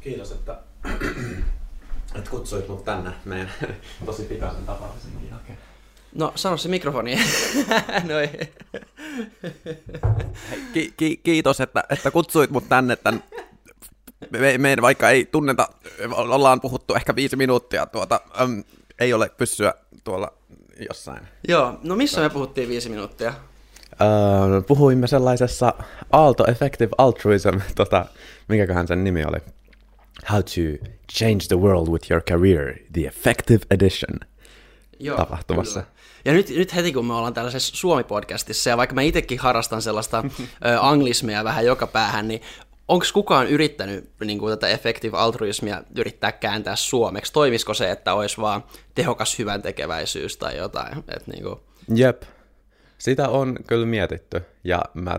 Kiitos, että kutsuit mut tänne meidän tosi pikaisen tapaamisenkin jälkeen. No, sano se mikrofoni. Noi. Kiitos, että kutsuit mut tänne. Me vaikka ei tunneta, ollaan puhuttu ehkä 5 minuuttia, ei ole pyssyä tuolla jossain. Joo, no missä me puhuttiin 5 minuuttia? Puhuimme sellaisessa Aalto Effective Altruism, mikäköhän sen nimi oli? How to change the world with your career, the effective edition. Joo, tapahtumassa. Kyllä. Ja nyt heti kun me ollaan tällaisessa Suomi-podcastissa, ja vaikka mä itsekin harrastan sellaista anglismia vähän joka päähän, niin onko kukaan yrittänyt niin kuin tätä effective altruismia yrittää kääntää suomeksi? Toimisiko se, että olisi vaan tehokas hyvän tekeväisyys tai jotain? Niin kuin... Jep, sitä on kyllä mietitty, ja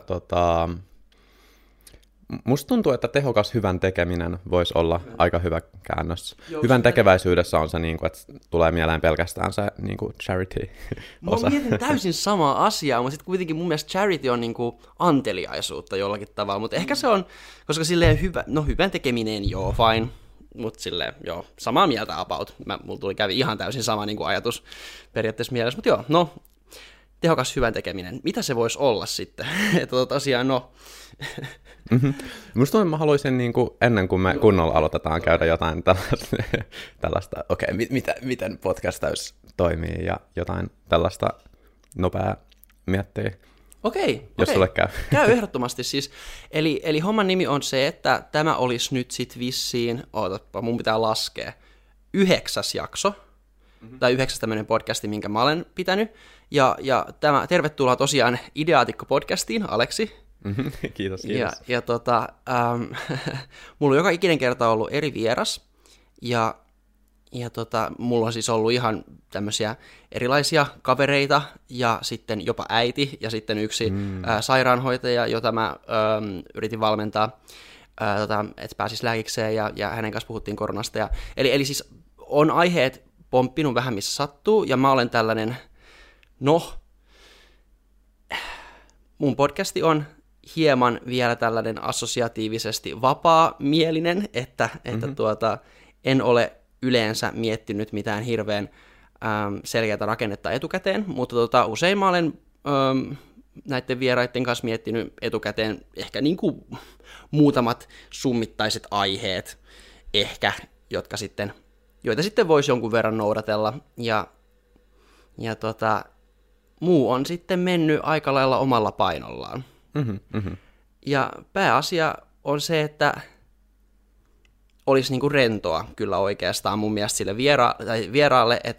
musta tuntuu, että tehokas hyvän tekeminen voisi olla aika hyvä käännös. Hyvän tekeväisyydessä on se, että tulee mieleen pelkästään se charity-osa. Mä mietin täysin samaa asiaa, mutta sitten kuitenkin mun mielestä charity on anteliaisuutta jollakin tavalla. Mutta ehkä se on, koska silleen hyvän tekeminen, joo, fine. Mutta silleen, joo, samaa mieltä about. Mulla kävi ihan täysin sama ajatus periaatteessa mielessä. Mutta joo, tehokas hyvän tekeminen. Mitä se voisi olla sitten? Että tosiaan, Mm-hmm. Musta tuntuu, että mä haluaisin ennen kuin me kunnolla aloitetaan käydä jotain tällaista miten podcastaus toimii ja jotain tällaista nopeaa miettiä. Okei. Jos sulle käy. Käy ehdottomasti siis. Eli homman nimi on se, että tämä olisi nyt sit vissiin, mun pitää laskea, 9. jakso, tai 9 tämmöinen podcasti, minkä mä olen pitänyt. Ja tervetuloa tosiaan Ideaatikko-podcastiin, Aleksi. Kiitos. Ja mulla on joka ikinen kerta ollut eri vieras, ja mulla on siis ollut ihan tämmöisiä erilaisia kavereita, ja sitten jopa äiti, ja sitten yksi sairaanhoitaja, jota mä yritin valmentaa, että pääsisi lääkikseen, ja hänen kanssa puhuttiin koronasta. Eli siis on aiheet pomppinut vähän missä sattuu, ja mä olen tällainen, mun podcasti on hieman vielä tällainen assosiatiivisesti vapaa-mielinen, että en ole yleensä miettinyt mitään hirveän selkeää rakennetta etukäteen, mutta usein mä olen näiden vieraiden kanssa miettinyt etukäteen ehkä muutamat summittaiset aiheet, ehkä, joita sitten voisi jonkun verran noudatella, ja muu on sitten mennyt aika lailla omalla painollaan. Ja pääasia on se, että olisi rentoa kyllä oikeastaan mun mielestä sille vieraalle, että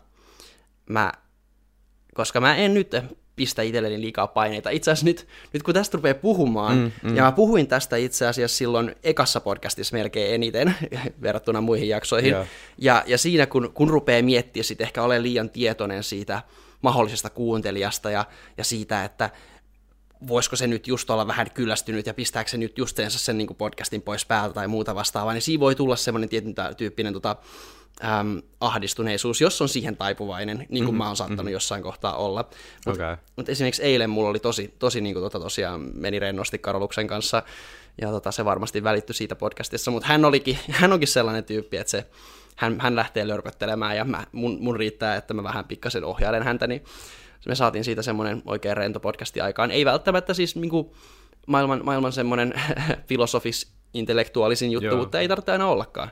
koska mä en nyt pistä itselleni liikaa paineita. Itse asiassa nyt kun tästä rupeaa puhumaan, ja mä puhuin tästä itse asiassa silloin ekassa podcastissa melkein eniten verrattuna muihin jaksoihin, ja siinä kun rupeaa miettimään, sit ehkä olen liian tietoinen siitä mahdollisesta kuuntelijasta ja siitä, että voisiko se nyt just olla vähän kyllästynyt ja pistääkö se nyt justeensa sen podcastin pois päältä tai muuta vastaavaa, niin siinä voi tulla semmoinen tietyn tyyppinen ahdistuneisuus, jos on siihen taipuvainen, niin kuin mä oon saattanut jossain kohtaa olla. Mutta esimerkiksi eilen mulla oli tosi tosiaan meni rennosti Karoluksen kanssa, ja se varmasti välittyi siitä podcastissa, mutta hän onkin sellainen tyyppi, että hän lähtee lörköttelemään, ja mun riittää, että mä vähän pikkasen ohjailen häntä, niin me saatiin siitä semmoinen oikein rento podcasti aikaan. Ei välttämättä siis maailman semmoinen filosofis-intellektuaalisin juttu, mutta ei tarvitse aina ollakaan.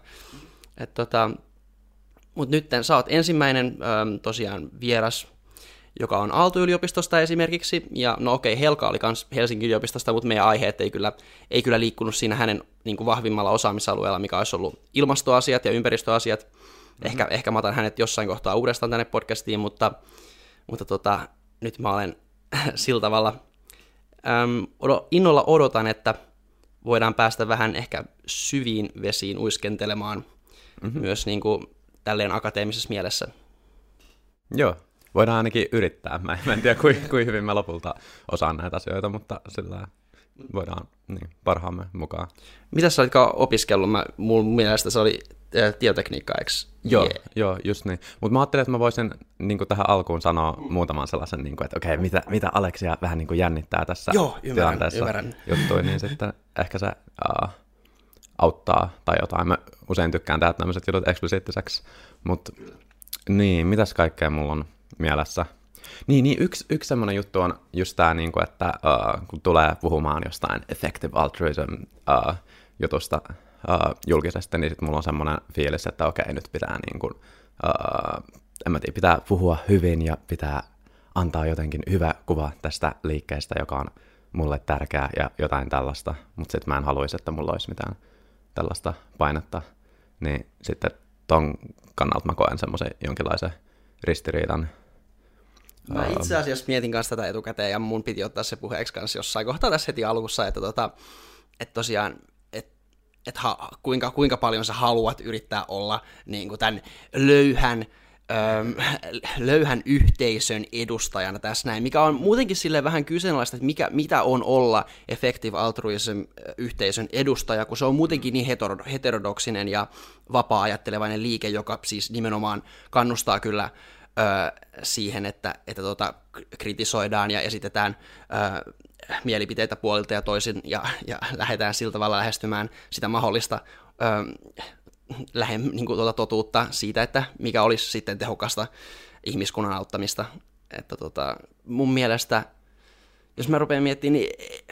Mutta nyt sä oot ensimmäinen tosiaan vieras, joka on Aalto-yliopistosta esimerkiksi, ja Helka oli myös Helsingin yliopistosta, mutta meidän aiheet ei kyllä liikkunut siinä hänen vahvimmalla osaamisalueella, mikä olisi ollut ilmastoasiat ja ympäristöasiat. Ehkä mä otan hänet jossain kohtaa uudestaan tänne podcastiin, mutta nyt mä olen sillä tavalla innolla odotan, että voidaan päästä vähän ehkä syviin vesiin uiskentelemaan myös tälleen akateemisessa mielessä. Joo, voidaan ainakin yrittää. Mä en tiedä, kuinka hyvin mä lopulta osaan näitä asioita, mutta sillä voidaan parhaamme mukaan. Mitä sä olitkaan opiskellut? Mun mielestä se oli tietotekniikkaa, eikö? Joo, just niin. Mutta mä ajattelin, että mä voisin tähän alkuun sanoa muutaman sellaisen, että okei, mitä Aleksia vähän jännittää tässä tilanteessa ymmärrän. juttuja, niin sitten ehkä se auttaa tai jotain. Mä usein tykkään tehdä tämmöiset jutut eksplisiittiseksi, mutta niin, mitäs kaikkea mulla on mielessä? Niin yksi semmoinen juttu on just tämä, niinku, että kun tulee puhumaan jostain effective altruism jutusta julkisesti, niin sitten mulla on semmoinen fiilis, että okei, nyt pitää niinku, en mä tiedä, pitää puhua hyvin ja pitää antaa jotenkin hyvä kuva tästä liikkeestä, joka on mulle tärkeää ja jotain tällaista, mutta sitten mä en haluaisi, että mulla olisi mitään tällaista painetta, niin sitten ton kannalta mä koen semmoisen jonkinlaisen ristiriidan. Mä itse asiassa mietin kanssa tätä etukäteen, ja mun piti ottaa se puheeksi kanssa jossain kohtaa tässä heti alussa, että tosiaan, kuinka paljon sä haluat yrittää olla niin kuin tämän löyhän yhteisön edustajana tässä näin, mikä on muutenkin silleen vähän kyseenalaista, että mitä on olla effective altruism-yhteisön edustaja, kun se on muutenkin niin heterodoksinen ja vapaa-ajattelevainen liike, joka siis nimenomaan kannustaa kyllä siihen, että kritisoidaan ja esitetään mielipiteitä puolilta ja toisin, ja lähdetään sillä tavalla lähestymään sitä mahdollista niin kuin totuutta siitä, että mikä olisi sitten tehokasta ihmiskunnan auttamista. Että mun mielestä, jos mä rupean miettimään, niin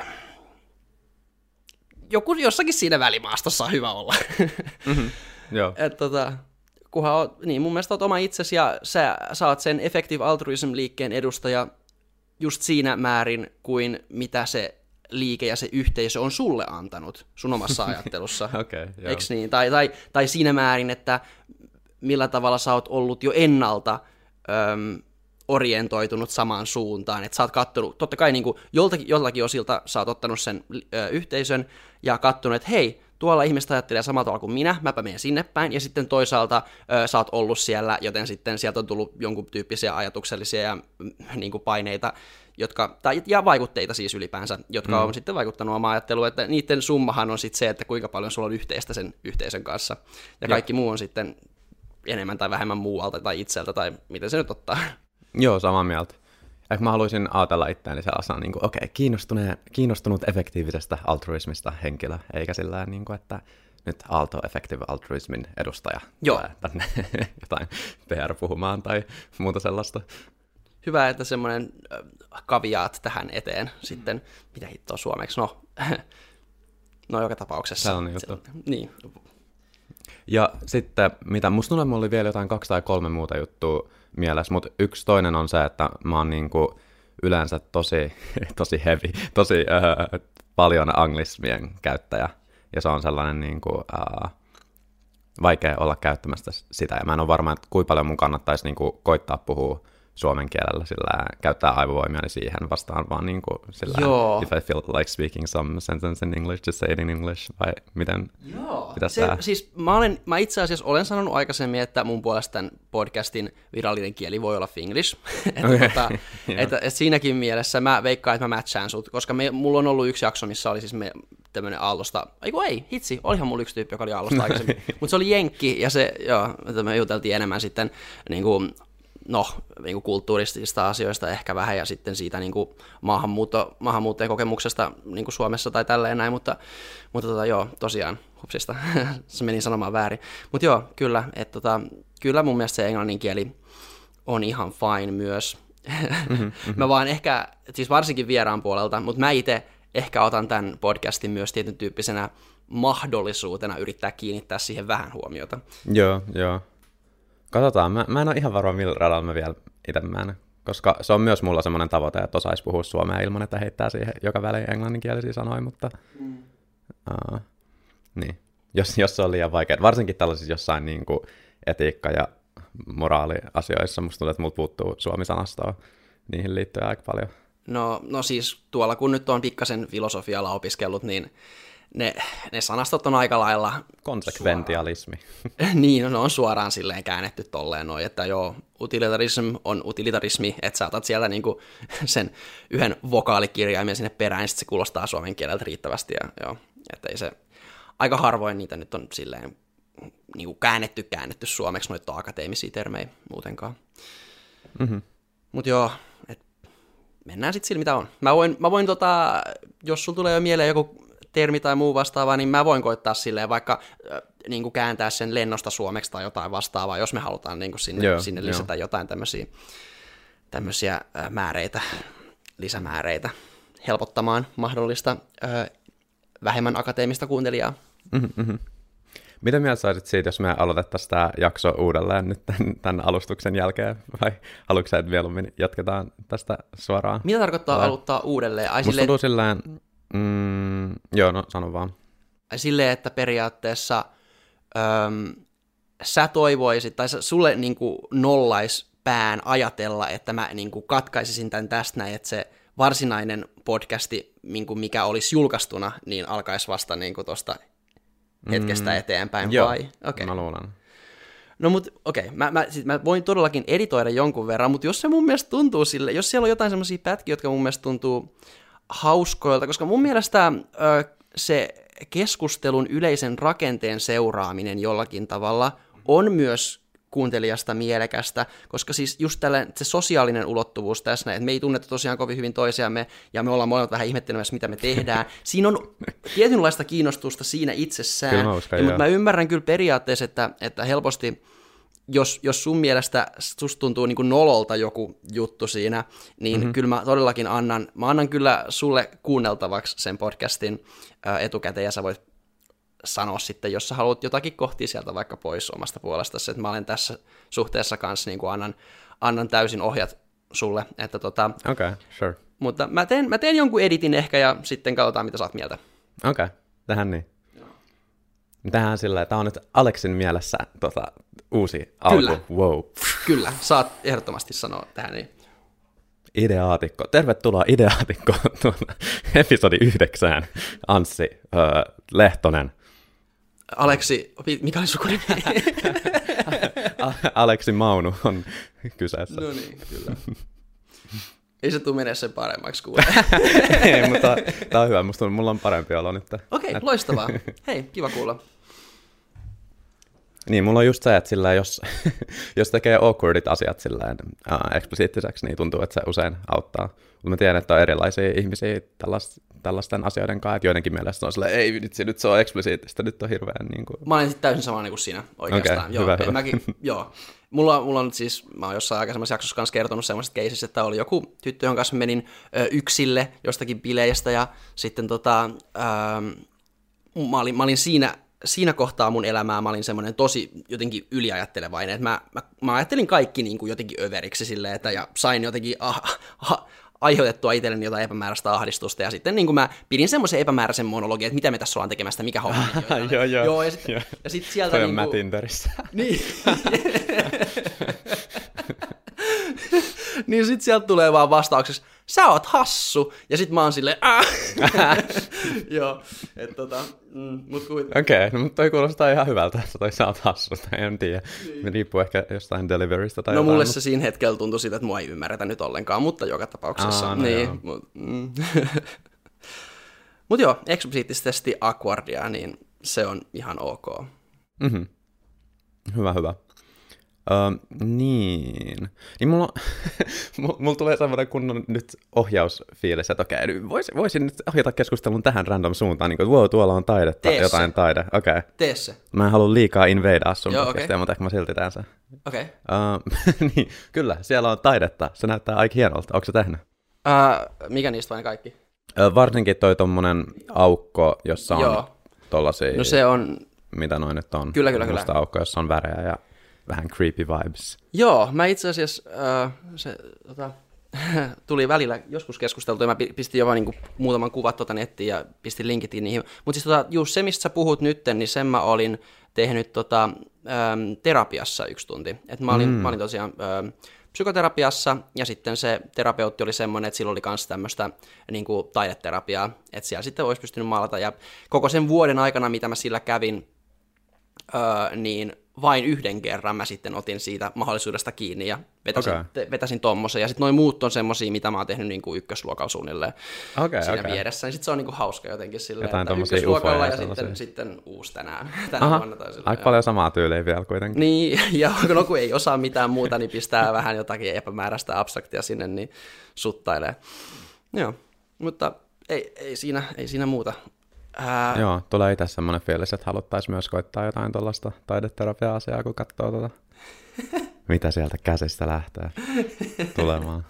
jossakin siinä välimaastossa on hyvä olla. Mm-hmm. Joo. Kunhan niin mun mielestä oot oma itsesi ja sä saat sen effective altruism-liikkeen edustaja just siinä määrin kuin mitä se liike ja se yhteisö on sulle antanut sun omassa ajattelussa. Okay, eiks niin? Tai siinä määrin, että millä tavalla sä oot ollut jo ennalta orientoitunut samaan suuntaan. Että sä oot kattonut, totta kai niin kuin joltakin osilta sä oot ottanut sen yhteisön ja kattonut, että hei, tuolla ihmiset ajattelee samalla tavalla kuin minä, mäpä menen sinne päin, ja sitten toisaalta sä oot ollut siellä, joten sitten sieltä on tullut jonkun tyyppisiä ajatuksellisia ja niin kuin paineita, ja vaikutteita siis ylipäänsä, jotka on sitten vaikuttanut omaan ajatteluun, että niiden summahan on sitten se, että kuinka paljon sulla on yhteistä sen yhteisön kanssa, ja kaikki muu on sitten enemmän tai vähemmän muualta tai itseltä, tai miten se nyt ottaa. Joo, samaa mieltä. Ehkä mä haluaisin ajatella itseäni sellaisena, niin kuin, kiinnostunut efektiivisestä altruismista henkilö, eikä sillä niin kuin, että nyt Aalto Effective Altruismin edustaja tulee tänne jotain PR puhumaan tai muuta sellaista. Hyvä, että semmoinen kaviaat tähän eteen sitten, mitä hittoa suomeksi, no joka tapauksessa. Sellainen juttu. Niin. Ja sitten, musta mulla oli vielä jotain 2 tai 3 muuta juttua mielessä, mutta yksi toinen on se, että mä oon niinku yleensä tosi heavy, tosi paljon anglismien käyttäjä, ja se on sellainen niinku, vaikea olla käyttämästä sitä, ja mä en ole varma, että kuinka paljon mun kannattaisi niinku koittaa puhua suomen kielellä, sillä käyttää aivovoimiani siihen vastaan vaan niin kuin sillä if I feel like speaking some sentence in English, just say it in English, vai miten pitäisi tehdä? Siis mä itse asiassa olen sanonut aikaisemmin, että mun puolesta tämän podcastin virallinen kieli voi olla Finglish, että siinäkin mielessä mä veikkaan, että mä matchaan sut, koska mulla on ollut yksi jakso, missä oli siis tämmönen Aallosta, olihan mulla yksi tyyppi, joka oli Aallosta aikaisemmin, mutta se oli jenkki, ja että me juteltiin enemmän sitten niin kuin kulttuurisista asioista ehkä vähän, ja sitten siitä niin kuin maahanmuuttajan kokemuksesta niin kuin Suomessa tai tälleen näin, mutta tosiaan, hupsista, se meni sanomaan väärin. Mutta kyllä, että kyllä mun mielestä se englannin kieli on ihan fine myös. Mä vaan ehkä, siis varsinkin vieraan puolelta, mutta mä itse ehkä otan tämän podcastin myös tietyn tyyppisenä mahdollisuutena yrittää kiinnittää siihen vähän huomiota. Joo. Katsotaan, mä en ole ihan varma, millä radalla mä vielä itse menen, koska se on myös mulla semmoinen tavoite, että osaisi puhua suomea ilman, että heittää siihen joka väliin englanninkielisiä sanoja, mutta niin. Jos se on liian vaikea, varsinkin tällaisissa jossain niin kuin etiikka- ja moraaliasioissa, musta tuntuu, että multa puuttuu suomi-sanastoa niihin liittyen aika paljon. No siis tuolla kun nyt on pikkasen filosofialla opiskellut, niin ne sanastot on aika lailla konsekventialismi. Niin, ne on suoraan silleen käännetty tolleen noin, että utilitarism on utilitarismi, että sä otat sieltä niinku sen yhden vokaalikirjaimen sinne perään, niin sit se kuulostaa suomen kieleltä riittävästi, ja että ei se, aika harvoin niitä nyt on silleen niinku käännetty suomeksi, noita akateemisia termejä muutenkaan. Mm-hmm. Mut mennään sitten sillä mitä on. Mä voin jos sulla tulee jo mieleen joku termi tai muu vastaava, niin mä voin koittaa silleen vaikka niin kuin kääntää sen lennosta suomeksi tai jotain vastaavaa, jos me halutaan niin kuin sinne lisätä jotain tämmöisiä määreitä, lisämääreitä helpottamaan mahdollista vähemmän akateemista kuuntelijaa. Mm-hmm. Mitä mieltä saisit siitä, jos me aloitettaisiin tämä jakso uudelleen nyt tämän alustuksen jälkeen, vai haluatko sä, että mieluummin jatketaan tästä suoraan? Mitä tarkoittaa aloittaa uudelleen? Musta tuntuu silleen, joo, no sano vaan. Silleen, että periaatteessa sä toivoisit, tai sulle niin kuin nollais pään ajatella, että mä niin kuin katkaisisin tämän tästä näin, että se varsinainen podcasti, niin kuin mikä olisi julkaistuna, niin alkaisi vasta niin kuin tuosta hetkestä eteenpäin, joo, vai? Okay. Mä luulen. No mut okei, mä voin todellakin editoida jonkun verran, mutta jos se mun mielestä tuntuu sille, jos siellä on jotain semmoisia pätkiä, jotka mun mielestä tuntuu hauskoilta, koska mun mielestä se keskustelun yleisen rakenteen seuraaminen jollakin tavalla on myös kuuntelijasta mielekästä, koska siis just tällainen se sosiaalinen ulottuvuus tässä, että me ei tunneta tosiaan kovin hyvin toisiamme, ja me ollaan molemmat vähän ihmettelemässä, mitä me tehdään. Siinä on tietynlaista kiinnostusta siinä itsessään, mutta mä ymmärrän kyllä periaatteessa, että helposti, jos sun mielestä susta tuntuu niin kuin nololta joku juttu siinä, niin kyllä mä todellakin annan kyllä sulle kuunneltavaksi sen podcastin etukäteen, ja sä voit sanoa sitten, jos sä haluat jotakin kohtia sieltä vaikka pois omasta puolestasi, että mä olen tässä suhteessa kanssa, niin kuin annan täysin ohjat sulle, että Okay, sure. Mutta mä teen jonkun editin ehkä, ja sitten katsotaan, mitä sä oot mieltä. Okei, tehdään niin. Tehdään sillä, että tämä on nyt Aleksin mielessä uusi alku. Kyllä. Wow. Kyllä, saat ehdottomasti sanoa tähän niin. Ideaatikko. Tervetuloa Ideaatikko episodi 9. Anssi Lehtonen. Aleksi, mikä oli sukunimi? Aleksi Maunu on kyseessä. No niin, kyllä. Ei se tule menee sen paremmaksi kuule. Ei, mutta tämä on hyvä. Mulla on parempi olo nyt. Okei, loistavaa. Hei, kiva kuulla. Niin, mulla on just se, että sillä jos tekee awkwardit asiat eksplisiittiseksi, niin tuntuu, että se usein auttaa. Mutta mä tiedän, että on erilaisia ihmisiä tällaisten asioiden kanssa, että joidenkin mielestä on silleen, ei vitsi, nyt se on eksplisiittistä, nyt on hirveän niin kuin... Mä olen sitten täysin sama niin kuin sinä oikeastaan. Okay, joo, hyvä. Mäkin, joo. Mulla on siis, mä oon jossain aikaisemmassa jaksossa kanssa kertonut semmoisesta keisistä, että oli joku tyttö, jonka kanssa menin yksille jostakin bileistä, ja sitten mä olin siinä kohtaa mun elämää, mä olin semmoinen tosi jotenkin yliajattelevainen, että mä ajattelin kaikki niin kuin jotenkin överiksi silleen, että ja sain jotenkin aiheutettua itselleni jotain epämääräistä ahdistusta, ja sitten niin kuin mä pidin semmoisen epämääräisen monologin, että mitä me tässä ollaan tekemästä, mikä homma. Joo, ja sitten sieltä toi niin on mä Tinderissä. Niin. Niin sit sieltä tulee vaan vastaukseksi, sä oot hassu, ja sit mä oon silleen, Joo, että mut kuitenkin. Okei, no mutta toi kuulostaa ihan hyvältä, että toi sä oot hassu, tai en tiedä. Me riippuu ehkä jostain deliverystä tai jotain. No mulle mutta... se siinä hetkellä tuntui siitä, että mua ei ymmärretä nyt ollenkaan, mutta joka tapauksessa. Niin, mut joo, eksplisiittisesti awkwardia, niin se on ihan ok. Mm-hmm. Hyvä. Niin mulla tulee semmoinen kunnon nyt ohjausfiilis, että okei, voisin nyt ohjata keskustelun tähän random suuntaan, niin kuin, että wow, tuolla on taidetta, jotain taide, okei. Tee se. Mä en halua liikaa invadaa sun podcastia, mutta ehkä mä silti teen sen. Okei. Niin, kyllä, siellä on taidetta, se näyttää aika hienolta, onko se tehnyt? Mikä niistä vain kaikki? Varsinkin toi tommonen aukko, jossa on tollasia... No se on... Mitä noin nyt on? Kyllä. Musta aukko, jossa on värejä ja vähän creepy vibes. Joo, mä itse asiassa tuli välillä joskus keskusteltu, ja mä pistin jopa niinku muutaman kuvat nettiin ja pistin linkitin niihin. Mutta siis just se, mistä sä puhut nytten, niin sen mä olin tehnyt terapiassa 1 tunti. Et mä olin tosiaan psykoterapiassa, ja sitten se terapeutti oli semmoinen, että sillä oli myös tämmöistä niinku taideterapiaa, että siellä sitten olisi pystynyt maalata, ja koko sen vuoden aikana, mitä mä sillä kävin, niin vain 1 kerran mä sitten otin siitä mahdollisuudesta kiinni ja vetäsin tommosen. Ja sitten noin muut on semmosia, mitä mä oon tehnyt niin kuin ykkösluokalla suunnilleen siinä vieressä. Niin sitten se on niin kuin hauska jotenkin silleen, jotain että ykkösluokalla ja sitten uusi tänä vuonna. Aika paljon samaa tyyliä vielä kuitenkin. Niin, ja no kun ei osaa mitään muuta, niin pistää vähän jotakin epämääräistä abstraktia sinne, niin suttailee. Joo, mutta ei siinä muuta. Joo, tulee itse semmoinen fiilis, että haluttaisiin myös koittaa jotain tuollaista taideterapia-asiaa, kun katsoo mitä sieltä käsistä lähtee tulemaan.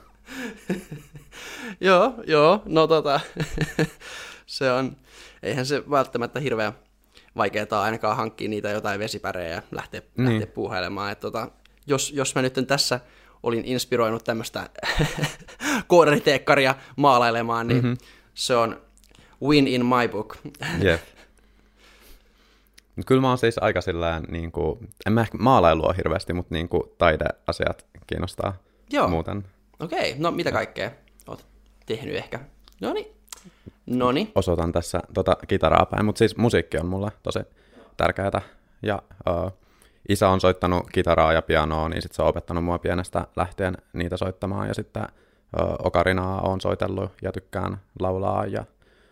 Joo, no se on, eihän se välttämättä hirveän vaikeaa ainakaan hankkia niitä jotain vesipärejä ja lähteä puuhailemaan. Jos mä nyt tässä olin inspiroinut tämmöistä koodariteekkaria maalailemaan, niin se on win in my book. Jep. Kyllä mä oon siis aika sillään, niin kuin, en mä ehkä maalailua hirveästi, mutta niin kuin taideasiat kiinnostaa muuten. Okei, no mitä kaikkea oot tehnyt ehkä? Noniin. Osoitan tässä kitaraa päin, mutta siis musiikki on mulle tosi tärkeää. Ja isä on soittanut kitaraa ja pianoa, niin sitten se on opettanut mua pienestä lähtien niitä soittamaan. Ja sitten okarinaa on soitellut ja tykkään laulaa ja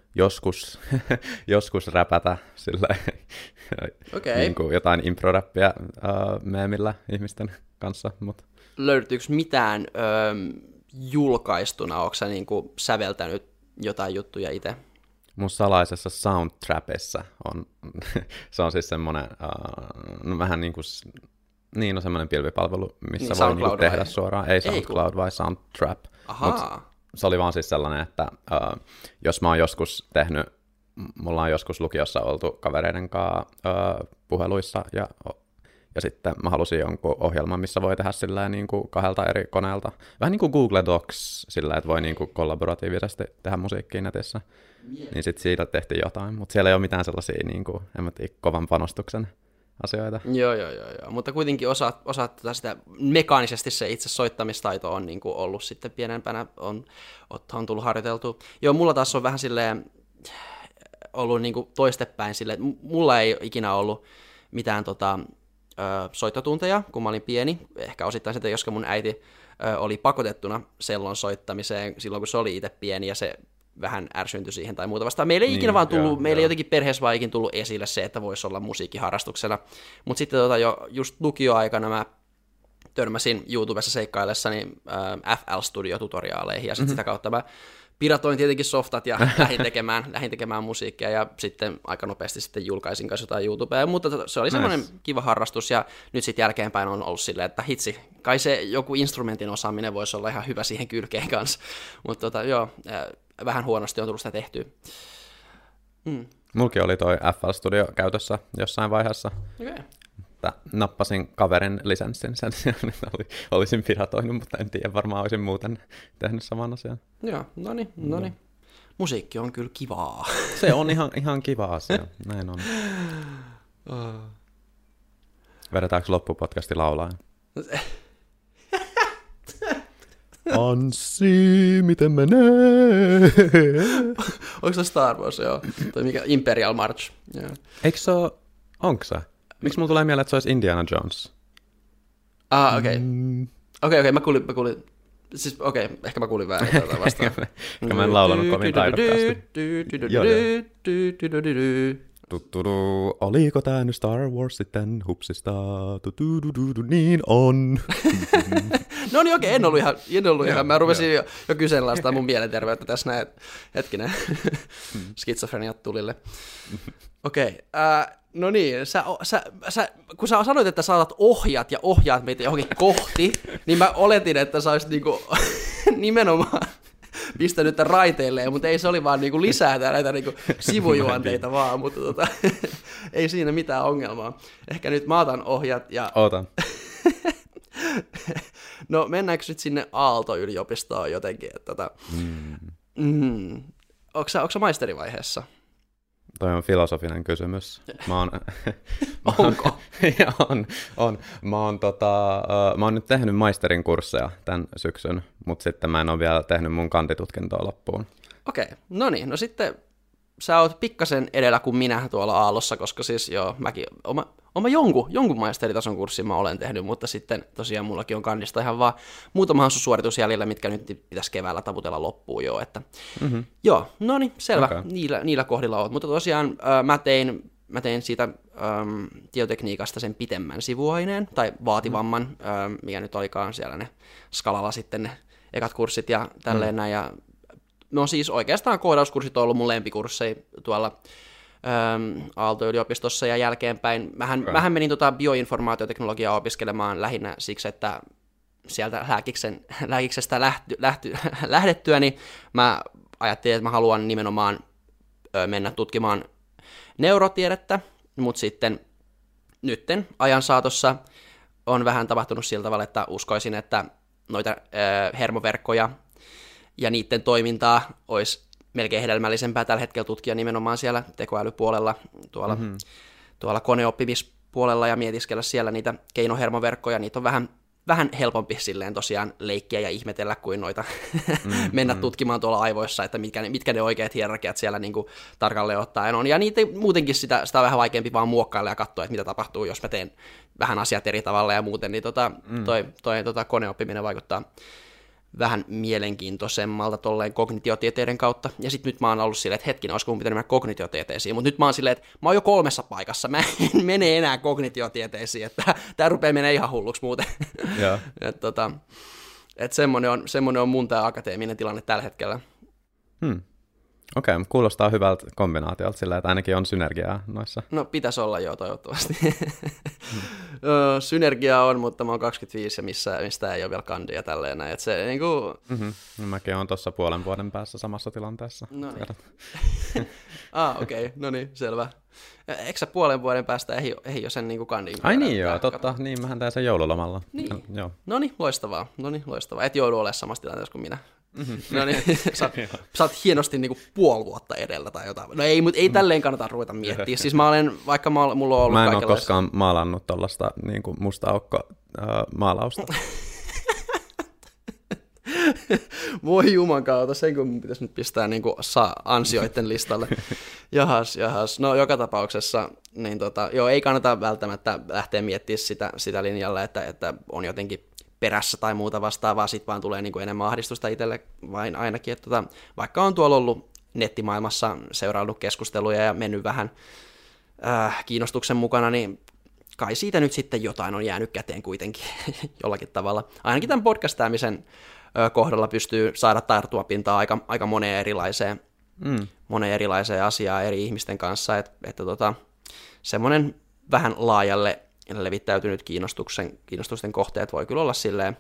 joskus räpätä niin kuin jotain improräppiä meemillä ihmisten kanssa. Löytyykö mitään julkaistuna? Oletko sä niinku säveltänyt jotain juttuja itse? Mun salaisessa Soundtrapissa on, se on siis semmoinen, vähän niin kuin, semmoinen pilvipalvelu, missä voi niinku tehdä suoraan, ei SoundCloud vai Soundtrap. Se oli vaan siis sellainen, että jos mä oon joskus tehnyt, mulla on joskus lukiossa oltu kavereiden kanssa puheluissa ja sitten mä halusin jonkun ohjelman, missä voi tehdä sillä niin kuin 2 eri koneelta. Vähän niin kuin Google Docs, sillä että voi niin kuin kollaboratiivisesti tehdä musiikkia netissä. Niin sitten siitä tehtiin jotain, mutta siellä ei ole mitään sellaisia niin kuin, en mä tiedä, kovan panostuksen asioita. Joo. Mutta kuitenkin osaat sitä mekaanisesti se itse soittamistaito on niin kuin ollut sitten pienempänä, on tullut harjoiteltua. Joo, mulla taas on vähän silleen ollut niin kuin toistepäin silleen, että mulla ei ikinä ollut mitään soittotunteja, kun mä olin pieni. Ehkä osittain sitä, koska mun äiti oli pakotettuna sellon soittamiseen silloin, kun se oli itse pieni ja se vähän ärsyntyi siihen tai muuta vastaan. Meillä ei ikinä vaan tullut, meillä ei jotenkin perheessä vaan ikinä tullut esille se, että voisi olla musiikkiharrastuksena. Mutta sitten jo just lukioaikana mä törmäsin YouTubessa seikkaillessani FL Studio-tutoriaaleihin ja sitten sitä kautta mä piratoin tietenkin softat ja lähdin tekemään musiikkia ja sitten aika nopeasti sitten julkaisin kanssa jotain YouTubea, mutta se oli semmoinen kiva harrastus ja nyt sitten jälkeenpäin on ollut silleen, että hitsi, kai se joku instrumentin osaaminen voisi olla ihan hyvä siihen kylkeen kanssa, mutta vähän huonosti on tullut sitä tehtyä. Mulki oli toi FL Studio käytössä jossain vaiheessa. Okay. Nappasin kaverin lisenssin sen sijaan, että olisin piratoinut, mutta en tiedä, varmaan olisin muuten tehnyt saman asian. Joo, no niin. Musiikki on kyllä kivaa. Se on ihan kiva asia, näin on. Vedetäänkö loppupodcasti laulaa? Anssi, miten menee? Onko se Star Wars, joo? Tai mikä Imperial March. Joo. Eikö se ole, onko se? Miksi mulla tulee mieleen, että se olisi Indiana Jones? Okei, mä kuulin. Siis ehkä mä kuulin väärin tätä vastaan. Mä en laulanut kovin taidokkaasti. Oliko tää nyt Star Wars sitten hupsista? Niin on. No niin, en ollut ihan. Mä rupesin jo kyseenalaistaa mun mielenterveyttä tässä näin. Hetkinen. Skitsofreniat tulille. Okei. No niin, kun sä sanoit, että saatat ohjaat meitä johonkin kohti, niin mä oletin, että sä olisit niinku nimenomaan pistänyt tämän raiteilleen, mutta ei se oli vaan niinku lisää näitä niinku sivujuonteita vaan, mutta ei siinä mitään ongelmaa. Ehkä nyt mä otan ohjat ja... Otan. No mennäänkö nyt sinne Aalto-yliopistoon jotenkin? Onko sä maisterivaiheessa? Toi on filosofinen kysymys. Onko? On. Mä oon nyt tehnyt maisterin kursseja tämän syksyn, mutta sitten mä en ole vielä tehnyt mun kanditutkintoa loppuun. Okei, no niin. No sitten sä oot pikkasen edellä kuin minä tuolla Aallossa, koska siis mäkin oma jonkun maisteritason kurssin mä olen tehnyt, mutta sitten tosiaan mullakin on kandista ihan vaan muutama suoritus jäljellä, mitkä nyt pitäisi keväällä taputella loppuun jo. Joo, no niin, selvä. Okay. Niillä kohdilla oot. Mutta tosiaan mä tein siitä tietotekniikasta sen pitemmän sivuaineen, tai vaativamman, mikä nyt olikaan siellä ne Scalalla sitten ne ekat kurssit ja tälleen näin. Ja no siis oikeastaan koodauskurssit on ollut mun lempikursseja tuolla Aalto-yliopistossa ja jälkeenpäin. Mähän menin bioinformaatioteknologiaa opiskelemaan lähinnä siksi, että sieltä lääkiksestä lähdettyäni mä ajattelin, että mä haluan nimenomaan mennä tutkimaan neurotiedettä, mutta sitten nytten ajan saatossa on vähän tapahtunut sillä tavalla, että uskoisin, että noita hermoverkkoja ja niiden toimintaa olisi melkein hedelmällisempää tällä hetkellä tutkia nimenomaan siellä tekoälypuolella, tuolla koneoppimispuolella ja mietiskellä siellä niitä keinohermoverkkoja. Niitä on vähän helpompi silleen tosiaan leikkiä ja ihmetellä kuin noita mennä tutkimaan tuolla aivoissa, että mitkä ne oikeat hierarkiat siellä niin kuin tarkalleen ottaen on. Ja niitä muutenkin sitä on vähän vaikeampi vaan muokkailla ja katsoa, että mitä tapahtuu, jos mä teen vähän asiat eri tavalla ja muuten, niin toi koneoppiminen vaikuttaa vähän mielenkiintoisemmalta tolleen kognitiotieteiden kautta. Ja sitten nyt mä oon ollut silleen, että hetkinen, olisiko mun pitänyt mennä kognitiotieteisiin, mutta nyt mä oon silleen, että mä oon jo 3 paikassa, mä en mene enää kognitiotieteisiin, että tää rupeaa menee ihan hulluksi muuten. Yeah. Että semmonen on mun tää akateeminen tilanne tällä hetkellä. Okei, mutta kuulostaa hyvältä kombinaatiolta sillä, että ainakin on synergiaa noissa. No pitäisi olla jo toivottavasti. Synergiaa on, mutta mä oon 25 ja mistä ei ole vielä kandia tälleen näin. Että se niinku... No, mäkin oon tuossa 5 vuoden päässä samassa tilanteessa. No niin. Okei, no niin, selvä. Eikö sä 5 vuoden päästä ei ole sen niinku kandin? Ai niin joo, totta. Niin, mähän teen sen joululomalla. Niin. No niin, loistavaa. Et joudu olemaan samassa tilanteessa kuin minä. No niin, sä oot hienosti niinku 5 vuotta edellä tai jotain. No ei, mutta ei tälleen kannata ruveta miettiä. Siis mulla on ollut mä en ole koskaan maalannut tollaista niinku musta aukko maalausta. Voi juman kautta, sen kun mun pitäisi nyt pistää niinku ansioiden listalle. Jahas. No joka tapauksessa, niin ei kannata välttämättä lähteä miettimään sitä linjalla, että on jotenkin perässä tai muuta vastaavaa, sit vaan tulee niinku enemmän ahdistusta itselle vain ainakin, että vaikka on tuolla ollut nettimaailmassa seuraillut keskusteluja ja mennyt vähän kiinnostuksen mukana, niin kai siitä nyt sitten jotain on jäänyt käteen kuitenkin jollakin tavalla. Ainakin tämän podcastaamisen kohdalla pystyy saada tarttumapintaa aika moneen erilaiseen asiaan eri ihmisten kanssa, että semmoinen vähän laajalle levittäytynyt kiinnostusten kohteet voi kyllä olla silleen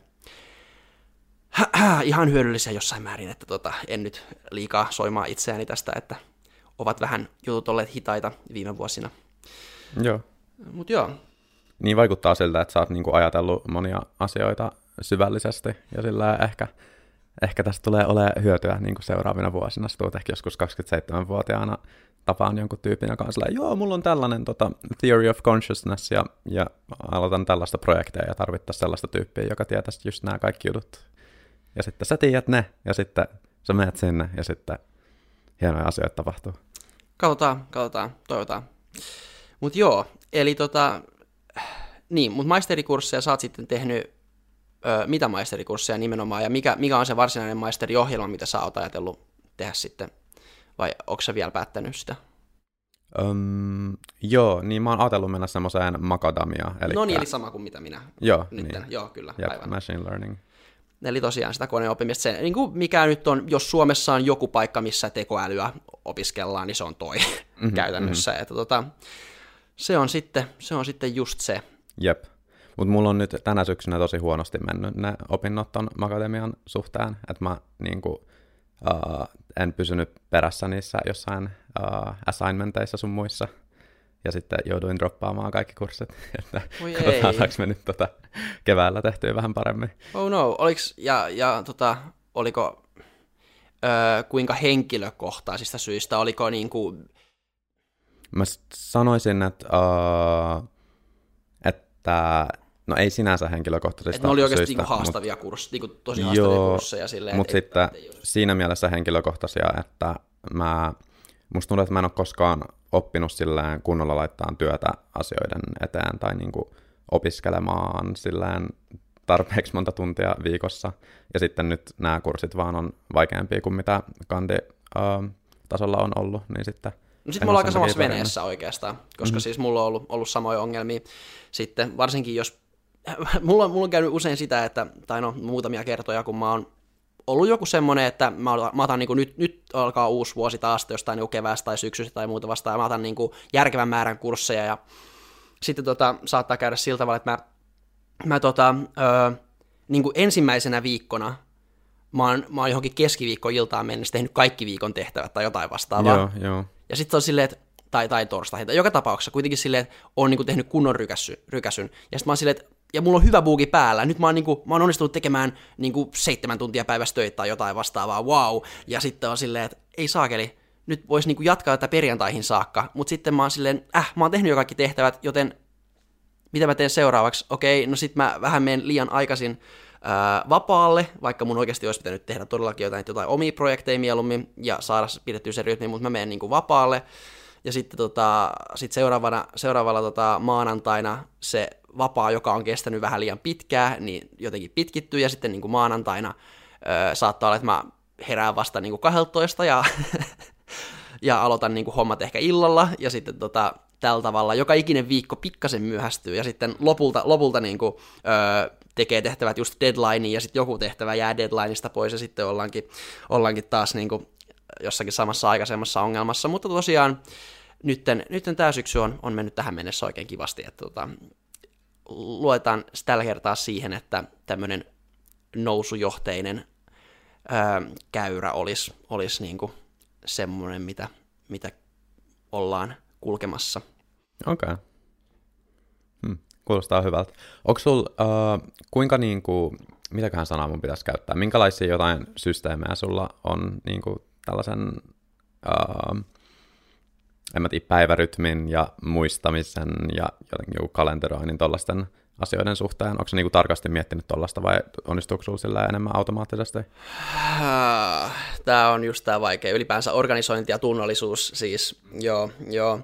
ihan hyödyllisiä jossain määrin, että en nyt liikaa soimaa itseäni tästä, että ovat vähän jutut olleet hitaita viime vuosina. Joo. Mut joo. Niin vaikuttaa siltä, että sä oot niinku ajatellut monia asioita syvällisesti ja sillä ehkä tästä tulee olemaan hyötyä niinku seuraavina vuosina. Sä tulet ehkä joskus 27-vuotiaana tapaan jonkun tyypin, joka on silleen, joo, mulla on tällainen theory of consciousness ja aloitan tällaista projekteja ja tarvittaisiin sellaista tyyppiä, joka tietäisi just nämä kaikki jutut. Ja sitten sä tiedät ne ja sitten sä menet sinne ja sitten hienoja asioita tapahtuu. Katsotaan, toivotaan. Mut joo, eli niin, mut maisterikursseja sä oot sitten tehnyt, mitä maisterikursseja nimenomaan ja mikä on se varsinainen maisteriohjelma, mitä sä oot ajatellut tehdä sitten? Vai onko sä vielä päättänyt sitä? Joo, niin mä oon ajatellut mennä semmoiseen macadamia. Eli sama kuin mitä minä nyt. Niin. Joo, kyllä, aivan. Machine learning. Eli tosiaan sitä koneoppimista. Se, niin kuin mikä nyt on, jos Suomessa on joku paikka, missä tekoälyä opiskellaan, niin se on toi käytännössä. Että se on sitten just se. Jep. Mutta mulla on nyt tänä syksynä tosi huonosti mennyt ne opinnot ton Macadamian suhteen, että mä niinku... en pysynyt perässä niissä jossain assignmenteissa sun muissa, ja sitten jouduin droppaamaan kaikki kurssit, että katsotaan saanko me nyt keväällä tehtyä vähän paremmin. Oh no, oliko kuinka henkilökohtaisista syistä, oliko niinku... Mä sanoisin, että no ei sinänsä henkilökohtaisista syistä. Ne oli oikeasti niinku haastavia kursseja, niinku tosi haastavia kursseja. Silleen, mutta sitten siinä mielessä henkilökohtaisia, että musta tuntuu, että mä en ole koskaan oppinut silleen kunnolla laittaa työtä asioiden eteen tai niinku opiskelemaan silleen tarpeeksi monta tuntia viikossa. Ja sitten nyt nämä kurssit vaan on vaikeampia kuin mitä tasolla on ollut, niin sitten... No sit me ollaan aika samassa veneessä oikeastaan, koska siis mulla on ollut samoja ongelmia. Sitten varsinkin jos, mulla on käynyt usein sitä, että, tai no muutamia kertoja, kun mä oon ollut joku semmoinen, että mä otan niin kuin nyt alkaa uusi vuosi taas jostain niin keväästä tai syksystä tai muuta vastaan, ja mä otan niin kuin järkevän määrän kursseja, ja sitten saattaa käydä sillä tavalla, että mä niin kuin ensimmäisenä viikkona mä oon johonkin keskiviikkoiltaan mennessä tehnyt kaikki viikon tehtävät tai jotain vastaavaa. Joo. Ja sitten on silleen, että tai torstaihin. Joka tapauksessa kuitenkin silleen, että on niinku tehnyt kunnon rykäsyn. Ja sitten mä oon silleen, että ja mulla on hyvä buugi päällä. Nyt mä oon onnistunut tekemään niinku 7 tuntia päivässä töitä tai jotain vastaavaa. Wow. Ja sitten on silleen, että ei saakeli. Nyt vois niinku jatkaa tätä perjantaihin saakka. Mutta sitten mä oon silleen, mä oon tehnyt jo kaikki tehtävät, joten mitä mä teen seuraavaksi? Okei, no sit mä vähän menen liian aikaisin vapaalle, vaikka mun oikeasti olisi pitänyt tehdä todellakin jotain omia projekteja mieluummin ja saada pidettyä se rytmi, mutta mä menen niinku vapaalle. Ja sitten sit seuraavalla maanantaina se vapaa, joka on kestänyt vähän liian pitkään, niin jotenkin pitkittyy, ja sitten niin kuin maanantaina saattaa olla, että mä herään vasta niin kuin 12 ja aloitan niin kuin hommat ehkä illalla, ja sitten tällä tavalla joka ikinen viikko pikkasen myöhästyy, ja sitten lopulta niin kuin, tekee tehtävät just deadlineen, ja sitten joku tehtävä jää deadlineista pois, ja sitten ollaankin taas niin kuin jossakin samassa aikaisemmassa ongelmassa, mutta tosiaan nytten tämä syksy on mennyt tähän mennessä oikein kivasti, että luetaan tällä kertaa siihen, että tämmöinen nousujohteinen käyrä olisi niinku semmoinen, mitä ollaan kulkemassa. Okei. Kuulostaa hyvältä. Onko sulla, kuinka niinku, mitäköhän sanaa mun pitäisi käyttää, minkälaisia jotain systeemejä sulla on niinku tällaisen, en mä tiedä, päivärytmin ja muistamisen ja jotenkin kalenteroinnin tollaisten asioiden suhteen? Onko se niinku tarkasti miettinyt tollaista vai onnistuuko sulla sillä enemmän automaattisesti? Tämä on just tämä vaikea. Ylipäänsä organisointi ja tunnollisuus siis, joo.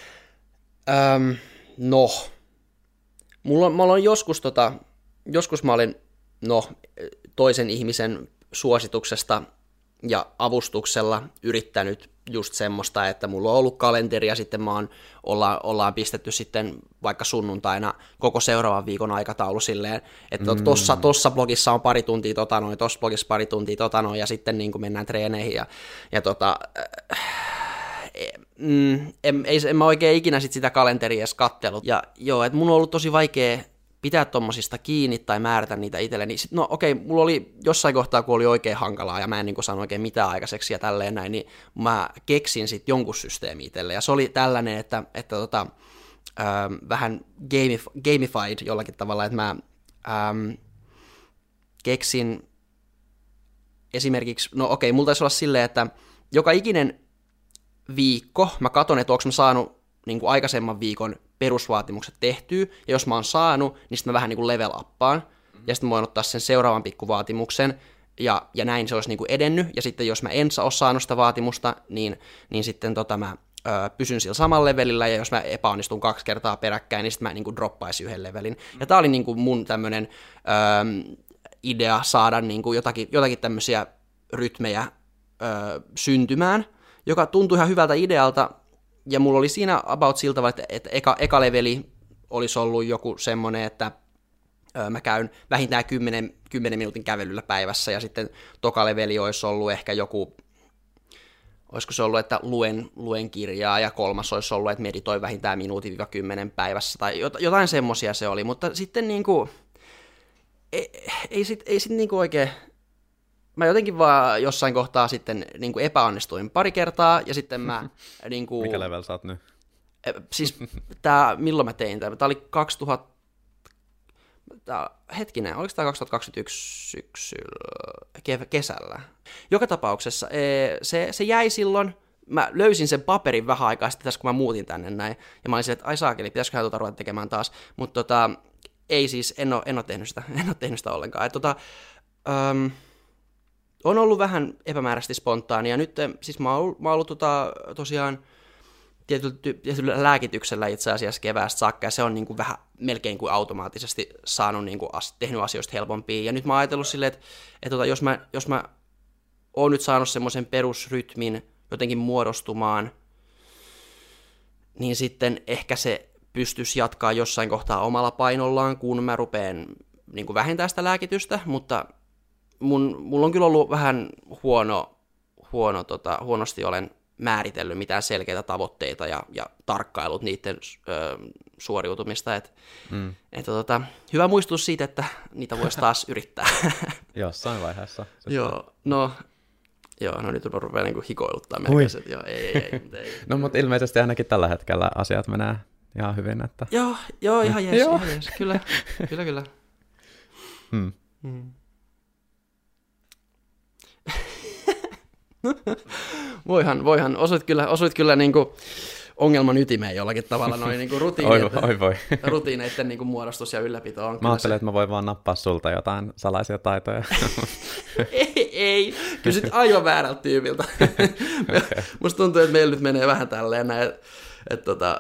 No, mulla on joskus mä olin toisen ihmisen suosituksesta ja avustuksella yrittänyt just semmoista, että mulla on ollut kalenteri ja sitten ollaan pistetty sitten vaikka sunnuntaina koko seuraavan viikon aikataulu silleen, että tossa blogissa on pari tuntia tossa blogissa pari tuntia ja sitten niin kuin mennään treeneihin en mä oikein ikinä sitä kalenteria edes kattellut. Ja joo, että mun on ollut tosi vaikea pitää tommosista kiinni tai määrätä niitä itselleni. Sitten, no okei, mulla oli jossain kohtaa, kun oli oikein hankalaa ja mä en saanut oikein mitään aikaiseksi ja tälleen näin, niin mä keksin sitten jonkun systeemi itselle. Ja se oli tällainen, että vähän gamified jollakin tavalla, että mä keksin esimerkiksi, no okei, mulla taisi olla silleen, että joka ikinen viikko mä katon, että onko mä saanut niin kuin aikaisemman viikon perusvaatimukset tehtyä, ja jos mä oon saanut, niin sitten mä vähän niin kuin level uppaan, ja sitten mä voin ottaa sen seuraavan pikkuvaatimuksen, ja näin se olisi niin kuin edennyt, ja sitten jos mä en ole saanut sitä vaatimusta, niin sitten mä pysyn sillä samalla levelillä, ja jos mä epäonnistun 2 kertaa peräkkäin, niin sitten mä niin kuin droppaisin 1 levelin. Ja tää oli niin kuin mun tämmönen idea saada niin kuin jotakin tämmöisiä rytmejä syntymään, joka tuntui ihan hyvältä idealta, ja mulla oli siinä about siltä tavalla, että eka leveli olisi ollut joku semmoinen, että mä käyn vähintään 10 minuutin kävelyllä päivässä, ja sitten toka leveli olisi ollut ehkä joku, olisiko se ollut, että luen kirjaa, ja 3. olisi ollut, että meditoin vähintään minuutin-10 päivässä, tai jotain semmoisia se oli, mutta sitten niinku, ei sit niinku oikein. Mä jotenkin vaan jossain kohtaa sitten niin kuin epäonnistuin pari kertaa, ja sitten mä niin kuin... Mikä level sä oot nyt? Siis milloin mä tein tämä? Tää oli oliko tää 2021 syksyllä, kesällä? Joka tapauksessa se jäi silloin, mä löysin sen paperin vähän aikaa sitten tässä, kun mä muutin tänne näin, ja mä olin silleen, että ai saakeli, pitäisiköhän ruveta tekemään taas, mutta ei siis, en ole tehnyt sitä ollenkaan. On ollut vähän epämääräisesti spontaania. Nyt siis mä oon ollut tosiaan tietyllä lääkityksellä itse asiassa keväästä saakka, ja se on niin kuin vähän melkein kuin automaattisesti saanut niin kuin tehnyt asioista helpompia. Ja nyt mä oon ajatellut silleen, että jos mä oon nyt saanut semmoisen perusrytmin jotenkin muodostumaan, niin sitten ehkä se pystyisi jatkaa jossain kohtaa omalla painollaan, kun mä rupeen niin kuin vähentämään sitä lääkitystä, mutta mulla on kyllä ollut vähän huonosti olen määritellyt mitään selkeitä tavoitteita ja tarkkailut niiden suoriutumista. Hyvä muistutus siitä, että niitä voisi taas yrittää. Jossain vaiheessa. Joo, no nyt rupeaa niin hikoiluttaa melkein. Joo, ei. No, mutta ilmeisesti ainakin tällä hetkellä asiat menee ihan hyvin. Että... Joo, ihan jees. Kyllä. Voihan. Osuit kyllä niinku ongelman ytimeen jollakin tavalla noin niinku rutiineiden niinku muodostus ja ylläpito on. Mä ajattelin, että mä voin vaan nappaa sulta jotain salaisia taitoja. ei. Kysyt aivan väärältä tyypiltä. Okay. Musta tuntuu, että meillä nyt menee vähän tälleen näin, että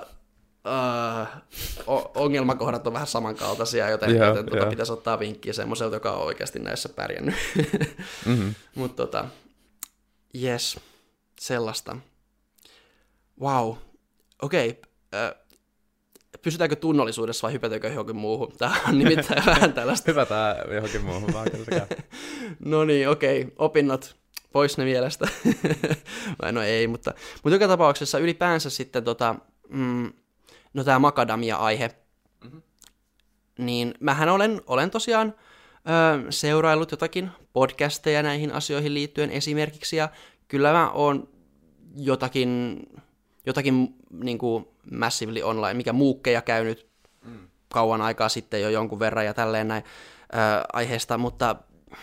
ongelmakohdat on vähän samankaltaisia, joten pitäisi ottaa vinkkiä semmoiselta, joka on oikeasti näissä pärjännyt. Mutta jes, sellaista. Wow. Okei. Pysytäänkö tunnollisuudessa vai hypätäänkö johonkin muuhun? Tämä on nimittäin vähän tällaista. Hypätään johonkin muuhun vaan. No niin, okei. Opinnot pois ne mielestä. No ei, mutta joka tapauksessa ylipäänsä sitten tämä makadamia-aihe, niin mähän olen tosiaan seuraillut jotakin podcasteja näihin asioihin liittyen esimerkiksi, ja kyllä mä oon jotakin niin kuin massively online, mikä muukkeja käynyt kauan aikaa sitten jo jonkun verran ja tälleen näin aiheesta, mutta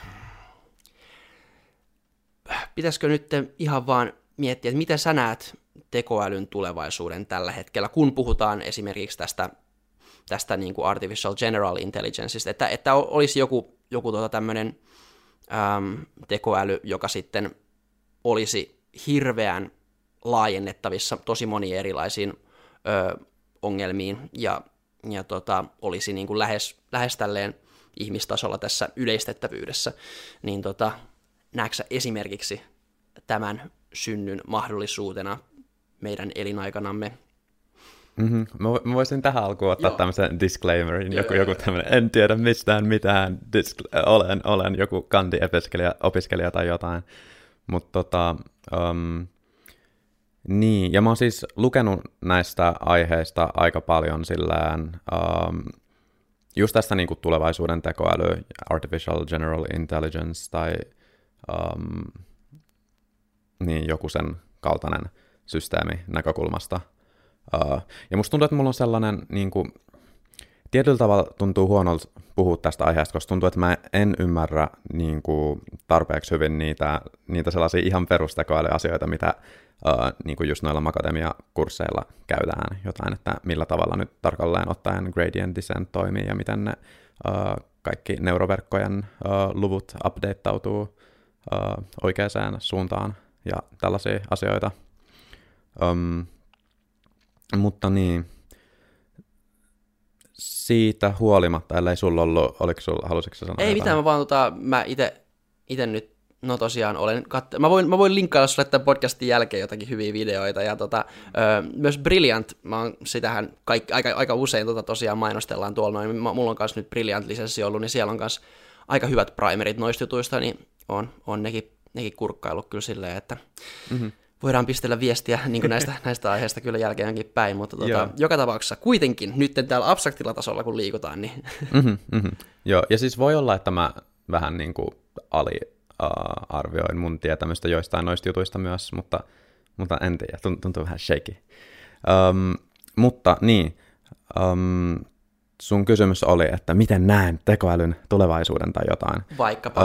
pitäisikö nyt ihan vaan miettiä, että miten sä näet tekoälyn tulevaisuuden tällä hetkellä, kun puhutaan esimerkiksi tästä niin kuin artificial general intelligenceista, että olisi joku tämmöinen tekoäly, joka sitten olisi hirveän laajennettavissa tosi moniin erilaisiin ongelmiin ja olisi niin kuin lähes tälleen ihmistasolla tässä yleistettävyydessä, niin näetkö sä esimerkiksi tämän synnyn mahdollisuutena meidän elinaikanamme? Mä voisin tähän alkuun ottaa tämmöisen disclaimerin, joku tämmöinen, en tiedä mistään mitään, olen joku kandi-opiskelija tai jotain, mutta niin, ja mä oon siis lukenut näistä aiheista aika paljon sillään, just tästä niin kuin tulevaisuuden tekoäly, artificial general intelligence tai niin joku sen kaltainen systeemi näkökulmasta. Ja musta tuntuu, että mulla on sellainen, niin kuin, tietyllä tavalla tuntuu huonolta puhua tästä aiheesta, koska tuntuu, että mä en ymmärrä niin kuin, tarpeeksi hyvin niitä sellaisia ihan perustekoälyasioita, mitä niin kuin just noilla makademia-kursseilla käydään jotain, että millä tavalla nyt tarkalleen ottaen gradient descent toimii ja miten ne kaikki neuroverkkojen luvut updateautuu oikeaan suuntaan ja tällaisia asioita. Mutta niin, siitä huolimatta, ellei sulla ollut, halusitko sä sanoa ei jotain? Mitään, mä ite nyt, no tosiaan mä voin linkkailla sulle tämän podcastin jälkeen jotakin hyviä videoita, ja myös Brilliant, sitähän aika usein tosiaan mainostellaan tuolla noin, mulla on kanssa nyt Brilliant-lisenssi ollut, niin siellä on kanssa aika hyvät primerit noista jutuista, niin on nekin kurkkaillut kyllä silleen, että voidaan pistellä viestiä niin kuin näistä aiheista kyllä jälkeenkin päin, mutta joka tapauksessa kuitenkin nyt täällä abstraktilla tasolla, kun liikutaan, niin... Joo, ja siis voi olla, että mä vähän niin kuin aliarvioin mun tietämystä joistain noista jutuista myös, mutta en tiedä, tuntuu vähän shaky. Mutta niin, sun kysymys oli, että miten näen tekoälyn tulevaisuuden tai jotain. Vaikkapa.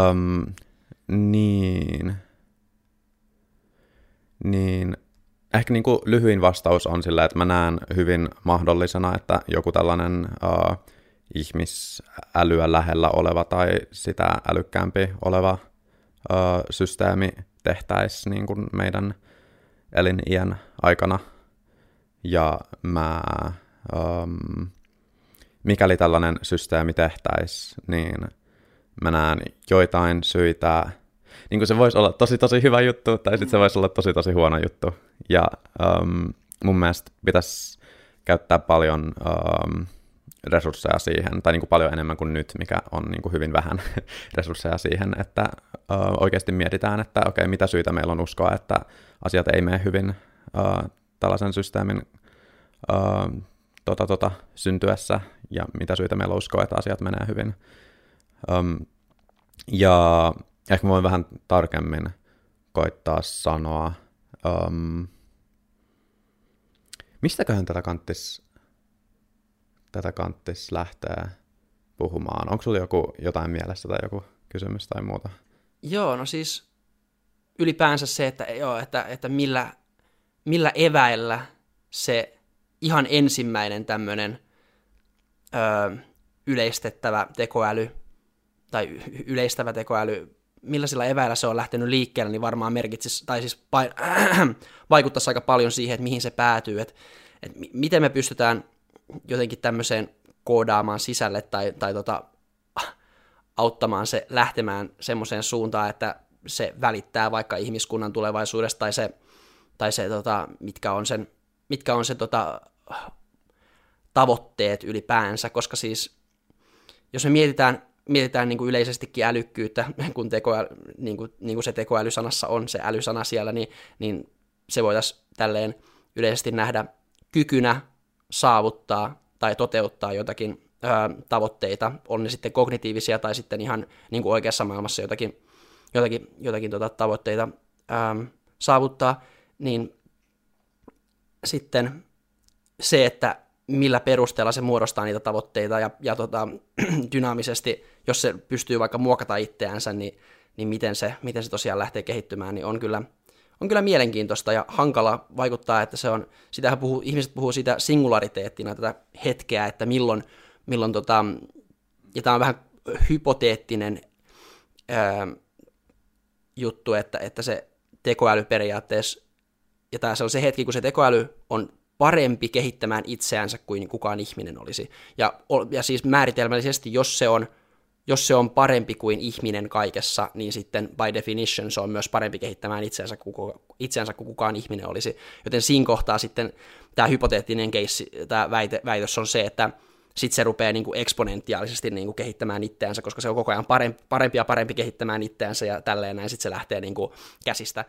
Niin ehkä niin kuin lyhyin vastaus on sillä, että mä näen hyvin mahdollisena, että joku tällainen ihmisälyä lähellä oleva tai sitä älykkäämpi oleva systeemi tehtäisiin niin kuin meidän eliniän aikana. Ja mikäli tällainen systeemi tehtäisiin, niin mä näen joitain syitä. Niin kuin se voisi olla tosi hyvä juttu, tai sitten se voisi olla tosi huono juttu. Ja mun mielestä pitäisi käyttää paljon resursseja siihen, tai niin kuin paljon enemmän kuin nyt, mikä on niin kuin hyvin vähän resursseja siihen, että oikeasti mietitään, että okei, mitä syitä meillä on uskoa, että asiat ei mene hyvin tällaisen systeemin syntyessä, ja mitä syitä meillä on uskoa, että asiat menee hyvin. Ja ehkä mä voin vähän tarkemmin koittaa sanoa, mistäköhän tätä kanttis lähtee puhumaan? Onko sulla jotain mielessä tai joku kysymys tai muuta? Joo, no siis ylipäänsä se, että millä eväillä se ihan ensimmäinen tämmöinen yleistettävä tekoäly tai yleistävä tekoäly, millä sillä eväillä se on lähtenyt liikkeelle, niin varmaan merkitsisi, tai siis vaikuttaisi aika paljon siihen, että mihin se päätyy, että miten me pystytään jotenkin tämmöiseen koodaamaan sisälle tai auttamaan se lähtemään semmoiseen suuntaan, että se välittää vaikka ihmiskunnan tulevaisuudesta tai se mitkä on sen tavoitteet ylipäänsä, koska siis jos me mietitään niin kuin yleisestikin älykkyyttä, kun niin kuin se tekoälysanassa on se älysana siellä, niin se voitaisiin tälleen yleisesti nähdä kykynä saavuttaa tai toteuttaa jotakin tavoitteita, on ne sitten kognitiivisia tai sitten ihan niin kuin oikeassa maailmassa jotakin tavoitteita saavuttaa, niin sitten se, että millä perusteella se muodostaa niitä tavoitteita ja dynaamisesti, jos se pystyy vaikka muokata itseänsä, niin miten se tosiaan lähtee kehittymään, niin on kyllä mielenkiintoista ja hankala vaikuttaa, että se on, ihmiset puhuu siitä singulariteettina, tätä hetkeä, että milloin ja tämä on vähän hypoteettinen juttu, että se tekoäly periaatteessa, ja se on se hetki, kun se tekoäly on parempi kehittämään itseänsä kuin kukaan ihminen olisi. Ja siis määritelmällisesti, jos se on parempi kuin ihminen kaikessa, niin sitten by definition se on myös parempi kehittämään itseänsä kuin kukaan ihminen olisi. Joten siinä kohtaa sitten tämä hypoteettinen case, tämä väitös on se, että sitten se rupeaa niin kuin eksponentiaalisesti niin kuin kehittämään itseänsä, koska se on koko ajan parempi ja parempi kehittämään itseänsä ja tälleen näin, sitten se lähtee niin kuin käsistä.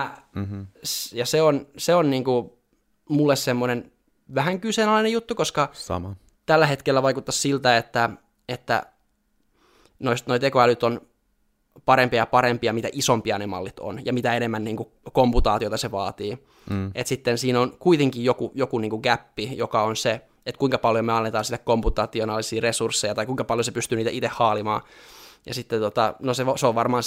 Ja se on niin kuin mulle semmoinen vähän kyseenalainen juttu, koska Sama. Tällä hetkellä vaikuttaa siltä, että noi tekoälyt on parempia, mitä isompia ne mallit on, ja mitä enemmän niin kuin komputaatiota se vaatii. Et sitten siinä on kuitenkin joku niin kuin gappi, joka on se, että kuinka paljon me annetaan sille komputationaalisia resursseja, tai kuinka paljon se pystyy niitä itse haalimaan. Ja sitten no se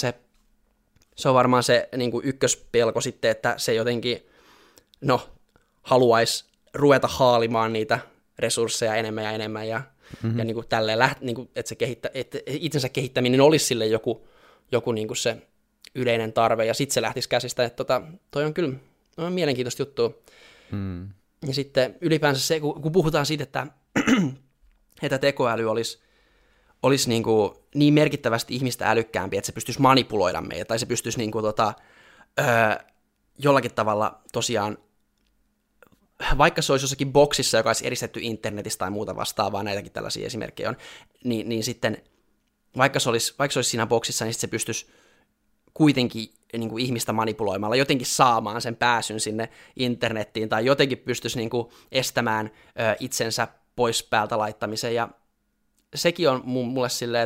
on varmaan se niin kuin ykköspelko sitten, että se jotenkin haluaisi ruveta haalimaan niitä resursseja enemmän ja enemmän, ja niin kuin tälleen niin kuin, että itsensä kehittäminen olisi sille joku niin kuin se yleinen tarve, ja sitten se lähtisi käsistä, että toi on kyllä mielenkiintoista juttua. Ja sitten ylipäänsä se, kun puhutaan siitä, että tekoäly olisi niin merkittävästi ihmistä älykkäämpi, että se pystyisi manipuloida meitä, tai se pystyisi niin kuin jollakin tavalla tosiaan, vaikka se olisi jossakin boksissa, joka olisi eristetty internetistä tai muuta vastaavaa, näitäkin tällaisia esimerkkejä on, niin sitten vaikka se olisi siinä boksissa, niin se pystyisi kuitenkin niin kuin ihmistä manipuloimalla jotenkin saamaan sen pääsyn sinne internettiin, tai jotenkin pystyisi niin kuin estämään itsensä pois päältä laittamisen, ja sekin on mulle silleen,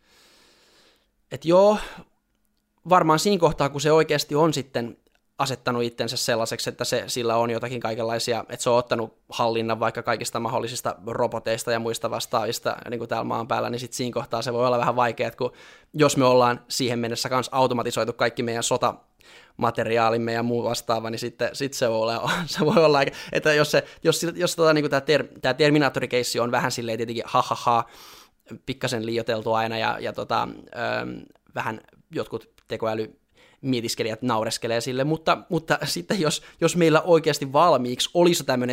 että joo, varmaan siinä kohtaa, kun se oikeasti on sitten asettanut itsensä sellaiseksi, että sillä on jotakin kaikenlaisia, että se on ottanut hallinnan vaikka kaikista mahdollisista roboteista ja muista vastaavista niin kuin täällä maan päällä, niin sitten siinä kohtaa se voi olla vähän vaikea, että jos me ollaan siihen mennessä kanssa automatisoitu kaikki meidän sotamateriaalimme ja muu vastaava, niin sitten se voi olla, että jos niin kuin tämä Terminaattori-keissi on vähän silleen tietenkin pikkasen liioiteltu aina, ja vähän jotkut tekoäly-mietiskelijät naureskelee sille, mutta sitten jos meillä oikeasti valmiiksi olisi tämmöinen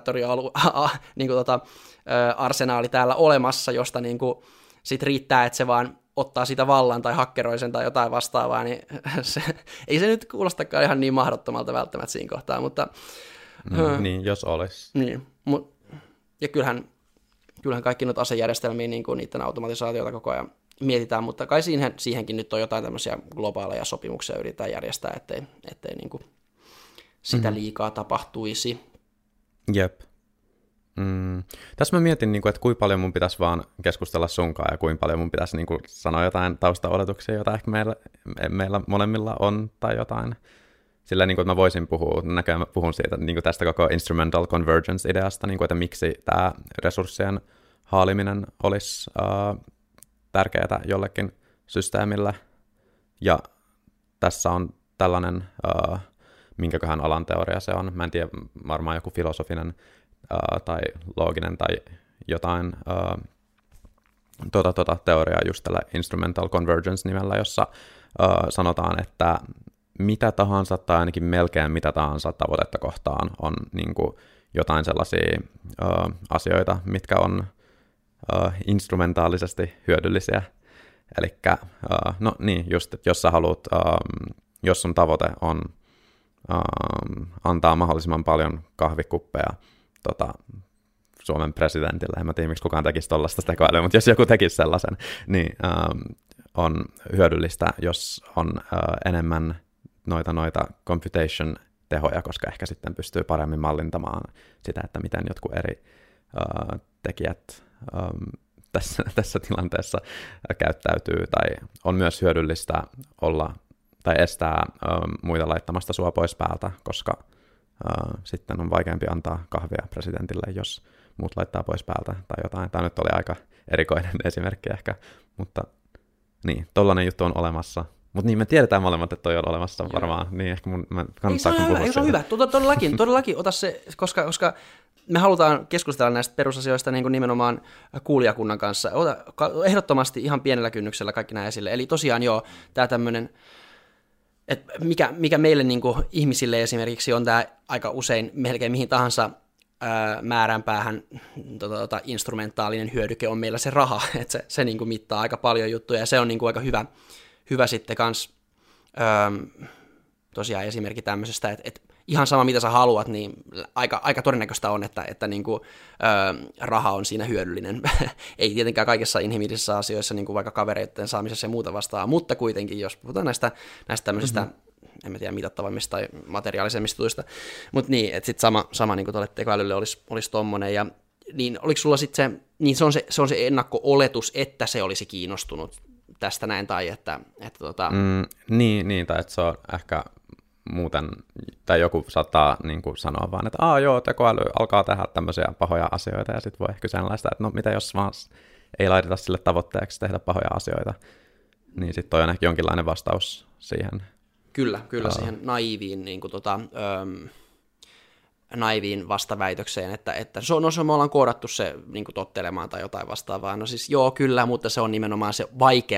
Terminaattori-arsenaali täällä olemassa, josta niin kuin sit riittää, että se vaan ottaa sitä vallan tai hakkeroi sen tai jotain vastaavaa, niin ei se nyt kuulostakaan ihan niin mahdottomalta välttämättä siinä kohtaa, mutta niin, jos olisi. Niin, ja kyllähän kaikki noita asejärjestelmiä, niin kuin niiden automatisaatioita koko ajan mietitään, mutta kai siihenkin nyt on jotain tämmöisiä globaaleja sopimuksia yritetään järjestää, ettei niin kuin sitä liikaa tapahtuisi. Jep. Tässä mä mietin, että kuinka paljon mun pitäisi vaan keskustella sunkaan ja kuinka paljon mun pitäisi sanoa jotain taustaoletuksia, joita ehkä meillä molemmilla on tai jotain. Sillä että mä voisin puhua, näköjään mä puhun siitä tästä koko instrumental convergence-ideasta, että miksi tämä resurssien haaliminen olisi tärkeää jollekin systeemille. Ja tässä on tällainen, minkäköhän alan teoria se on, mä en tiedä, varmaan joku filosofinen tai looginen tai jotain teoriaa just tällä instrumental convergence-nimellä, jossa sanotaan, että mitä tahansa tai ainakin melkein mitä tahansa tavoitetta kohtaan on jotain sellaisia asioita, mitkä on instrumentaalisesti hyödyllisiä. Elikkä, no niin, just, että jos sä haluat, jos sun tavoite on antaa mahdollisimman paljon kahvikuppeja Suomen presidentille, en mä tiedä, miksi kukaan tekisi tollaista tekoälyä, mutta jos joku tekisi sellaisen, niin on hyödyllistä, jos on enemmän noita computation-tehoja, koska ehkä sitten pystyy paremmin mallintamaan sitä, että miten jotkut eri tekijät tässä tilanteessa käyttäytyy, tai on myös hyödyllistä olla tai estää muita laittamasta sua pois päältä, koska sitten on vaikeampi antaa kahvia presidentille, jos muut laittaa pois päältä tai jotain. Tämä nyt oli aika erikoinen esimerkki ehkä, mutta niin, tollainen juttu on olemassa. Mutta niin, me tiedetään molemmat, että toi on olemassa varmaan, niin ehkä kannattaa puhua siitä. Se on hyvä, todellakin ota se, koska me halutaan keskustella näistä perusasioista niin kuin nimenomaan kuulijakunnan kanssa. Ota ehdottomasti ihan pienellä kynnyksellä kaikki nämä esille. Eli tosiaan joo, tämä tämmöinen, että mikä meille niin kuin ihmisille esimerkiksi on tämä aika usein melkein mihin tahansa määränpäähän instrumentaalinen hyödyke on meillä se raha, että se niin kuin mittaa aika paljon juttuja, ja se on niin kuin aika hyvä sitten kans tosiaan esimerkki tämmöisestä, että ihan sama mitä sä haluat, niin aika todennäköistä on, että niin kuin, raha on siinä hyödyllinen. Ei tietenkään kaikissa inhimillisissä asioissa, niin kuin vaikka kavereiden saamisessa ja muuta vastaan, mutta kuitenkin, jos puhutaan näistä tämmöisistä, en mä tiedä, mitattavammista tai materiaalisemmista tuista, mutta niin, että sitten sama niin kuin tuolle tekoälylle olisi tommonen, ja niin oliko sulla sitten niin se on se ennakko-oletus, että se olisi kiinnostunut tästä näin, tai että Niin, tai että se on ehkä muuten, tai joku saattaa niin kuin sanoa vaan, että joo, tekoäly alkaa tehdä tämmöisiä pahoja asioita, ja sitten voi ehkä kyseenalaista, että no mitä jos vaan ei laiteta sille tavoitteeksi tehdä pahoja asioita, niin sitten toi on ehkä jonkinlainen vastaus siihen. Kyllä siihen naiviin, niin kuin naiviin vastaväitökseen, että me ollaan koodattu se niin kuin tottelemaan tai jotain vastaavaa. No siis joo, kyllä, mutta se on nimenomaan se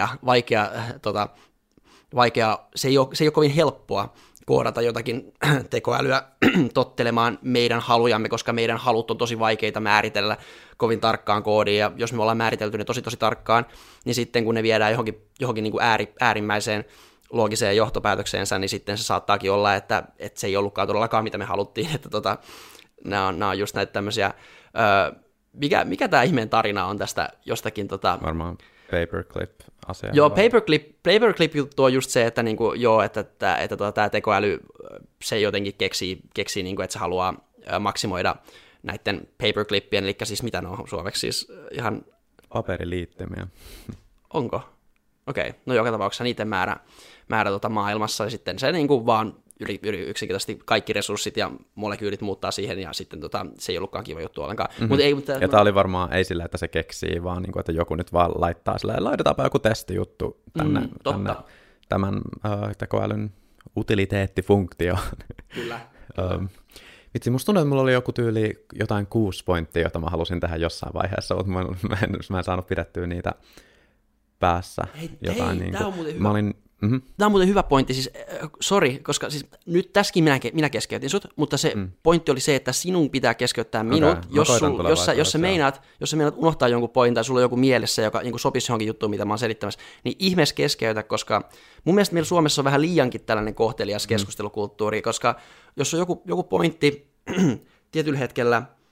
vaikea, se ei ole kovin helppoa koodata jotakin tekoälyä tottelemaan meidän halujamme, koska meidän halut on tosi vaikeita määritellä kovin tarkkaan koodiin, ja jos me ollaan määritelty ne tosi tarkkaan, niin sitten kun ne viedään johonkin niin kuin äärimmäiseen loogiseen johtopäätökseensä, niin sitten se saattaakin olla, että se ei ollutkaan todellakaan, mitä me haluttiin, että nämä on just näitä tämmöisiä, mikä tämä ihmeen tarina on tästä jostakin varmaan paperclip-asia. Joo, paperclip-juttu on just se, että niinku, että tämä tekoäly, se jotenkin keksii niinku, että se haluaa maksimoida näiden paperclippien, eli siis mitä ne on suomeksi, siis ihan paperiliittymiä. Onko? Okei, no joka tapauksessa niiden määrä maailmassa, ja sitten se niin kuin vaan yksinkertaisesti kaikki resurssit ja molekyylit muuttaa siihen, ja sitten se ei ollutkaan kiva juttu ollenkaan. Mm-hmm. Ja tämä oli varmaan ei sillä, että se keksii, vaan niin kuin, että joku nyt vaan laittaa silleen, laitetaanpa joku testijuttu tänne tämän tekoälyn utiliteettifunktioon. Kyllä. Vitsi, musta tuntuu, että mulla oli joku tyyli jotain 6 pointtia, jota mä halusin tehdä jossain vaiheessa, mutta mä en saanut pidettyä niitä päässä. Tämä on muuten hyvä. Tämä on muuten hyvä pointti, siis sori, koska siis nyt tässäkin minä keskeytin sut, mutta se pointti oli se, että sinun pitää keskeyttää minut, jos sä meinaat unohtaa jonkun pointin tai sulla on joku mielessä, joka niin sopisi johonkin juttuun, mitä mä oon selittämässä, niin ihmeessä keskeytä, koska mun mielestä meillä Suomessa on vähän liiankin tällainen kohtelias keskustelukulttuuri, koska jos on joku pointti tietyllä hetkellä,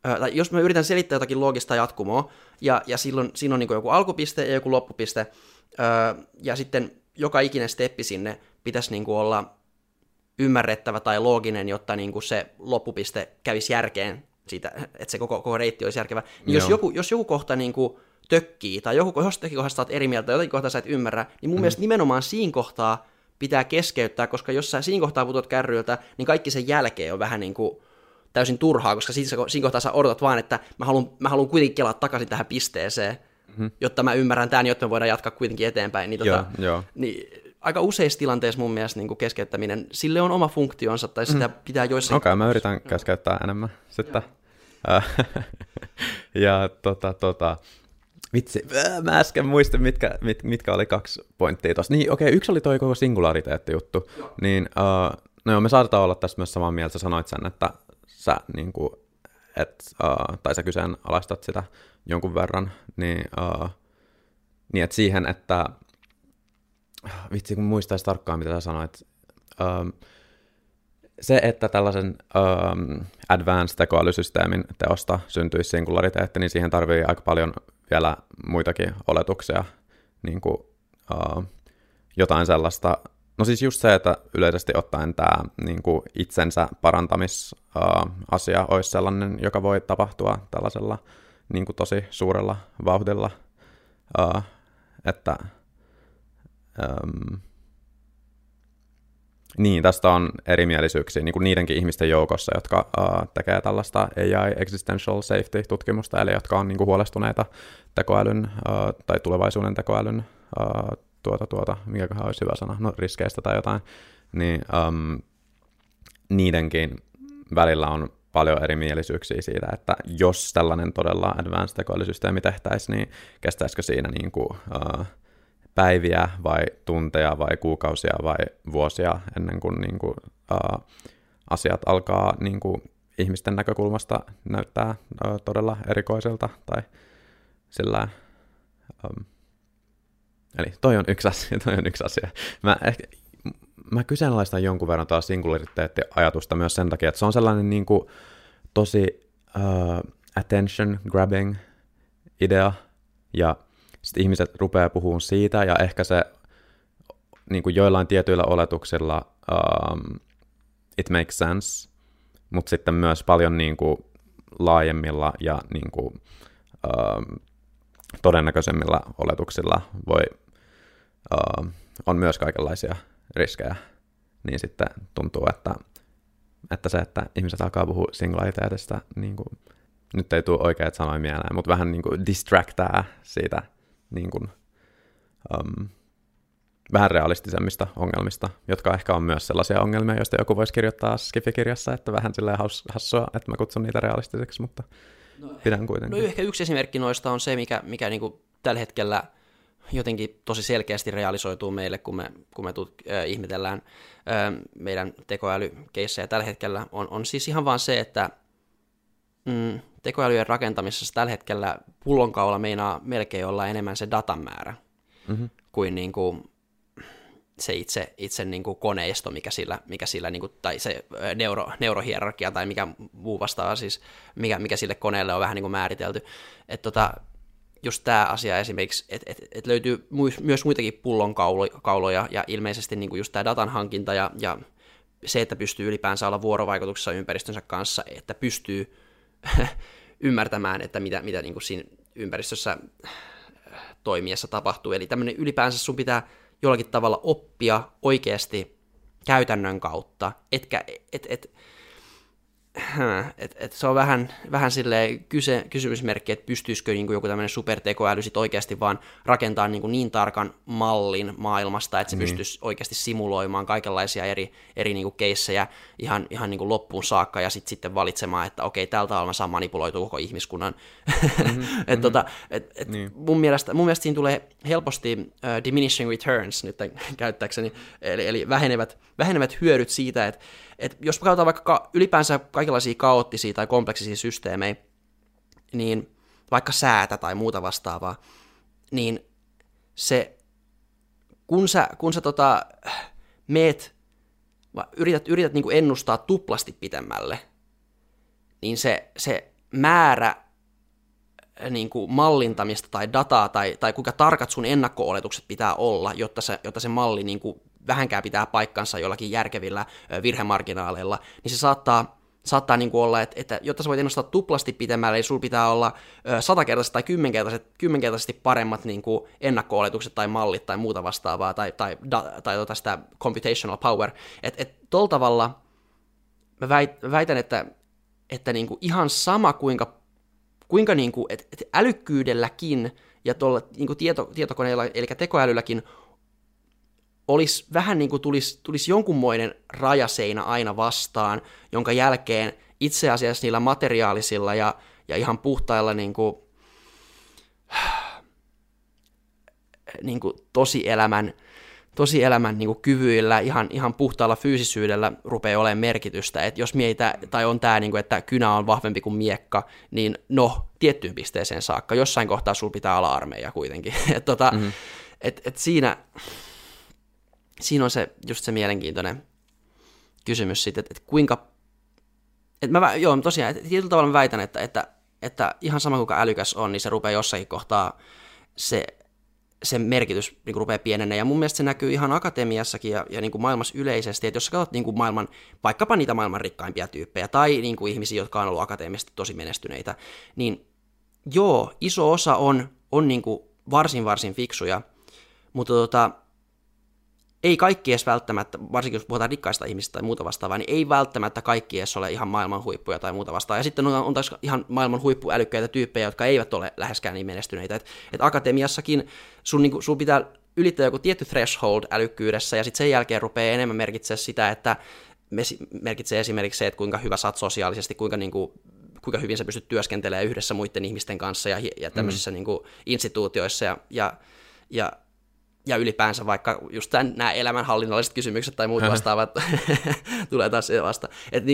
tai jos mä yritän selittää jotakin loogista jatkumoa, ja silloin siinä on niin kuin joku alkupiste ja joku loppupiste, ja sitten joka ikinen steppi sinne pitäisi niin kuin olla ymmärrettävä tai looginen, jotta niin kuin se loppupiste kävisi järkeen siitä, että se koko reitti olisi järkevä. Niin jos joku kohta niin kuin tökkii, tai jostakin kohdasta olet eri mieltä, tai jotakin kohtaa sä et ymmärrä, niin mun mielestä nimenomaan siinä kohtaa pitää keskeyttää, koska jos sä siinä kohtaa putot kärryiltä, niin kaikki sen jälkeen on vähän niin kuin täysin turhaa, koska siinä kohtaa sä odotat vaan, että mä haluan kuitenkin kelaa takaisin tähän pisteeseen, jotta mä ymmärrän tämän, jotta me voidaan jatkaa kuitenkin eteenpäin. Niin, niin aika useissa tilanteissa mun mielestä niin kuin keskeyttäminen, sille on oma funktionsa, tai sitä pitää joissain... Okei, mä yritän keskeyttää enemmän sitten. Ja vitsi, mä äsken muistin, mitkä oli 2 pointtia tuossa. Niin, yksi oli toi koko singulariteetti-juttu. Niin, me saatetaan olla tässä myös samaa mieltä. Sä sanoit sen, että sä, niin kuin, tai sä kyseenalaistat sitä jonkun verran. Niin että siihen, että... Vitsi, kun muistaisi tarkkaan, mitä sä sanoit. Se, että tällaisen advanced tekoälysysteemin teosta syntyisi singulariteetti, niin siihen tarvii aika paljon vielä muitakin oletuksia, niin kuin, jotain sellaista. No siis just se, että yleisesti ottaen tämä niin kuin itsensä parantamisasia olisi sellainen, joka voi tapahtua tällaisella niin kuin tosi suurella vauhdilla, että niin, tästä on erimielisyyksiä niin kuin niidenkin ihmisten joukossa, jotka tekee tällaista AI Existential Safety-tutkimusta, eli jotka on niin kuin huolestuneita tekoälyn tai tulevaisuuden tekoälyn, mikäköhän olisi hyvä sana, no riskeistä tai jotain, niin niidenkin välillä on paljon erimielisyyksiä siitä, että jos tällainen todella advanced tekoälysysteemi tehtäisiin, niin kestäisikö siinä niin kuin, päiviä vai tunteja vai kuukausia vai vuosia ennen kuin, asiat alkaa niin kuin, ihmisten näkökulmasta näyttää todella erikoiselta tai sillä. Eli toi on yksi asia. Mä kyseenalaistan jonkun verran taas singulariteetti-ajatusta myös sen takia, että se on sellainen niin kuin, tosi attention grabbing idea, ja sitten ihmiset rupeaa puhumaan siitä, ja ehkä se niin kuin joillain tietyillä oletuksilla it makes sense, mutta sitten myös paljon niin kuin laajemmilla ja niin kuin, todennäköisemmillä oletuksilla on myös kaikenlaisia riskejä. Niin sitten tuntuu, että se, että ihmiset alkaa puhua singulariteetista, niin kuin, nyt ei tule oikeat sanoja mieleen, mutta vähän niin kuin distractää siitä niin kuin, vähän realistisemmista ongelmista, jotka ehkä on myös sellaisia ongelmia, joista joku voisi kirjoittaa Skifi-kirjassa, että vähän silleen hassua, että mä kutsun niitä realistiseksi, mutta pidän kuitenkin. No ehkä yksi esimerkki noista on se, mikä niin kuin tällä hetkellä jotenkin tosi selkeästi realisoituu meille, kun me ihmetellään meidän tekoälykeissejä tällä hetkellä, on siis ihan vaan se, että tekoälyjen rakentamisessa tällä hetkellä pullonkaula meinaa melkein olla enemmän se datan määrä kuin niinku se itse niinku koneisto, mikä sillä niinku, tai se neurohierarkia tai mikä muu vastaava siis, mikä sille koneelle on vähän niinku määritelty. Että just tämä asia esimerkiksi, että löytyy myös muitakin pullonkauloja ja ilmeisesti niinku just tämä datan hankinta ja se, että pystyy ylipäänsä olla vuorovaikutuksessa ympäristönsä kanssa, että pystyy ymmärtämään, että mitä niin kuin siinä ympäristössä toimiessa tapahtuu. Eli tämmöinen ylipäänsä sun pitää jollakin tavalla oppia oikeasti käytännön kautta, se on vähän silleen kysymysmerkki, että pystyisikö niin kuin joku tämmöinen supertekoäly sit oikeasti vaan rakentaa niin tarkan mallin maailmasta, että se pystyisi oikeasti simuloimaan kaikenlaisia eri niin kuin keissejä ihan niin kuin loppuun saakka ja sitten valitsemaan, että okei, tältä tavalla mä saan manipuloitua koko ihmiskunnan. Mun mielestä siinä tulee helposti diminishing returns nyt käyttääkseni, eli vähenevät hyödyt siitä, että jos me katsotaan vaikka ylipäänsä kaikenlaisia kaoottisia tai kompleksisia systeemejä, niin vaikka säätä tai muuta vastaavaa, niin se, kun sä yrität niin kuin ennustaa tuplasti pitemmälle, niin se määrä niin kuin mallintamista tai dataa tai kuinka tarkat sun ennakko-oletukset pitää olla, jotta se malli niin kuin vähänkään pitää paikkansa jollakin järkevillä virhemarginaaleilla, niin se saattaa niin kuin olla, että jotta sä voit ennustaa tuplasti pitemmälle, niin sulla pitää olla 100-kertaisesti tai 10-kertaisesti paremmat niin kuin ennakko-oletukset tai mallit tai muuta vastaavaa, tai sitä computational power. Tuolla tavalla mä väitän, että niin kuin ihan sama kuinka niin kuin, että älykkyydelläkin ja tuolla niin kuin tietokoneella, eli tekoälylläkin, olisi vähän niin kuin tulisi jonkunmoinen rajaseinä aina vastaan, jonka jälkeen itse asiassa niillä materiaalisilla ja ihan puhtailla niin kuin tosielämän niin kuin kyvyillä, ihan puhtaalla fyysisyydellä rupeaa olemaan merkitystä. Et jos mietitään, tai on tämä, niin kuin, että kynä on vahvempi kuin miekka, niin no, tiettyyn pisteeseen saakka. Jossain kohtaa sulla pitää olla armeija kuitenkin. Siinä on just se mielenkiintoinen kysymys siitä, että kuinka... Tosiaan, tietyllä tavalla mä väitän, että ihan sama kuinka älykäs on, niin se rupeaa jossakin kohtaa se merkitys niin rupeaa pienenee. Ja mun mielestä se näkyy ihan akatemiassakin ja niin kuin maailmassa yleisesti, että jos sä katsot niin kuin vaikkapa niitä maailman rikkaimpia tyyppejä tai niin kuin ihmisiä, jotka on ollut akateemisesti tosi menestyneitä, niin joo, iso osa on niin kuin varsin fiksuja, mutta ei kaikki edes välttämättä, varsinkin jos puhutaan rikkaista ihmisistä tai muuta vastaavaa, niin ei välttämättä kaikki edes ole ihan maailman huippuja tai muuta vastaavaa. Ja sitten on taas ihan maailman huippuälykkäitä tyyppejä, jotka eivät ole läheskään niin menestyneitä. Et akatemiassakin sun pitää ylittää joku tietty threshold älykkyydessä, ja sitten sen jälkeen rupeaa enemmän merkitsee sitä, että merkitsee esimerkiksi se, että kuinka hyvä sä oot sosiaalisesti, kuinka hyvin sä pystyt työskentelemään yhdessä muiden ihmisten kanssa ja tämmöisissä niin kuin instituutioissa ja ylipäänsä vaikka just nämä elämänhallinnolliset kysymykset tai muut vastaavat tulee taas se vasta.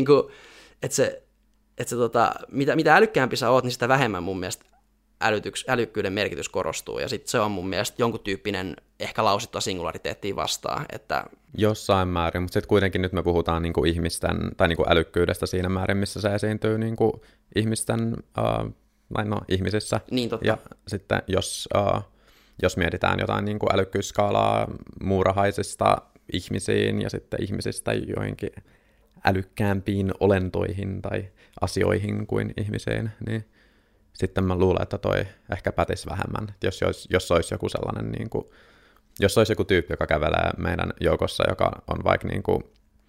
Mitä älykkäämpi sä oot, niin sitä vähemmän mun mielestä älykkyyden merkitys korostuu. Ja sitten se on mun mielestä jonkun tyyppinen ehkä lausittua singulariteettiin vastaan. Jossain määrin, mutta sitten kuitenkin nyt me puhutaan niinku ihmisten, tai niinku älykkyydestä siinä määrin, missä se esiintyy niinku ihmisten, ihmisissä. Niin, totta. Ja sitten jos mietitään jotain niin kuin älykkyysskaalaa muurahaisista ihmisiin ja sitten ihmisistä joihinkin älykkäämpiin olentoihin tai asioihin kuin ihmisiin, niin sitten mä luulen, että toi ehkä pätisi vähemmän. Jos olisi joku sellainen, niin kuin, jos olisi joku tyyppi, joka kävelee meidän joukossa, joka on vaikka niin kuin,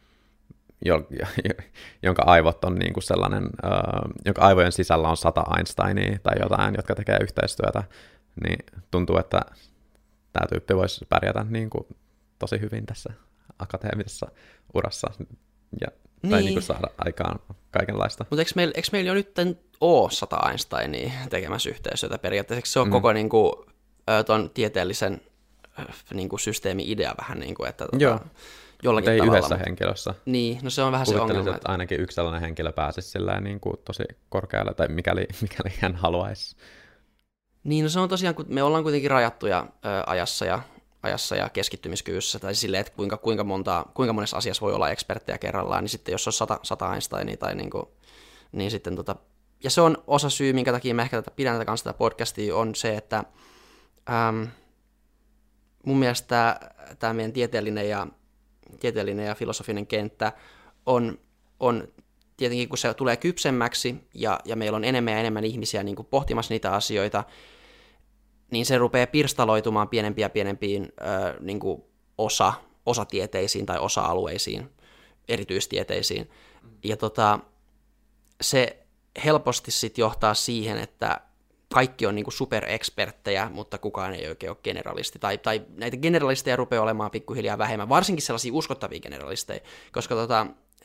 jonka aivot on niin kuin sellainen, jonka aivojen sisällä on 100 Einsteinia tai jotain, jotka tekee yhteistyötä, niin tuntuu, että tämä tyyppi voisi pärjätä niin kuin tosi hyvin tässä akateemisessa urassa tai niin kuin saada aikaan kaikenlaista. Mutta eikö meillä jo nyt ole 100 Einsteinia tekemässä yhteistyötä periaatteessa? Se on koko niin kuin, ton tieteellisen niin kuin systeemi-idea vähän niin kuin, että jollakin tavalla. Yhdessä henkilössä. Niin, no se on vähän se ongelma. Että ainakin yksi sellainen henkilö pääsisi sillä niin kuin tosi korkealle, tai mikäli hän haluaisi. Niin, no se on tosiaan, kun me ollaan kuitenkin rajattuja ajassa ja keskittymiskyvyssä, tai silleen, että kuinka monessa asiassa voi olla eksperttejä kerrallaan, niin sitten jos on 100 Einsteinia, tai niin sitten ja se on osa syy, minkä takia mä ehkä pidän tätä kanssa tätä podcastia, on se, että mun mielestä tämä meidän tieteellinen ja filosofinen kenttä on tietenkin, kun se tulee kypsemmäksi ja meillä on enemmän ja enemmän ihmisiä niin kuin pohtimassa niitä asioita, niin se rupeaa pirstaloitumaan pienempiin niin kuin osatieteisiin tai osa-alueisiin, erityistieteisiin. Ja se helposti sitten johtaa siihen, että kaikki on niin kuin supereksperttejä, mutta kukaan ei oikein ole generalisti. Tai näitä generalisteja rupeaa olemaan pikkuhiljaa vähemmän, varsinkin sellaisia uskottavia generalisteja, koska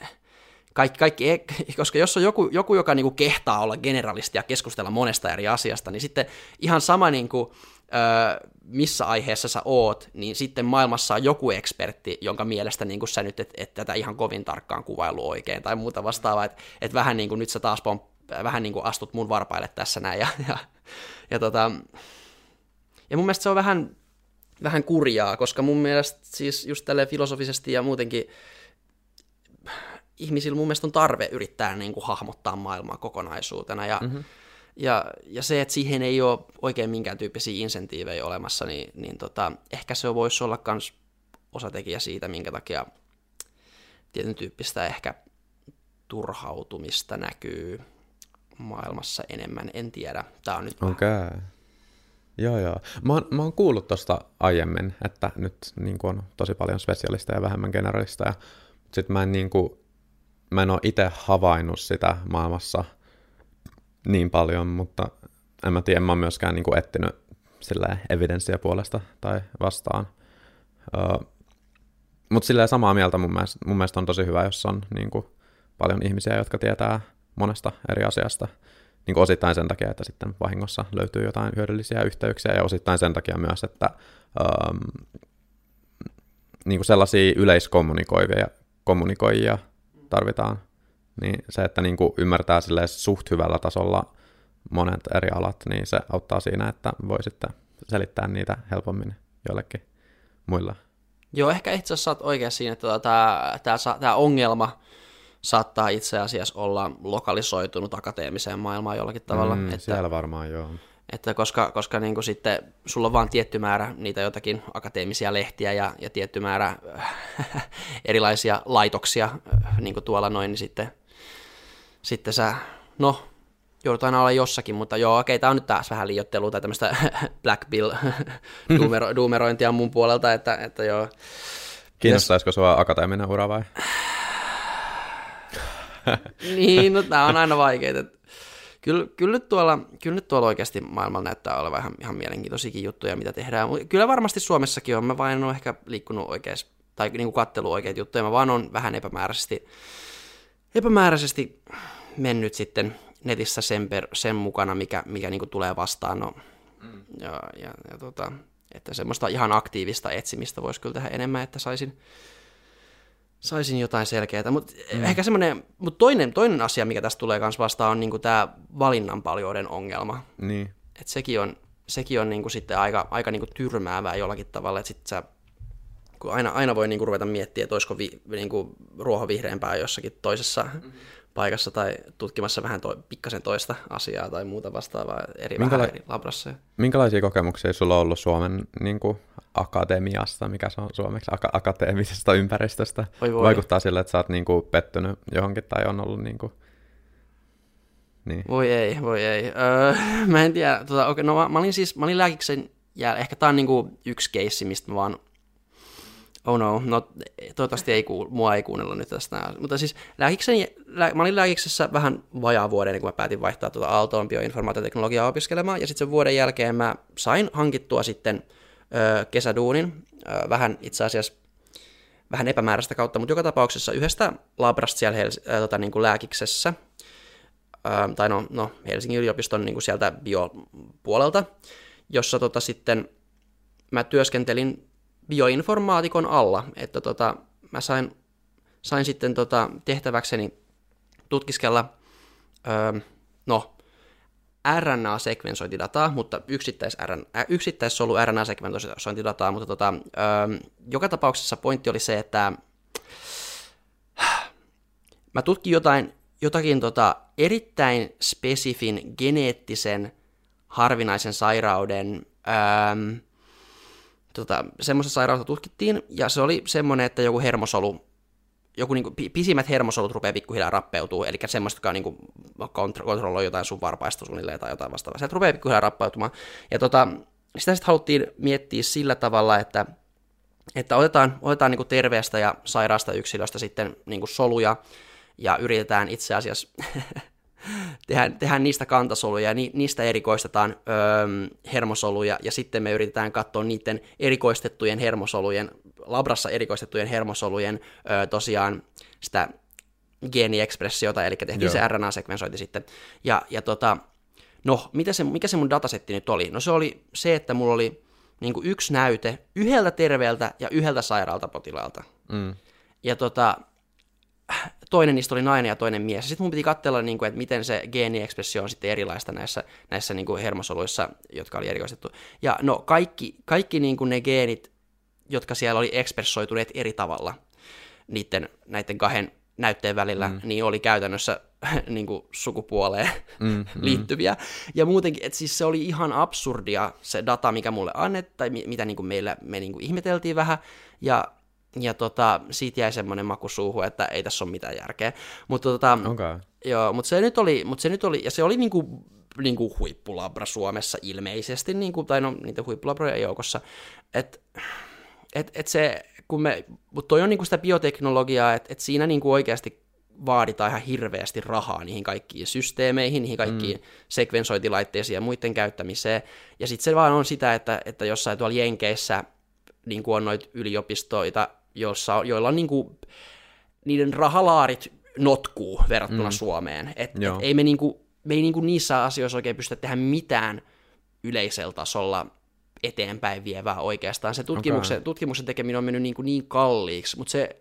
koska jos on joku joka niinku kehtaa olla generalisti ja keskustella monesta eri asiasta, niin sitten ihan sama niinku, missä aiheessa sä oot, niin sitten maailmassa on joku ekspertti, jonka mielestä niinku sä nyt et tätä ihan kovin tarkkaan kuvailu oikein tai muuta vastaavaa, että vähän niin kuin nyt sä taas vähän niin kuin astut mun varpaille tässä näin. Ja mun mielestä se on vähän kurjaa, koska mun mielestä siis just tälleen filosofisesti ja muutenkin ihmisillä mun mielestä on tarve yrittää niin kuin hahmottaa maailmaa kokonaisuutena, ja se, että siihen ei ole oikein minkään tyyppisiä insentiivejä olemassa, niin ehkä se voisi olla myös osatekijä siitä, minkä takia tietyn tyyppistä ehkä turhautumista näkyy maailmassa enemmän, en tiedä. Tää on nyt... Okei. Joo. Mä oon kuullut tosta aiemmin, että nyt niin on tosi paljon spesialisteja ja vähemmän generalisteja. Sitten mä en ole itse havainnut sitä maailmassa niin paljon, mutta en mä tiedä, en mä oon myöskään niin etsinyt silleen evidenssiä puolesta tai vastaan. Mutta silleen samaa mieltä mun mielestä on tosi hyvä, jos on niin paljon ihmisiä, jotka tietää monesta eri asiasta. Niin osittain sen takia, että sitten vahingossa löytyy jotain hyödyllisiä yhteyksiä, ja osittain sen takia myös, että niin sellaisia yleiskommunikoijia tarvitaan. Niin se, että niin ymmärtää suht hyvällä tasolla monet eri alat, niin se auttaa siinä, että voi sitten selittää niitä helpommin joillekin muille. Joo, ehkä itse asiassa olet oikeassa siinä, että tämä ongelma saattaa itse asiassa olla lokalisoitunut akateemiseen maailmaan jollakin tavalla. Siellä varmaan joo. Että koska niin kuin sitten sulla on vaan tietty määrä niitä jotakin akateemisia lehtiä ja tietty määrä erilaisia laitoksia niin kuin tuolla noin, niin sitten sä, joudutaan olla jossakin, mutta joo, okei, tää on nyt taas vähän liioittelua tai tämmöistä Black Bill-duumerointia mun puolelta, että joo. Kiinnostaisiko sua akateeminen ura vai? Niin, no tää on aina vaikeita. Kyllä nyt tuolla oikeasti maailmalla näyttää olevan ihan mielenkiintoisiakin juttuja, mitä tehdään. Kyllä varmasti Suomessakin on. Mä vain en ole ehkä liikkunut oikeasti, tai niin kuin katsellut oikeita juttuja. Mä vaan on vähän epämääräisesti mennyt sitten netissä sen mukana, mikä niin kuin tulee vastaan. No, että semmoista ihan aktiivista etsimistä voisi kyllä tehdä enemmän, että saisin jotain selkeää, mutta ehkä semmoinen, toinen asia, mikä tästä tulee kanssa vastaan, on niinku tämä valinnanpaljouden ongelma. Niin. Et sekin on niinku sitten aika niinku tyrmäävää jollakin tavalla, että sit sä, kun aina voi niinku ruveta miettimään, että olisiko niinku ruohonvihreämpää jossakin toisessa paikassa tai tutkimassa vähän pikkasen toista asiaa tai muuta vastaavaa eri labrassa. Minkälaisia kokemuksia sulla on ollut Suomen niin kuin akatemiasta, mikä se on suomeksi, akateemisesta ympäristöstä? Vaikuttaa sille, että sä oot niin kuin pettynyt johonkin tai on ollut niin kuin... Niin. Voi ei. Mä en tiedä. Mä olin lääkiksen jälkeen, ehkä tää on niin kuin yksi keissi, mistä mä vaan... Oh no, toivottavasti mua ei kuunnella nyt tästä. Mutta siis mä olin lääkiksessä vähän vajaa vuoden, niin kun mä päätin vaihtaa Aaltoon bioinformaatioteknologiaa opiskelemaan, ja sitten sen vuoden jälkeen mä sain hankittua sitten kesäduunin, vähän epämääräistä kautta, mutta joka tapauksessa yhdestä labrasta siellä niin kuin lääkiksessä, tai Helsingin yliopiston niin kuin sieltä biopuolelta, jossa sitten mä työskentelin bioinformaatikon alla, että mä sain sitten tehtäväkseni tutkiskella RNA-sekvensointidataa, mutta yksittäissolu RNA-sekvensointidataa, mutta joka tapauksessa pointti oli se, että mä tutkin jotakin erittäin spesifin geneettisen harvinaisen sairauden semmoista sairautta tutkittiin, ja se oli semmoinen, että joku niinku pisimmät hermosolut rupeaa pikkuhiljaa rappeutuu, eli semmoista, joka niinku kontrolloi jotain sun varpaista suunnilleen tai jotain vastaavaa. Sieltä rupeaa pikkuhiljaa rappeutumaan. Ja sitä sitten haluttiin miettiä sillä tavalla, että otetaan niinku terveestä ja sairaasta yksilöstä sitten niinku soluja, ja yritetään itse asiassa tehdään niistä kantasoluja, ja niistä erikoistetaan hermosoluja, ja sitten me yritetään katsoa niiden erikoistettujen hermosolujen, labrassa erikoistettujen hermosolujen tosiaan sitä geeniekspressiota, eli tehtiin se RNA-sekvensointi sitten. Mikä se mun datasetti nyt oli? No se oli se, että mulla oli niin kuin yksi näyte yhdeltä terveeltä ja yhdeltä sairaalta potilaalta. Ja toinen niistä oli nainen ja toinen mies. Sitten mun piti katsella, että miten se geeniekspressio on sitten erilaista näissä hermosoluissa, jotka oli erikoistettu. Ja kaikki ne geenit, jotka siellä oli ekspressoituneet eri tavalla näiden kahden näytteen välillä, niin oli käytännössä niin kuin sukupuoleen liittyviä. Ja muutenkin, että siis se oli ihan absurdia se data, mikä mulle annettiin, tai mitä niin kuin me niin kuin ihmeteltiin vähän, ja siitä jäi semmoinen maku suuhun, että ei tässä ole mitään järkeä. Mutta joo, se nyt oli, ja se oli niinku huippulabra Suomessa ilmeisesti, tai no niitä huippulabroja joukossa, että se, mutta toi on niinku sitä bioteknologiaa, että siinä niinku oikeasti vaaditaan ihan hirveästi rahaa niihin kaikkiin systeemeihin, niihin kaikkiin sekvensointilaitteisiin ja muiden käyttämiseen, ja sitten se vaan on sitä, että jossain tuolla Jenkeissä niinku on noita yliopistoita, joilla on niinku, niiden rahalaarit notkuu verrattuna Suomeen, että ei me ei niissä asioissa oikein pystytä tehdä mitään yleisellä tasolla eteenpäin vievää oikeastaan. Se tutkimuksen tekeminen on mennyt niin kalliiksi, mutta se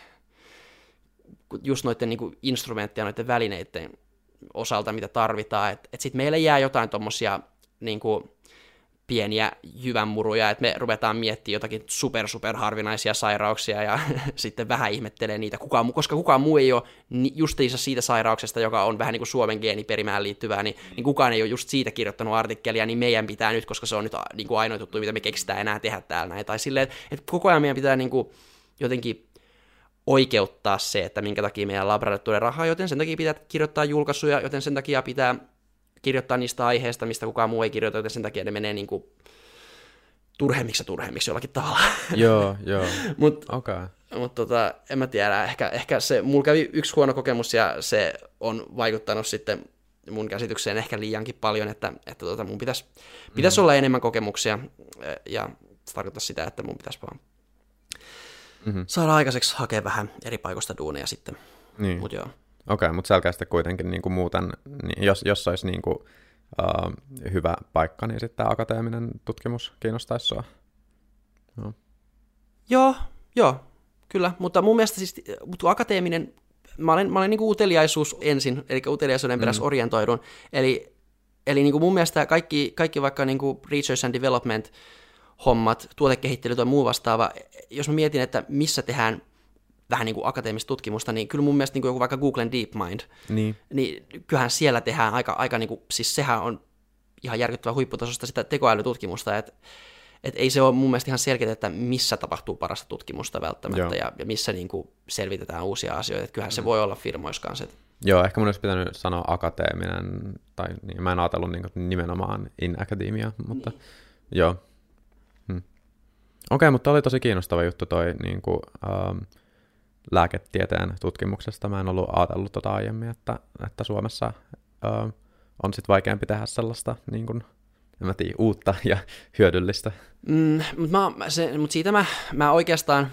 just noiden instrumenttien ja noiden välineiden osalta, mitä tarvitaan, että sitten meille jää jotain tommosia pieniä jyvänmuruja, että me ruvetaan miettimään jotakin super harvinaisia sairauksia ja sitten vähän ihmettelee niitä, koska kukaan muu ei ole justiinsa siitä sairauksesta, joka on vähän niin kuin Suomen geeniperimään liittyvää, niin kukaan ei ole just siitä kirjoittanut artikkelia, niin meidän pitää nyt, koska se on nyt niin kuin ainoa juttu, mitä me keksitään enää tehdä täällä näin, tai silleen, että koko ajan meidän pitää niin kuin jotenkin oikeuttaa se, että minkä takia meidän labralle tulee rahaa, joten sen takia pitää kirjoittaa julkaisuja, joten sen takia pitää kirjoittaa niistä aiheista, mistä kukaan muu ei kirjoita, joten sen takia ne menee niin kuin turhemmiksi jollakin tavalla. Joo. Mutta en mä tiedä, ehkä se, mulla kävi yksi huono kokemus ja se on vaikuttanut sitten mun käsitykseen ehkä liiankin paljon, että mun pitäisi olla enemmän kokemuksia ja se tarkoittaa sitä, että mun pitäisi vaan saada aikaiseksi hakea vähän eri paikoista duuneja sitten. Niin. Mut joo. Okei, mutta selkeästi kuitenkin niin kuin muuten, jos olisi niin kuin, hyvä paikka, niin sitten akateeminen tutkimus kiinnostaisi sua. No. Joo, kyllä, mutta mun mielestä siis akateeminen, mä olen niin kuin uteliaisuus ensin, eli uteliaisuuden perässä orientoidun, eli niin kuin mun mielestä kaikki vaikka niin kuin research and development hommat, tuotekehittely tai muu vastaava, jos mä mietin, että missä tehdään vähän niin kuin akateemista tutkimusta, niin kyllä mun mielestä niin kuin joku vaikka Googlen DeepMind, niin kyllähän siellä tehdään aika niin kuin, siis sehän on ihan järkyttävän huipputasosta sitä tekoälytutkimusta, että ei se ole mun mielestä ihan selkeää, että missä tapahtuu parasta tutkimusta välttämättä ja missä niin kuin selvitetään uusia asioita, että kyllähän se voi olla firmoissa kanssa. Joo, ehkä mun olisi pitänyt sanoa akateeminen, tai niin, mä en ajatellut niin kuin nimenomaan in academia, mutta joo. Okei, mutta oli tosi kiinnostava juttu toi niin kuin, lääketieteen tutkimuksesta. Mä en ollut ajatellut tota aiemmin, että Suomessa on sit vaikeampi tehdä sellaista niin kuin, en mä tiedä, uutta ja hyödyllistä. Mutta siitä mä oikeastaan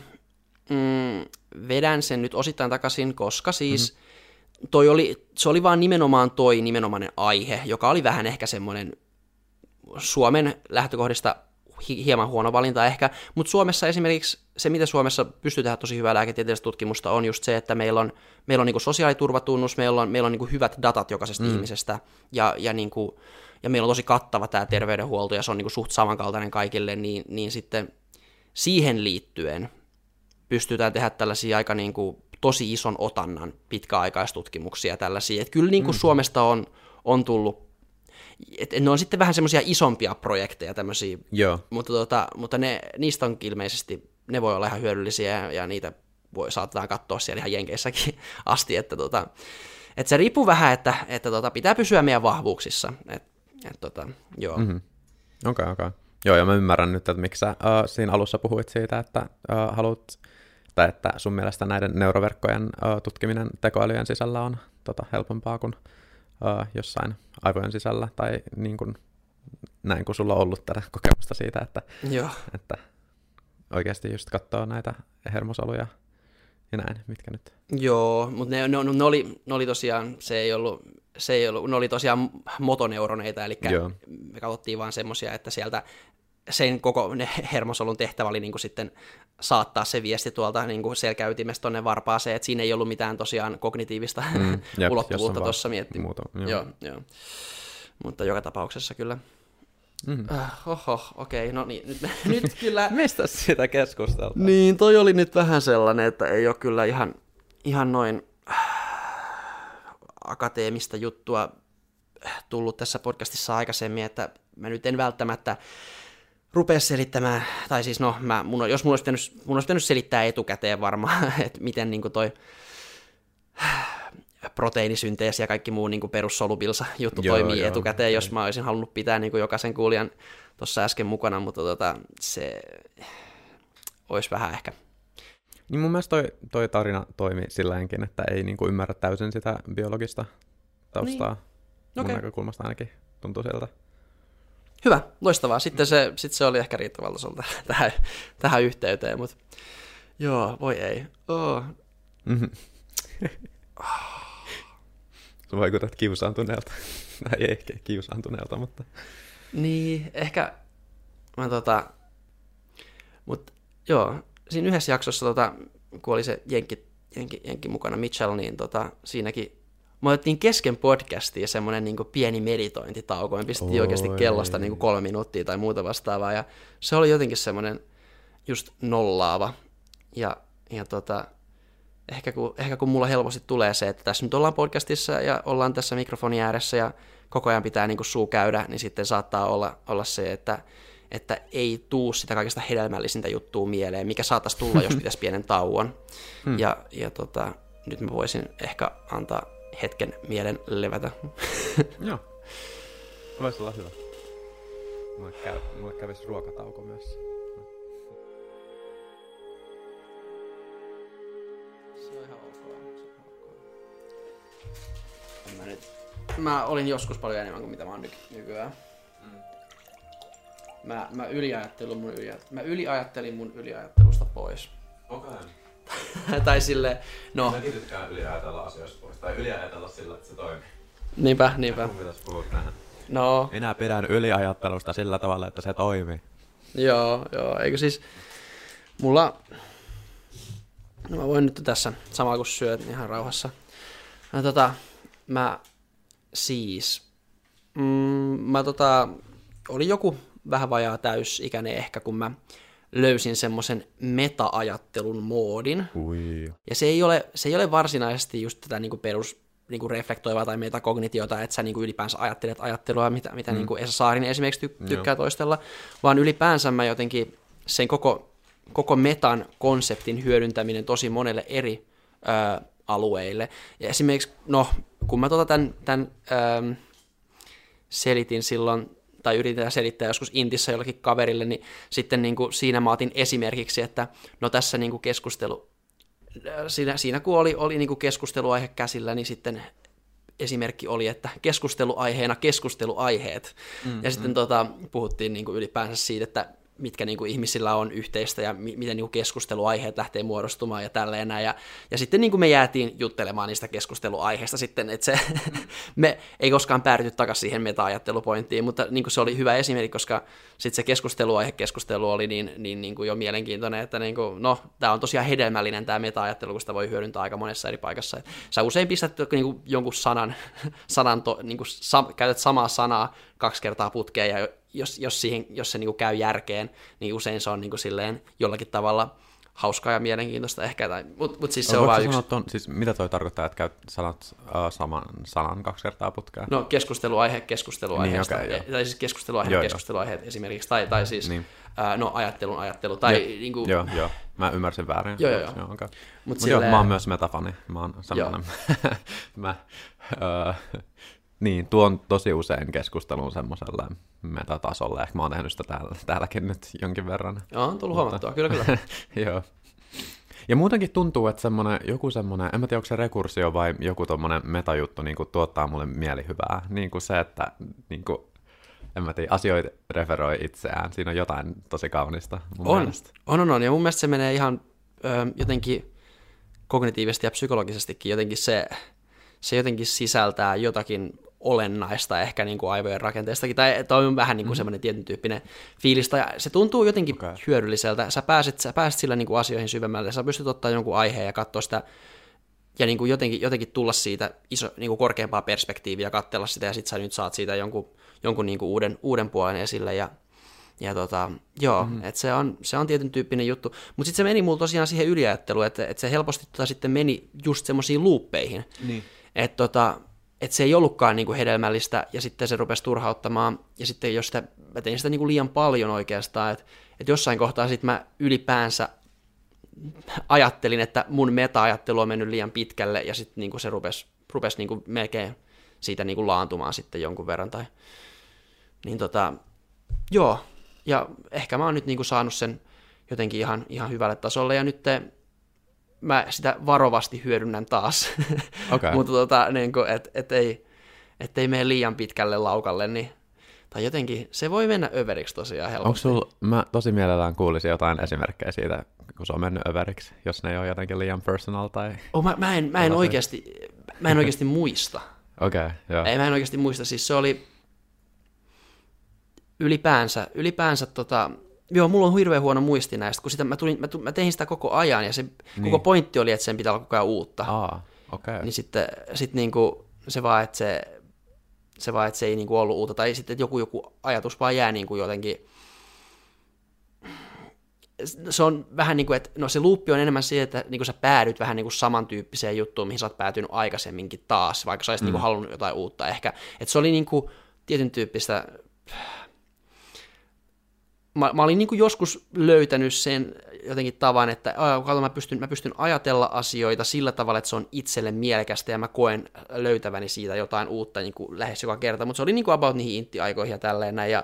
vedän sen nyt osittain takaisin, koska siis se oli vaan nimenomainen aihe, joka oli vähän ehkä semmoinen Suomen lähtökohdista hieman huono valinta ehkä, mutta Suomessa esimerkiksi se, mitä Suomessa pystyy tehdä tosi hyvää lääketieteellistä tutkimusta, on just se, että meillä on niinku sosiaaliturvatunnus, meillä on niinku hyvät datat jokaisesta ihmisestä, ja meillä on tosi kattava tämä terveydenhuolto, ja se on niinku suht samankaltainen kaikille, niin sitten siihen liittyen pystytään tehdä tällaisia aika niinku tosi ison otannan pitkäaikaistutkimuksia tällaisia, että kyllä niinku Suomesta on tullut. Ne on sitten vähän semmoisia isompia projekteja tämmöisiä, mutta niistä on ilmeisesti, ne voi olla ihan hyödyllisiä ja niitä saatetaan katsoa siellä ihan Jenkeissäkin asti, että se riippuu vähän, että pitää pysyä meidän vahvuuksissa. Joo. Okei. Joo, ja mä ymmärrän nyt, että miksi sä siinä alussa puhuit siitä, että haluat, tai että sun mielestä näiden neuroverkkojen tutkiminen tekoälyjen sisällä on helpompaa kuin jossain aivojen sisällä, tai niin kuin, näin kun sulla on ollut tätä kokemusta siitä, että oikeasti just katsoo näitä hermosoluja ja näin, mitkä nyt. Joo, mutta ne oli tosiaan, ne oli tosiaan motoneuroneita, eli me katsottiin vaan semmoisia, että sieltä sen koko hermosolun tehtävä oli niin kuin sitten saattaa se viesti tuolta niin kuin selkäytimestä tuonne varpaaseen, että siinä ei ollut mitään tosiaan kognitiivista ulottuvuutta tuossa miettiä. Joo. Mutta joka tapauksessa kyllä. Okei, no niin, nyt kyllä. Mistä sitä keskusteltaan? Niin, toi oli nyt vähän sellainen, että ei ole kyllä ihan noin akateemista juttua tullut tässä podcastissa aikaisemmin, että mä nyt en välttämättä rupea selittämään, tai siis no, jos mun olisi pitänyt selittää etukäteen varmaan, että miten niin kuin toi proteiinisynteesi ja kaikki muu niin kuin perussolubilsa juttu toimii etukäteen, jos mä olisin halunnut pitää niin kuin jokaisen kuulijan tuossa äsken mukana, mutta se olisi vähän ehkä. Niin mun mielestä toi tarina toimi silläkin, että ei niin kuin ymmärrä täysin sitä biologista taustaa. Niin. Mun näkökulmasta ainakin tuntuu sieltä. Hyvä, loistavaa. Sitten se oli ehkä riittävällä tasolla tähän yhteyteen, mutta joo, voi ei. Oh. Mm-hmm. Sä vaikutat kiusaantuneelta. Tai ei ehkä kiusaantuneelta, mutta... Niin, ehkä... Mutta joo, siinä yhdessä jaksossa, kun oli se Jenkki mukana, Mitchell, niin siinäkin me otettiin kesken podcastia semmoinen niin pieni meditointitauko. Me pistettiin oikeasti kellosta niin 3 minuuttia tai muuta vastaavaa, ja se oli jotenkin semmoinen just nollaava. Ja ehkä kun mulla helposti tulee se, että tässä nyt ollaan podcastissa ja ollaan tässä mikrofonin ääressä ja koko ajan pitää niin kuin suu käydä, niin sitten saattaa olla se, että ei tuu sitä kaikista hedelmällisintä juttua mieleen, mikä saattaisi tulla, jos pitäisi pienen tauon. Ja nyt mä voisin ehkä antaa hetken mielen levätä. Joo, voisi olla hyvä. Mulle kävisi ruokatauko myös. Se on ihan ok. Mä olin joskus paljon enemmän kuin mitä mä oon nykyään. Mä yliajattelin mun yliajattelusta pois. Okei. Tai silleen, no... Mäkin tykkään yliajatella asioista pois, tai yliajatella sillä, että se toimii. Niinpä. Mun pitäisi puhua tähän. No. Minä pidän yliajattelusta sillä tavalla, että se toimii. Joo, eikö siis... Mulla... No mä voin nyt tässä, samalla kun syöt, ihan rauhassa. No oli joku vähän vajaa täysikäinen ehkä, kun mä löysin semmoisen meta-ajattelun moodin. Ui. Ja se ei ole varsinaisesti just tätä niinku perus niinku reflektoivaa tai metakognitiota, että sä niinku ylipäänsä ajattelet ajattelua, mitä niinku Esa Saarinen esimerkiksi tykkää toistella, vaan ylipäänsä mä jotenkin sen koko metan konseptin hyödyntäminen tosi monelle eri alueille. Ja esimerkiksi, no, kun mä tämän selitin silloin, tai yritetään selittää joskus Intissä jollekin kaverille, niin sitten niin kuin siinä mä otin esimerkiksi, että no tässä niin kuin keskustelu, siinä kun oli niin kuin keskusteluaihe käsillä, niin sitten esimerkki oli, että keskusteluaiheena keskusteluaiheet. Ja sitten puhuttiin niin kuin ylipäänsä siitä, että mitkä niin kuin ihmisillä on yhteistä ja miten niin kuin keskusteluaiheet lähtee muodostumaan ja tälleen näin. Ja sitten niin kuin me jäätiin juttelemaan niistä keskusteluaiheista sitten, että se, me ei koskaan päädytty takaisin siihen meta-ajattelupointtiin, mutta niin kuin se oli hyvä esimerkki, koska sitten se keskustelu oli niin kuin jo mielenkiintoinen, että niin kuin, no, tämä on tosiaan hedelmällinen tämä meta-ajattelu, kun sitä voi hyödyntää aika monessa eri paikassa. Sä usein pistät niin kuin jonkun niin kuin käytät samaa sanaa 2 kertaa putkeen, ja jos se niinku käy järkeen, niin usein se on niinku silleen jollakin tavalla hauskaa ja mielenkiintoista ehkä. Mutta siis se on vain yksi. Siis mitä toi tarkoittaa, että käyt saman sanan 2 kertaa putkeen? No keskusteluaiheesta. Niin, okay, tai siis keskusteluaiheet esimerkiksi. Tai siis niin. Ajattelu. Tai niinku... Joo. Mä ymmärsin väärin. Joo. Okay. Mutta mä oon myös metafani. Mä oon semmoinen. Niin, tuon tosi usein keskustelun semmoiselle metatasolle. Ehkä mä oon tehnyt sitä täälläkin nyt jonkin verran. Joo, on tullut huomattua, kyllä. Joo. Ja muutenkin tuntuu, että joku semmoinen, en mä tiedä, onko se rekursio vai joku tommonen metajuttu niin kuin tuottaa mulle mielihyvää. Niin kuin se, että niin kuin, en mä tiedä, asioita referoi itseään. Siinä on jotain tosi kaunista mun mielestä. On. Ja mun mielestä se menee ihan jotenkin kognitiivisesti ja psykologisestikin jotenkin se jotenkin sisältää jotakin olennaista ehkä niin kuin aivojen rakenteestakin, tai toi on vähän niin kuin semmoinen tietyn tyyppinen fiilistä, ja se tuntuu jotenkin hyödylliseltä. Sä pääset sillä niin kuin asioihin syvemmälle, sä pystyt ottaa jonkun aiheen ja katsoa sitä, ja niin kuin jotenkin tulla siitä niin kuin korkeampaa perspektiiviä, katsella sitä, ja sit sä nyt saat siitä jonkun niin kuin uuden puolen esille, että se on tietyn tyyppinen juttu. Mutta sitten se meni mulla tosiaan siihen yliajatteluun, että se helposti sitten meni just semmoisiin luuppeihin. Niin. Että että se ei ollutkaan niin kuin hedelmällistä, ja sitten se rupesi turhauttamaan, ja sitten jos mä tein sitä niin kuin liian paljon oikeastaan, että jossain kohtaa sitten mä ylipäänsä ajattelin, että mun meta-ajattelu on mennyt liian pitkälle, ja sitten niin kuin se rupesi niin kuin melkein siitä niin kuin laantumaan sitten jonkun verran, niin joo, ja ehkä mä oon nyt niin kuin saanut sen jotenkin ihan hyvälle tasolle, ja nyt mä sitä varovasti hyödynnän taas, Okay. mutta niin ettei mene liian pitkälle laukalle, niin, tai jotenkin se voi mennä överiksi tosiaan helposti. Mä tosi mielellään kuulisin jotain esimerkkejä siitä, kun se on mennyt överiksi, jos ne ei ole jotenkin liian personal tai... Mä en oikeasti muista. Okei, joo. Mä en oikeasti muista, siis se oli ylipäänsä joo, mulla on hirveän huono muisti näistä, kun mä tein sitä koko ajan, ja se koko pointti oli, että sen pitää olla koko ajan uutta. Okay. Niin sitten niinku se vaan, että se ei niinku ollut uutta, tai sitten että joku ajatus vaan jää niinku jotenkin. Se on vähän niin kuin, että no se luuppi on enemmän se, että niin kuin sä päädyt vähän niin kuin samantyyppiseen juttuun, mihin sä oot päätynyt aikaisemminkin taas, vaikka sä olisit niin kuin halunnut jotain uutta ehkä. Että se oli niin kuin tietyn tyyppistä... Mä olin niin kuin joskus löytänyt sen jotenkin tavan, että mä pystyn ajatella asioita sillä tavalla, että se on itselle mielekästä ja mä koen löytäväni siitä jotain uutta niin kuin lähes joka kerta, mutta se oli niin kuin about niihin intti-aikoihin ja tälleen näin.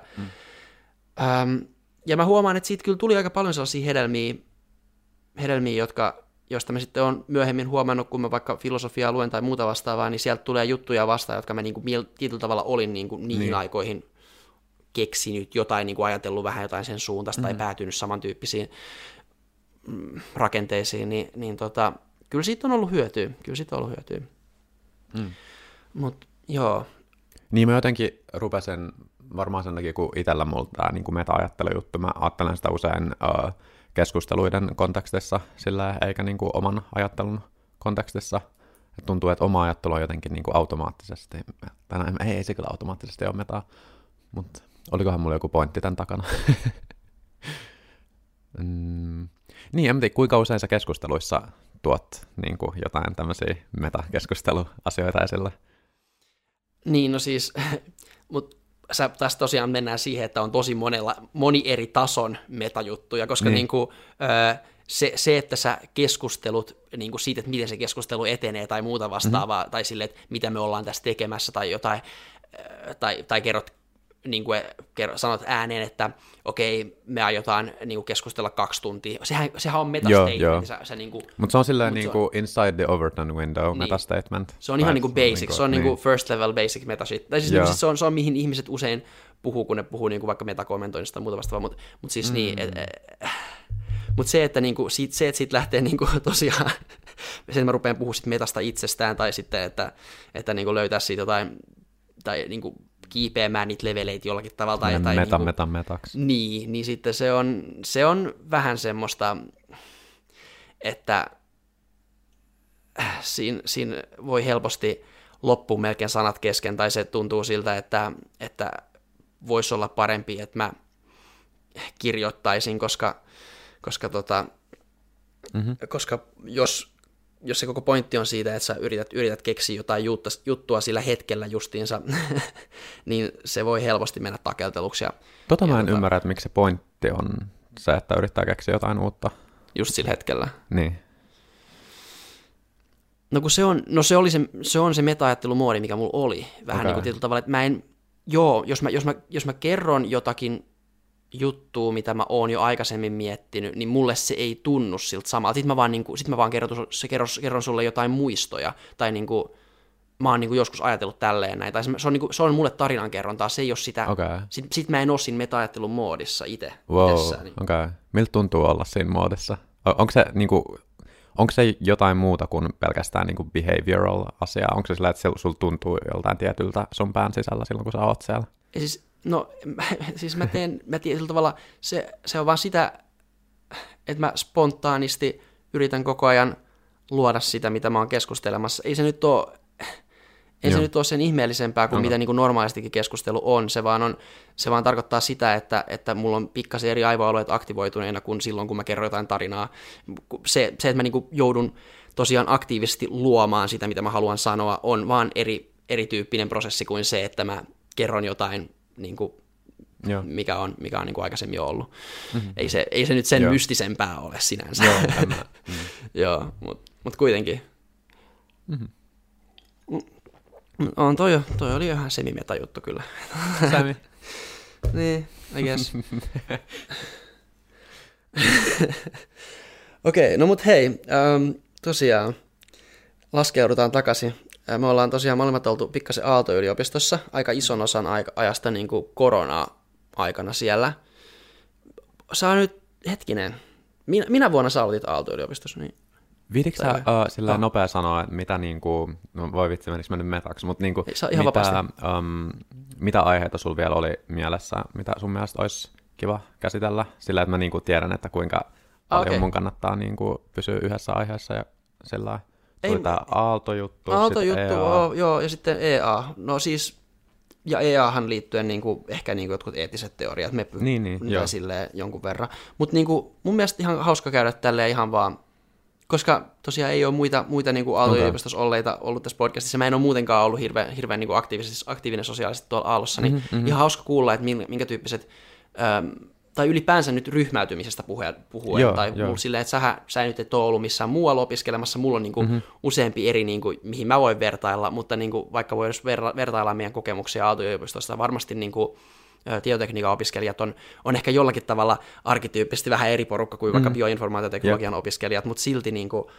Ja mä huomaan, että siitä kyllä tuli aika paljon sellaisia hedelmiä joista mä sitten olen myöhemmin huomannut, kun mä vaikka filosofiaa luen tai muuta vastaavaa, niin sieltä tulee juttuja vastaan, jotka mä niin kuin tietyllä tavalla olin niin kuin niihin aikoihin keksinyt jotain, niin kuin ajatellut vähän jotain sen suuntaista tai päätynyt samantyyppisiin rakenteisiin, niin kyllä siitä on ollut hyötyä. Mut joo. Niin mä jotenkin rupesin, varmaan sen takia, kun itsellä mulla tämä niin meta-ajattelujuttu, mä ajattelen sitä usein keskusteluiden kontekstissa sillä eikä niin kuin oman ajattelun kontekstissa. Et tuntuu, että oma ajattelu on jotenkin niin kuin automaattisesti, ei se kyllä automaattisesti ole metaa, mutta olikohan mulla joku pointti tämän takana? Niin, en tiedä, kuinka usein sä keskusteluissa tuot niin kuin jotain tämmöisiä metakeskusteluasioita esille? Niin, no siis, mutta tässä tosiaan mennään siihen, että on tosi moni eri tason metajuttuja, koska niin kuin, se, että sä keskustelut niin kuin siitä, että miten se keskustelu etenee tai muuta vastaavaa, tai sille, että mitä me ollaan tässä tekemässä tai jotain, tai kerrot, niin kuin sanot ääneen, että okei, me aiotaan niin kuin keskustella 2 tuntia. Sehän on metastatement. Niin mutta se on silleen niin kuin inside the Overton window metastatement. Se on ihan niin kuin basic, se on niin kuin first level basic metashit. Tai siis se on mihin ihmiset usein puhuu, kun ne puhuu niin kuin vaikka metakommentoinnista tai muuta vastaavaa, mutta siis mutta se, että niinku, siitä lähtee niinku, tosiaan, sen mä rupean puhumaan sit metasta itsestään, tai sitten, että niinku löytää siitä jotain, tai niinku kiipeämään niitä leveleitä jollakin tavalla. Tai metaksi. Niin sitten se on vähän semmoista, että siinä voi helposti loppua melkein sanat kesken, tai se tuntuu siltä, että voisi olla parempi, että mä kirjoittaisin, koska jos se koko pointti on siitä, että sä yrität keksiä jotain juttua sillä hetkellä justiinsa, niin se voi helposti mennä takelteluksi. Mä en ymmärrä, että miksi se pointti on se, että yrittää keksiä jotain uutta. Just sillä hetkellä. Niin. No kun se on se meta-ajattelumuodi, mikä mulla oli. Vähän niin kuin tietyllä tavalla, että jos mä kerron jotakin juttua, mitä mä oon jo aikaisemmin miettinyt, niin mulle se ei tunnu siltä samalta. Sitten mä vaan kerron sulle jotain muistoja, tai niinku, mä oon niinku joskus ajatellut tälleen näin, tai se on mulle tarinankerrontaa, se ei ole sitä, sit mä en ole siinä meta-ajattelun moodissa itse. Okei. Miltä tuntuu olla siinä moodissa? Onko se jotain muuta kuin pelkästään niinku behavioral asia? Onko se sillä, että sulla tuntuu joltain tietyltä sun pään sisällä silloin, kun sä oot siellä? Siis mä teen sillä tavalla, se on vaan sitä, että mä spontaanisti yritän koko ajan luoda sitä, mitä mä oon keskustelemassa. Ei se nyt ole sen ihmeellisempää kuin mitä niin kuin normaalistikin keskustelu on. Se vaan tarkoittaa sitä, että mulla on pikkasen eri aivoalueet aktivoituneena kuin silloin, kun mä kerron jotain tarinaa. Se että mä niin kuin joudun tosiaan aktiivisesti luomaan sitä, mitä mä haluan sanoa, on vaan eri erityyppinen prosessi kuin se, että mä kerron jotain, niin kuin, mikä on niin kuin aikaisemmin jo ollut. Mm-hmm. Ei se nyt sen mystisempää ole sinänsä. Joo, mutta kuitenkin. Mm-hmm. Toi oli ihan semi-meta-juttu kyllä. Semi. Niin, I guess. Okei, no mut hei, tosiaan laskeudutaan takaisin. Me ollaan tosiaan molemmat oltu pikkasen Aalto-yliopistossa aika ison osan ajasta niin kuin korona-aikana siellä. Saa nyt, hetkinen, minä vuonna sä aloitit Aalto-yliopistossa? Niin... Viitikö sä sillä nopea sanoa, että mitä niinku, no voi vitsi, menikö mä nyt metaksi, mutta niinku, mitä aiheita sulla vielä oli mielessä, mitä sun mielestä olisi kiva käsitellä, sillä että mä niinku tiedän, että kuinka paljon mun kannattaa niinku pysyä yhdessä aiheessa ja sillä tuli tää Aalto-juttu, joo, ja sitten EA, no siis, ja EAhan liittyen niinku, ehkä niinku jotkut eettiset teoriat, me silleen jonkun verran, mutta niinku, mun mielestä ihan hauska käydä tälleen ihan vaan, koska tosiaan ei ole muita niin kuin Aalto-yliopistossa ollut tässä podcastissa. Mä en ole muutenkaan ollut hirveän niin kuin aktiivinen sosiaalisesti tuolla Aallossa, niin ihan hauska kuulla, että minkä tyyppiset, tai ylipäänsä nyt ryhmäytymisestä puhuen, tai silleen, että sä nyt et ole ollut missään muualla opiskelemassa, mulla on niin kuin useampi eri, niin kuin, mihin mä voin vertailla, mutta niin kuin, vaikka voisi vertailla meidän kokemuksia Aalto-yliopistosta, varmasti niin kuin, tietotekniikan opiskelijat on ehkä jollakin tavalla arkityyppisesti vähän eri porukka kuin vaikka bioinformaatioteknologian opiskelijat, mutta silti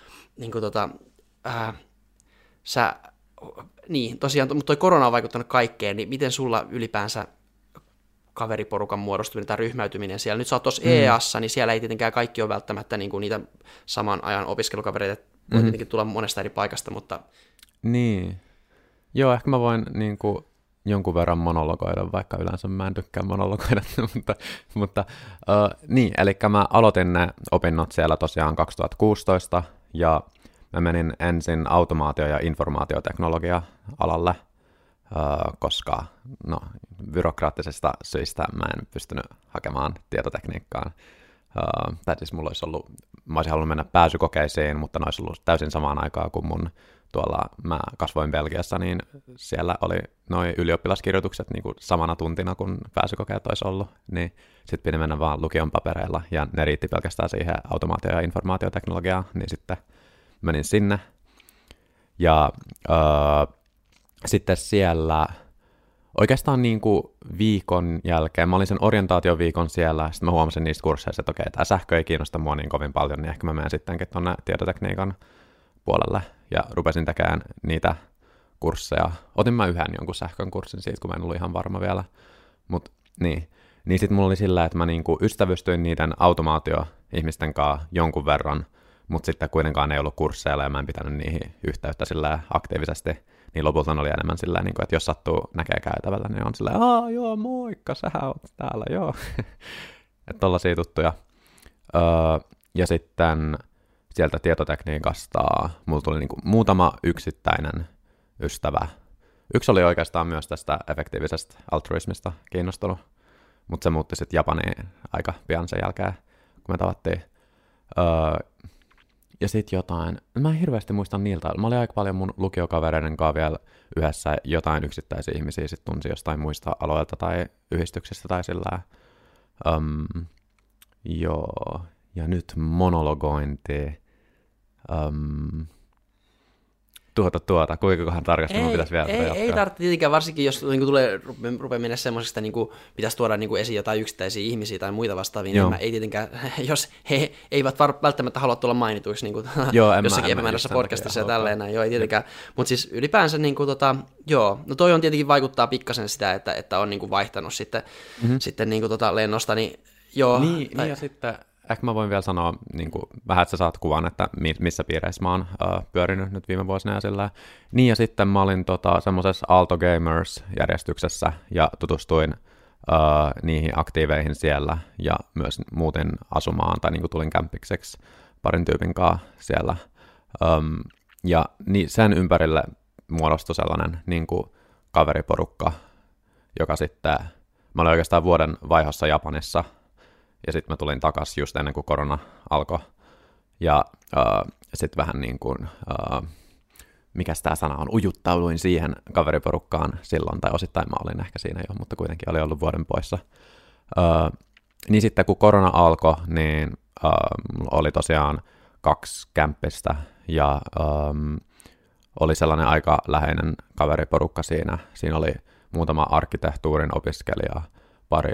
tosiaan, mutta toi korona on vaikuttanut kaikkeen, niin miten sulla ylipäänsä kaveriporukan muodostuminen tai ryhmäytyminen siellä? Nyt sä oot tuossa EA:ssa, niin siellä ei tietenkään kaikki ole välttämättä niin kuin niitä saman ajan opiskelukavereita, voi tietenkin tulla monesta eri paikasta, mutta... Niin. Joo, ehkä mä voin niin kuin jonkun verran monologoida, vaikka yleensä mä en tykkää monologoida, mutta niin, eli mä aloitin ne opinnot siellä tosiaan 2016, ja mä menin ensin automaatio- ja informaatioteknologia-alalle, koska byrokraattisesta syistä mä en pystynyt hakemaan tietotekniikkaan. Tai siis mä olisin halunnut mennä pääsykokeisiin, mutta ne olisi ollut täysin samaan aikaan kuin mä kasvoin Belgiassa, niin siellä oli noi ylioppilaskirjoitukset niin kuin samana tuntina, kun pääsykokeet olisi ollut, niin sitten piti mennä vaan lukion papereilla, ja ne riitti pelkästään siihen automaatio- ja informaatioteknologiaan, niin sitten menin sinne. Ja sitten siellä oikeastaan niin kuin viikon jälkeen, mä olin sen orientaatioviikon siellä, ja sitten mä huomasin niistä kursseista, että okei, tämä sähkö ei kiinnosta mua niin kovin paljon, niin ehkä mä menen sittenkin tuonne tietotekniikan puolelle, ja rupesin tekemään niitä kursseja. Otin mä yhden jonkun sähkön kurssin siitä, kun mä en ollut ihan varma vielä. Mut niin sitten mulla oli sillä, että mä niinku ystävystyin niiden automaatioihmisten kanssa jonkun verran, mutta sitten kuitenkaan ei ollut kursseilla, ja mä en pitänyt niihin yhteyttä sillä aktiivisesti. Niin lopulta oli enemmän sillä, niin että jos sattuu näkee käytävällä, niin on sillä, joo, moikka, sähän oot täällä, joo. Että tollaisia tuttuja. Ja sitten sieltä tietotekniikasta mulla tuli niinku muutama yksittäinen ystävä. Yksi oli oikeastaan myös tästä efektiivisestä altruismista kiinnostunut, mutta se muutti sitten Japaniin aika pian sen jälkeen, kun me tavattiin. Ja sitten jotain, mä en hirveästi muista niiltä. Mä olin aika paljon mun lukiokavereiden kanssa vielä yhdessä, jotain yksittäisiä ihmisiä sitten tunsi jostain muista aloilta tai yhdistyksistä tai sillä. Joo, ja nyt monologointi. Kuinkakohan tarkasti mun pitäisi vielä jatkaa? Ei tarvitse tietenkään, varsinkin jos niin rupeaa mennä semmoisesta, niin pitäisi tuoda niin esiin jotain yksittäisiä ihmisiä tai muita vastaavia, niin ei tietenkään, jos he eivät välttämättä halua tulla mainituiksi niin jossakin epämääräisessä podcastissa ja tälleen näin, ei tietenkään. Mutta siis ylipäänsä, niin kuin, no toi on tietenkin vaikuttaa pikkasen sitä, että on niin kuin vaihtanut sitten niin kuin, lennosta, niin joo. Niin ja sitten... Ehkä mä voin vielä sanoa niin kuin, vähän, että sä saat kuvan, että missä piireissä mä oon pyörinyt nyt viime vuosina ja sillä. Niin ja sitten mä olin semmoisessa Aalto Gamers-järjestyksessä ja tutustuin niihin aktiiveihin siellä ja myös muutin asumaan tai niin kuin tulin kämpikseksi parin tyypin kanssa siellä. Ja niin sen ympärille muodostui sellainen niin kuin kaveriporukka, joka sitten, mä olin oikeastaan vuoden vaihossa Japanissa. Ja sitten mä tulin takaisin just ennen kuin korona alkoi. Ja sitten vähän niin kuin mikäs tämä sana on, ujuttauduin siihen kaveriporukkaan silloin, tai osittain mä olin ehkä siinä jo, mutta kuitenkin oli ollut vuoden poissa. Niin sitten kun korona alkoi, niin oli tosiaan 2 kämppistä, ja oli sellainen aika läheinen kaveriporukka siinä. Siinä oli muutama arkkitehtuurin opiskelija, pari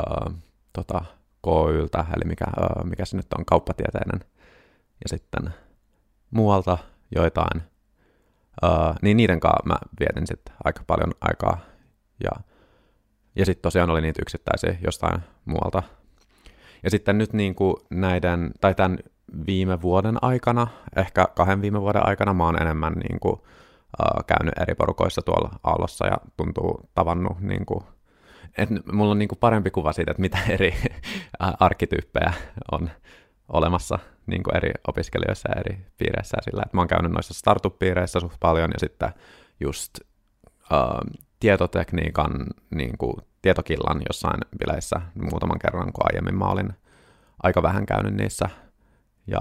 KY:ltä, eli mikä se nyt on, kauppatieteinen, ja sitten muualta joitain. Niin niiden kanssa mä vietin sitten aika paljon aikaa, ja sitten tosiaan oli niitä yksittäisiä jostain muualta. Ja sitten nyt niin kuin tämän viime vuoden aikana, ehkä 2 viime vuoden aikana, mä oon enemmän niin kuin, käynyt eri porukoissa tuolla Aallossa ja tuntuu tavannut, niin kuin, että mulla on niin kuin parempi kuva siitä, että mitä eri arkkityyppejä on olemassa niin kuin eri opiskelijoissa ja eri piireissä. Sillä, että mä oon käynyt noissa startup-piireissä suht paljon ja sitten just tietotekniikan, niin kuin tietokillan jossain bileissä muutaman kerran, kun aiemmin mä olin aika vähän käynyt niissä. Ja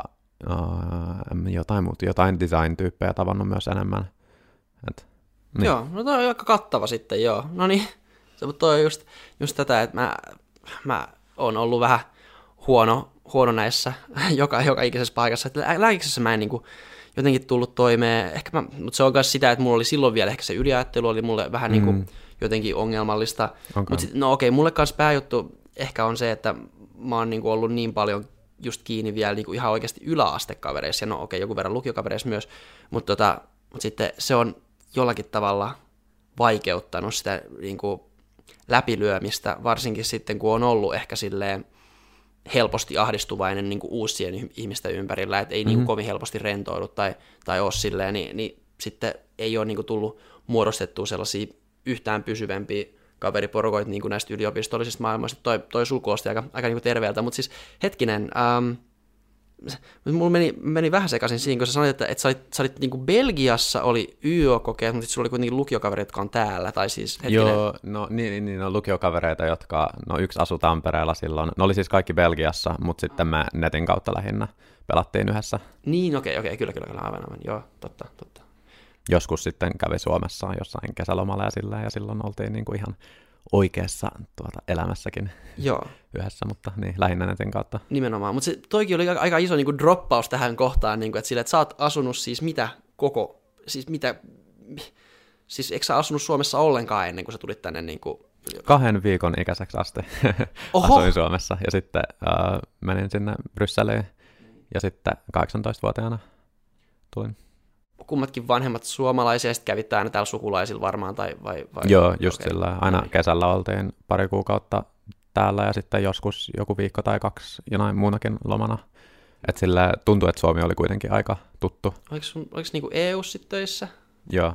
jotain design-tyyppejä tavannut myös enemmän. Niin. Joo, no toi on aika kattava sitten, joo. No niin, mutta toi on just tätä, että mä oon ollut vähän huono näissä joka ikisessä paikassa. Että lääkiksessä mä en niinku jotenkin tullut toimeen, mutta se on myös sitä, että mulla oli silloin vielä ehkä se yliajattelu, oli mulle vähän niinku jotenkin ongelmallista. Okay. Mutta no okei, mulle kanssa pääjuttu ehkä on se, että mä oon niinku ollut niin paljon just kiinni vielä niinku ihan oikeasti yläastekavereissa, ja no okei, joku verran lukiokavereissa myös, mutta sitten se on jollakin tavalla vaikeuttanut sitä niinku läpilyömistä, varsinkin sitten kun on ollut ehkä silleen helposti ahdistuvainen niinku uusien ihmisten ympärillä, että ei niinku kovin helposti rentoudu tai ole silleen, niin sitten ei ole niinku tullut muodostettua sellaisia yhtään pysyvämpiä kaveriporukoita niin kuin näistä yliopistollisista maailmoista. Toi sul kuulosti aika niin kuin terveeltä, mutta siis hetkinen, mulla meni vähän sekaisin siinä, kun sä sanoit, että sä olit niin kuin Belgiassa oli YÖ-kokeet, mutta sulla oli kuitenkin lukiokavereita, jotka on täällä, tai siis hetkinen. Joo, no niin on lukiokavereita, jotka, yksi asui Tampereella silloin, ne oli siis kaikki Belgiassa, mutta sitten me netin kautta lähinnä pelattiin yhdessä. Niin, okei, kyllä, aivan, joo, totta. Joskus sitten kävi Suomessa jossain kesälomalla ja silloin oltiin niin kuin ihan oikeassa elämässäkin yhdessä, mutta niin, lähinnä netin kautta. Nimenomaan, mutta toikin oli aika iso niin kuin droppaus tähän kohtaan, niin kuin, että sä oot asunut siis siis eikö sä asunut Suomessa ollenkaan ennen kuin sä tulit tänne niin kuin 2 viikon ikäiseksi asti asuin Suomessa ja sitten menin sinne Brysseliin ja sitten 18-vuotiaana tulin. Kummatkin vanhemmat suomalaisia, ja sitten kävit aina täällä sukulaisilla varmaan, vai Joo, just sillä. Aina kesällä oltiin 2 kuukautta täällä, ja sitten joskus joku viikko tai 2 jonain muunakin lomana. Että sillä tuntui, että Suomi oli kuitenkin aika tuttu. Oliko niinku EU sitten töissä? Joo.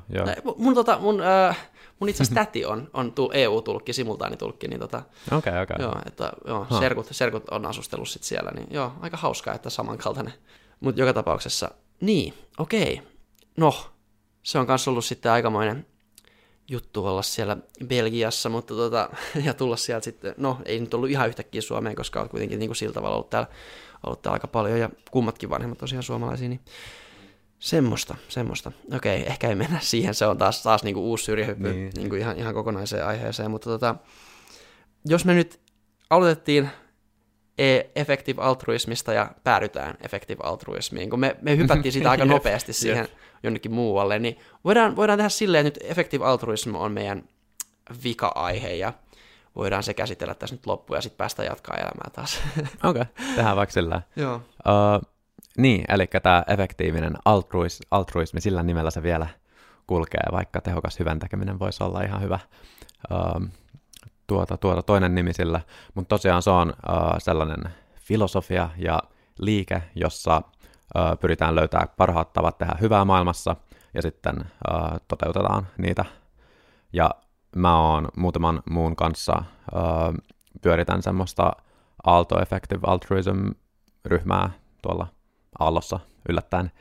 Mun itse asiassa täti on EU-tulkki, simultaanitulkki, niin Okei. Joo, serkut on asustellut sitten siellä, niin joo, aika hauskaa, että samankaltainen. Mutta joka tapauksessa, niin, okei. No, se on myös ollut sitten aikamoinen juttu olla siellä Belgiassa, mutta ja tulla sieltä sitten, no ei nyt ollut ihan yhtäkkiä Suomeen, koska olet kuitenkin niin kuin sillä tavalla ollut täällä aika paljon, ja kummatkin vanhemmat tosiaan suomalaisia, niin semmoista. Okei, ehkä ei mennä siihen, se on taas niin kuin uusi syrjähyppy niin kuin ihan kokonaiseen aiheeseen, mutta jos me nyt aloitettiin effective altruismista ja päädytään effective altruismiin, kun me hypättiin siitä aika nopeasti siihen jonnekin muualle, niin voidaan tehdä silleen, että nyt effective altruism on meidän vika-aihe, ja voidaan se käsitellä tässä nyt loppuun, ja sitten päästä jatkaa elämää taas. Okei, tehdään vaikka sillä. Joo. Niin, eli tämä effektiivinen altruismi, sillä nimellä se vielä kulkee, vaikka tehokas hyvän tekeminen voisi olla ihan hyvä toinen nimi sillä, mutta tosiaan se on sellainen filosofia ja liike, jossa pyritään löytämään parhaat tavat tehdä hyvää maailmassa ja sitten toteutetaan niitä. Ja mä oon muutaman muun kanssa pyöritän semmoista Aalto Effective Altruism-ryhmää tuolla Aallossa yllättäen.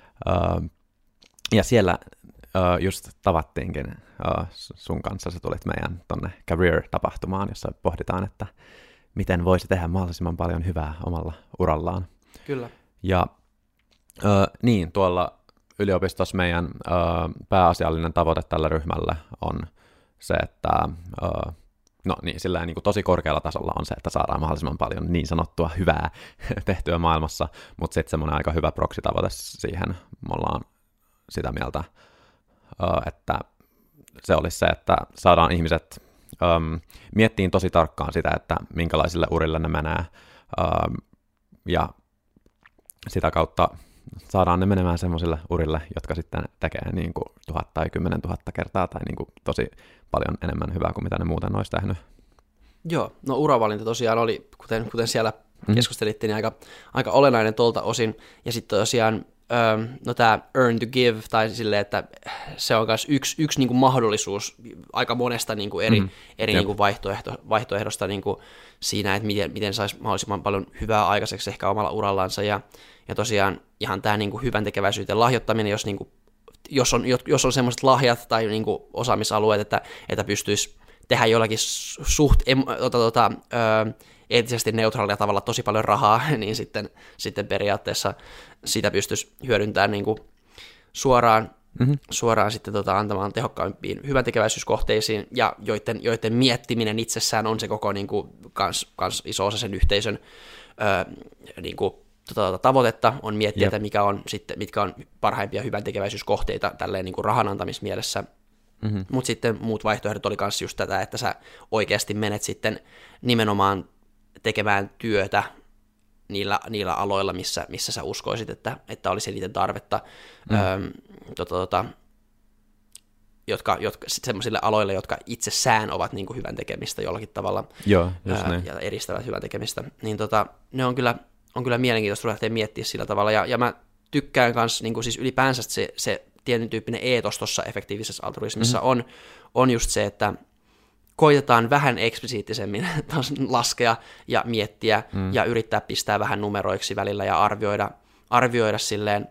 Ja siellä just tavattiinkin sun kanssa, sä tulit meidän tonne Career-tapahtumaan, jossa pohditaan, että miten voisi tehdä mahdollisimman paljon hyvää omalla urallaan. Kyllä. Ja niin, tuolla yliopistossa meidän pääasiallinen tavoite tällä ryhmällä on se, että no niin, sillä niin kuin tosi korkealla tasolla on se, että saadaan mahdollisimman paljon niin sanottua hyvää tehtyä maailmassa, mutta sitten semmoinen aika hyvä proksitavoite siihen, me ollaan sitä mieltä, että se olisi se, että saadaan ihmiset miettiin tosi tarkkaan sitä, että minkälaisille urille ne menee, ja sitä kautta saadaan ne menemään semmoisille urille, jotka sitten tekee niin kuin 1000 tai 10 000 kertaa tai niin kuin tosi paljon enemmän hyvää kuin mitä ne muuten olisi tehnyt. Joo, no uravalinta tosiaan oli, kuten siellä keskustelittiin, niin aika olennainen tuolta osin. Ja sitten tosiaan no tämä earn to give, tai silleen, että se on myös yksi niin kuin mahdollisuus aika monesta niin kuin eri niin kuin vaihtoehdosta niin kuin siinä, että miten saisi mahdollisimman paljon hyvää aikaiseksi ehkä omalla urallansa. Ja tosiaan ihan tämä niin kuin hyvän tekeväisyyteen lahjoittaminen, jos on semmoiset lahjat tai niin kuin osaamisalueet, että pystyisi tehdä jollakin suht eettisesti neutraalia tavalla tosi paljon rahaa, niin sitten periaatteessa sitä pystyisi hyödyntämään niin kuin suoraan sitten antamaan tehokkaimpiin hyväntekeväisyyskohteisiin, ja joiden miettiminen itsessään on se koko niin kuin, kans iso osa sen yhteisön niin kuin, tavoitetta, on miettiä, että mitkä on parhaimpia hyväntekeväisyyskohteita tälleen niin kuin rahan antamismielessä. Mutta sitten muut vaihtoehdot oli myös just tätä, että sä oikeasti menet sitten nimenomaan tekemään työtä niillä aloilla, missä sä uskoisit, että olisi eniten tarvetta, jotka semmoisille aloille, jotka itsessään ovat niin kuin hyvän tekemistä jollakin tavalla. Joo, ja edistävät hyvän tekemistä. Niin ne on kyllä mielenkiintoista lähteä miettimään sillä tavalla, ja mä tykkään myös niin kuin siis ylipäänsä se tietyn tyyppinen eetos tuossa efektiivisessä altruismissa on just se, että koitetaan vähän eksplisiittisemmin laskea ja miettiä ja yrittää pistää vähän numeroiksi välillä ja arvioida silleen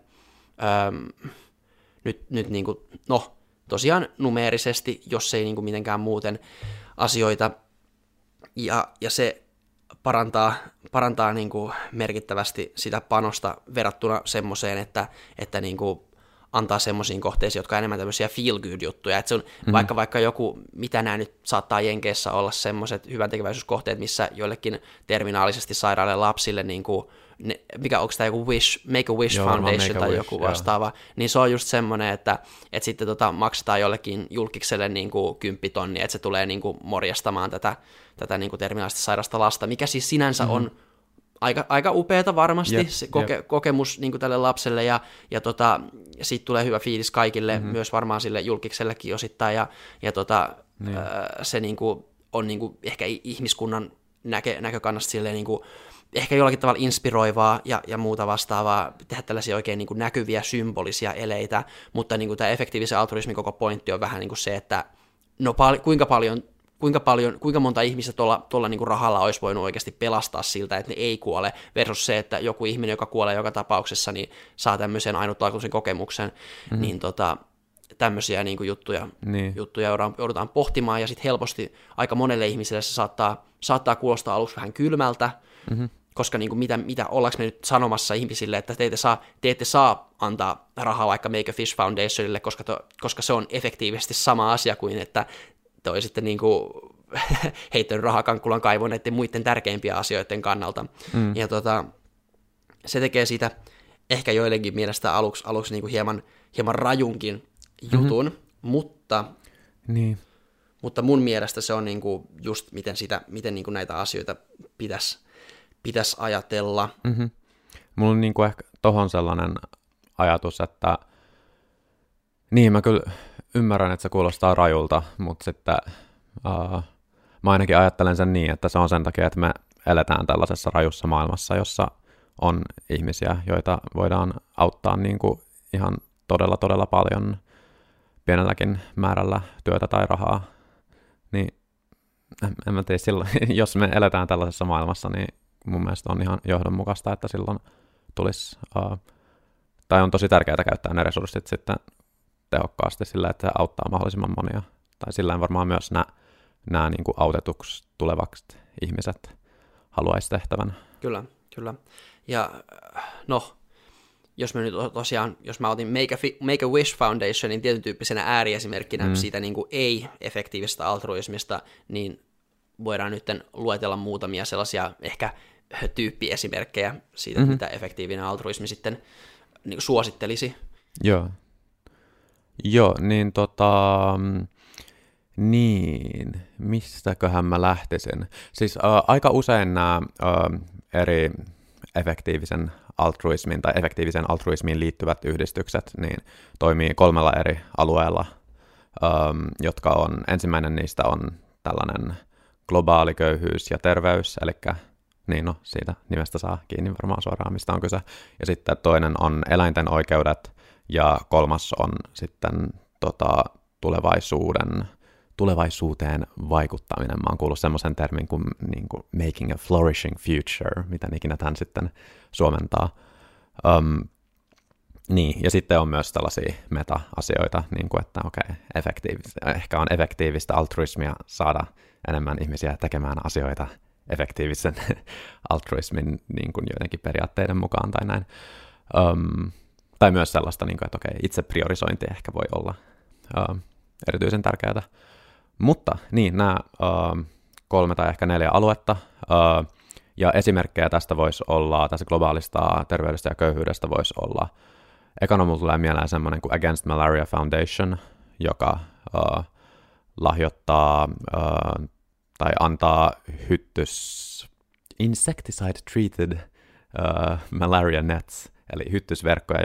nyt niin kuin, no tosiaan numeerisesti, jos ei niin kuin mitenkään muuten asioita, ja se parantaa niin kuin merkittävästi sitä panosta verrattuna semmoiseen, että niin kuin antaa semmoisiin kohteisiin, jotka on enemmän tämmöisiä feel-good-juttuja. Että se on vaikka joku, mitä nämä nyt saattaa Jenkeissä olla semmoiset hyväntekeväisyyskohteet, missä joillekin terminaalisesti sairaille lapsille, niin kuin, onko tämä joku Make-A-Wish Foundation tai joku vastaava, niin se on just semmoinen, että sitten maksetaan jollekin julkikselle niin kuin 10 000, että se tulee niin kuin morjastamaan tätä niin kuin terminaalisesti sairasta lasta, mikä siis sinänsä on aika upeata varmasti, se kokemus niin kuin tälle lapselle, ja siitä tulee hyvä fiilis kaikille, myös varmaan sille julkiksellekin osittain, se niin kuin on niin kuin ehkä ihmiskunnan näkökannasta silleen niin kuin ehkä jollakin tavalla inspiroivaa ja muuta vastaavaa, tehdä tällaisia oikein niin kuin näkyviä symbolisia eleitä, mutta niin kuin tämä efektiivisen altruismin koko pointti on vähän niin kuin se, että no kuinka monta ihmistä tuolla niin kuin rahalla olisi voinut oikeasti pelastaa siltä, että ne ei kuole, versus se, että joku ihminen, joka kuolee joka tapauksessa, niin saa tämmöisen ainutlaatuisen kokemuksen, niin tämmöisiä niin kuin juttuja joudutaan pohtimaan, ja sitten helposti aika monelle ihmiselle se saattaa kuulostaa aluksi vähän kylmältä, koska niin kuin mitä ollaanko me nyt sanomassa ihmisille, että te ette saa antaa rahaa vaikka Make-A-Wish Foundationille, koska se on efektiivisesti sama asia kuin, että te olisitte niin kuin heittänyt rahakankkulan kaivoon näiden muiden tärkeimpiä asioiden kannalta. Ja se tekee siitä ehkä joidenkin mielestä aluksi niin kuin hieman rajunkin jutun, mutta mun mielestä se on niin kuin just miten niin kuin näitä asioita pitäisi ajatella. Mulla on niin kuin ehkä tohon sellainen ajatus, että niin mä kyllä ymmärrän, että se kuulostaa rajulta, mutta sitten mä ainakin ajattelen sen niin, että se on sen takia, että me eletään tällaisessa rajussa maailmassa, jossa on ihmisiä, joita voidaan auttaa niin kuin ihan todella, todella paljon pienelläkin määrällä työtä tai rahaa. Niin en mä tiedä, silloin, jos me eletään tällaisessa maailmassa, niin mun mielestä on ihan johdonmukaista, että silloin tulisi, tai on tosi tärkeää käyttää ne resurssit sitten tehokkaasti sillä, että se auttaa mahdollisimman monia. Tai sillä varmaan myös nämä niin kuin autetuksi tulevaksi ihmiset haluaisi tehtävän. Kyllä. Ja no, jos me nyt tosiaan, jos mä otin Make-A-Wish Foundationin tietyn tyyppisenä ääriesimerkkinä siitä niin kuin ei-efektiivistä altruismista, niin voidaan nyt luetella muutamia sellaisia ehkä tyyppiesimerkkejä siitä, mitä efektiivinen altruismi sitten niin kuin suosittelisi. Joo, niin niin, mistäköhän mä lähtisin? Siis aika usein nämä eri efektiivisen altruismiin liittyvät yhdistykset niin toimii 3 eri alueella, jotka on, ensimmäinen niistä on tällainen globaali köyhyys ja terveys, eli niin no, siitä nimestä saa kiinni varmaan suoraan, mistä on kyse. Ja sitten toinen on eläinten oikeudet, ja 3 on sitten tulevaisuuteen vaikuttaminen. Mä oon kuullut semmoisen termin kuin, niin kuin making a flourishing future, mitä ikinä tämän sitten suomentaa. Niin, ja sitten on myös tällaisia meta-asioita, niin kuin, että ehkä on efektiivistä altruismia saada enemmän ihmisiä tekemään asioita efektiivisen altruismin niin kuin joidenkin periaatteiden mukaan tai näin. Tai myös sellaista, niin kuin, että itse priorisointi ehkä voi olla erityisen tärkeää. Mutta niin, nämä 3 tai ehkä 4 aluetta, ja esimerkkejä tästä voisi olla, tässä globaalista terveydestä ja köyhyydestä voisi olla, ekana mulle tulee mieleen semmoinen kuin Against Malaria Foundation, joka lahjoittaa tai antaa insecticide treated malaria nets, eli hyttysverkkoja,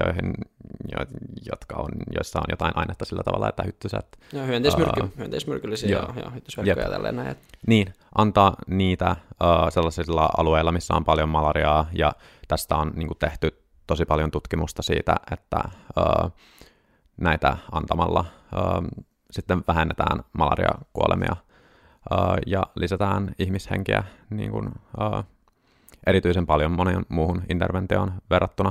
joissa on jotain ainetta sillä tavalla, että hyttyset... Ja hyönteismyrkyllisiä ja hyttysverkkoja tälleen näin. Niin, antaa niitä sellaisilla alueilla, missä on paljon malariaa, ja tästä on niin kuin tehty tosi paljon tutkimusta siitä, että näitä antamalla sitten vähennetään malariakuolemia ja lisätään ihmishenkiä niin kuin, erityisen paljon moneen muuhun interventioon verrattuna.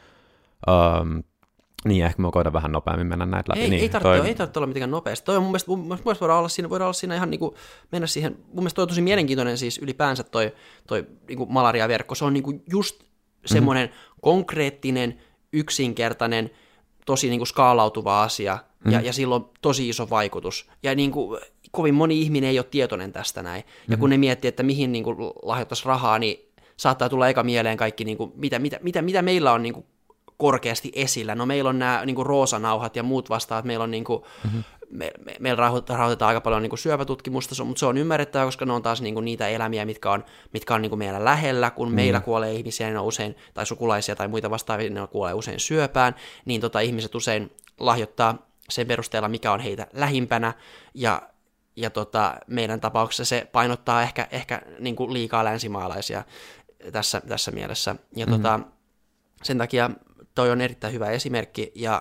Niin, ehkä mä koitan vähän nopeammin mennä näitä läpi. Ei tarvitse olla mitenkään nopeasti. Toi on mun mielestä voidaan olla siinä ihan niin kuin mennä siihen, mun mielestä toi on tosi mielenkiintoinen siis ylipäänsä toi niin kuin malariaverkko. Se on niin kuin just semmoinen konkreettinen, yksinkertainen, tosi niin kuin skaalautuva asia, ja sillä on tosi iso vaikutus. Ja niin kuin, kovin moni ihminen ei ole tietoinen tästä näin. Ja kun ne miettii, että mihin niin kuin lahjoittaisi rahaa, niin saattaa tulla eka mieleen kaikki, niin kuin, mitä meillä on niin kuin korkeasti esillä. No meillä on nämä niin kuin roosanauhat ja muut vastaavat. Meillä on niin kuin, meillä rahoitetaan aika paljon niin kuin syöpätutkimusta, mutta se on ymmärrettävää, koska ne on taas niin kuin niitä elämiä, mitkä on niin kuin meillä lähellä. Kun meillä kuolee ihmisiä, niin on usein, tai sukulaisia tai muita vastaavia, ne kuolee usein syöpään, niin ihmiset usein lahjoittaa sen perusteella, mikä on heitä lähimpänä, ja meidän tapauksessa se painottaa ehkä niin kuin liikaa länsimaalaisia tässä mielessä. Ja sen takia toi on erittäin hyvä esimerkki, ja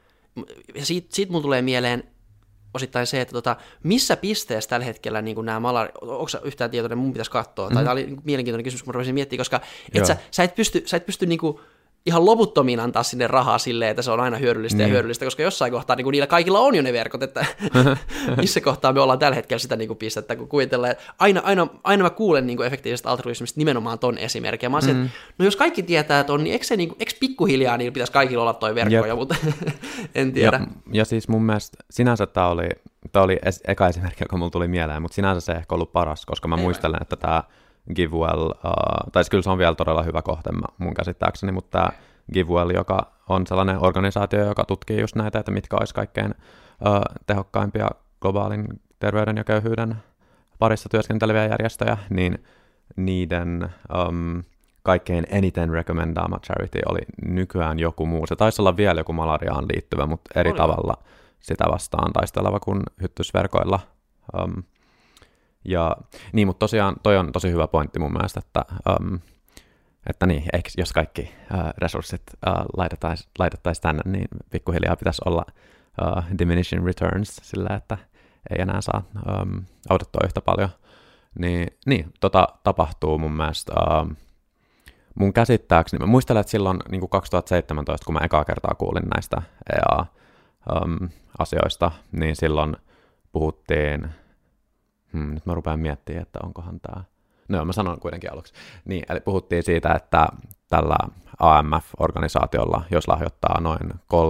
siitä mun tulee mieleen osittain se, että missä pisteessä tällä hetkellä niin onko sä yhtään tietoinen, mun pitäisi katsoa, tai tämä oli niin mielenkiintoinen kysymys, kun mä rupesin miettimään, koska sä et pysty niin kuin ihan loputtomiin antaa sinne rahaa silleen, että se on aina hyödyllistä ja hyödyllistä, koska jossain kohtaa niin niillä kaikilla on jo ne verkot, että missä kohtaa me ollaan tällä hetkellä sitä niin kuin pistettä, kun kuvitellaan, että aina mä kuulen niin kuin efektiivisestä altruismista nimenomaan ton esimerkin, ja mä olisin, että no jos kaikki tietää ton, niin eikö pikkuhiljaa niin pitäisi kaikilla olla toi verkko, mutta en tiedä. Ja siis mun mielestä sinänsä tämä oli eka esimerkki, joka mulla tuli mieleen, mutta sinänsä se ehkä ollut paras, koska mä muistelen, että tämä GiveWell, tai kyllä se on vielä todella hyvä kohde mun käsittääkseni, mutta tämä GiveWell, joka on sellainen organisaatio, joka tutkii just näitä, että mitkä olisi kaikkein tehokkaimpia globaalin terveyden ja köyhyyden parissa työskenteleviä järjestöjä, niin niiden kaikkein eniten rekommendaama charity oli nykyään joku muu. Se taisi olla vielä joku malariaan liittyvä, mutta eri tavalla sitä vastaan taisteleva kuin hyttysverkoilla. Ja niin, mutta tosiaan toi on tosi hyvä pointti mun mielestä, että niin, jos kaikki resurssit laitettaisiin tänne, niin pikkuhiljaa pitäisi olla diminishing returns sillä, että ei enää saa autettua yhtä paljon. Niin, tapahtuu mun mielestä. Mun käsittääkseni, mä muistelen, että silloin niin kuin 2017, kun mä ekaa kertaa kuulin näistä EA-asioista, niin silloin puhuttiin, nyt mä rupean miettimään, että onkohan tämä, no mä sanon kuitenkin aluksi, niin, eli puhuttiin siitä, että tällä AMF-organisaatiolla, jos lahjoittaa noin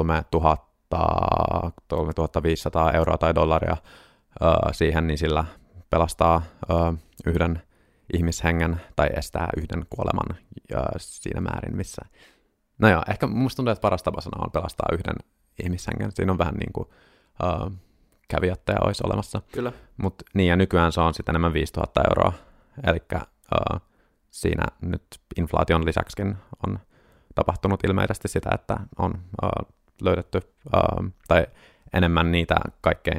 3500 euroa tai dollaria siihen, niin sillä pelastaa yhden ihmishengen tai estää yhden kuoleman siinä määrin, missä. No joo, ehkä musta tuntuu, että paras tapa sanoa on pelastaa yhden ihmishengen. Siinä on vähän niin kuin kävijättäjä olisi olemassa. Kyllä. Niin, ja nykyään se on sitten enemmän 5000 euroa. Eli siinä nyt inflaation lisäksikin on tapahtunut ilmeisesti sitä, että on löydetty tai enemmän niitä kaikkein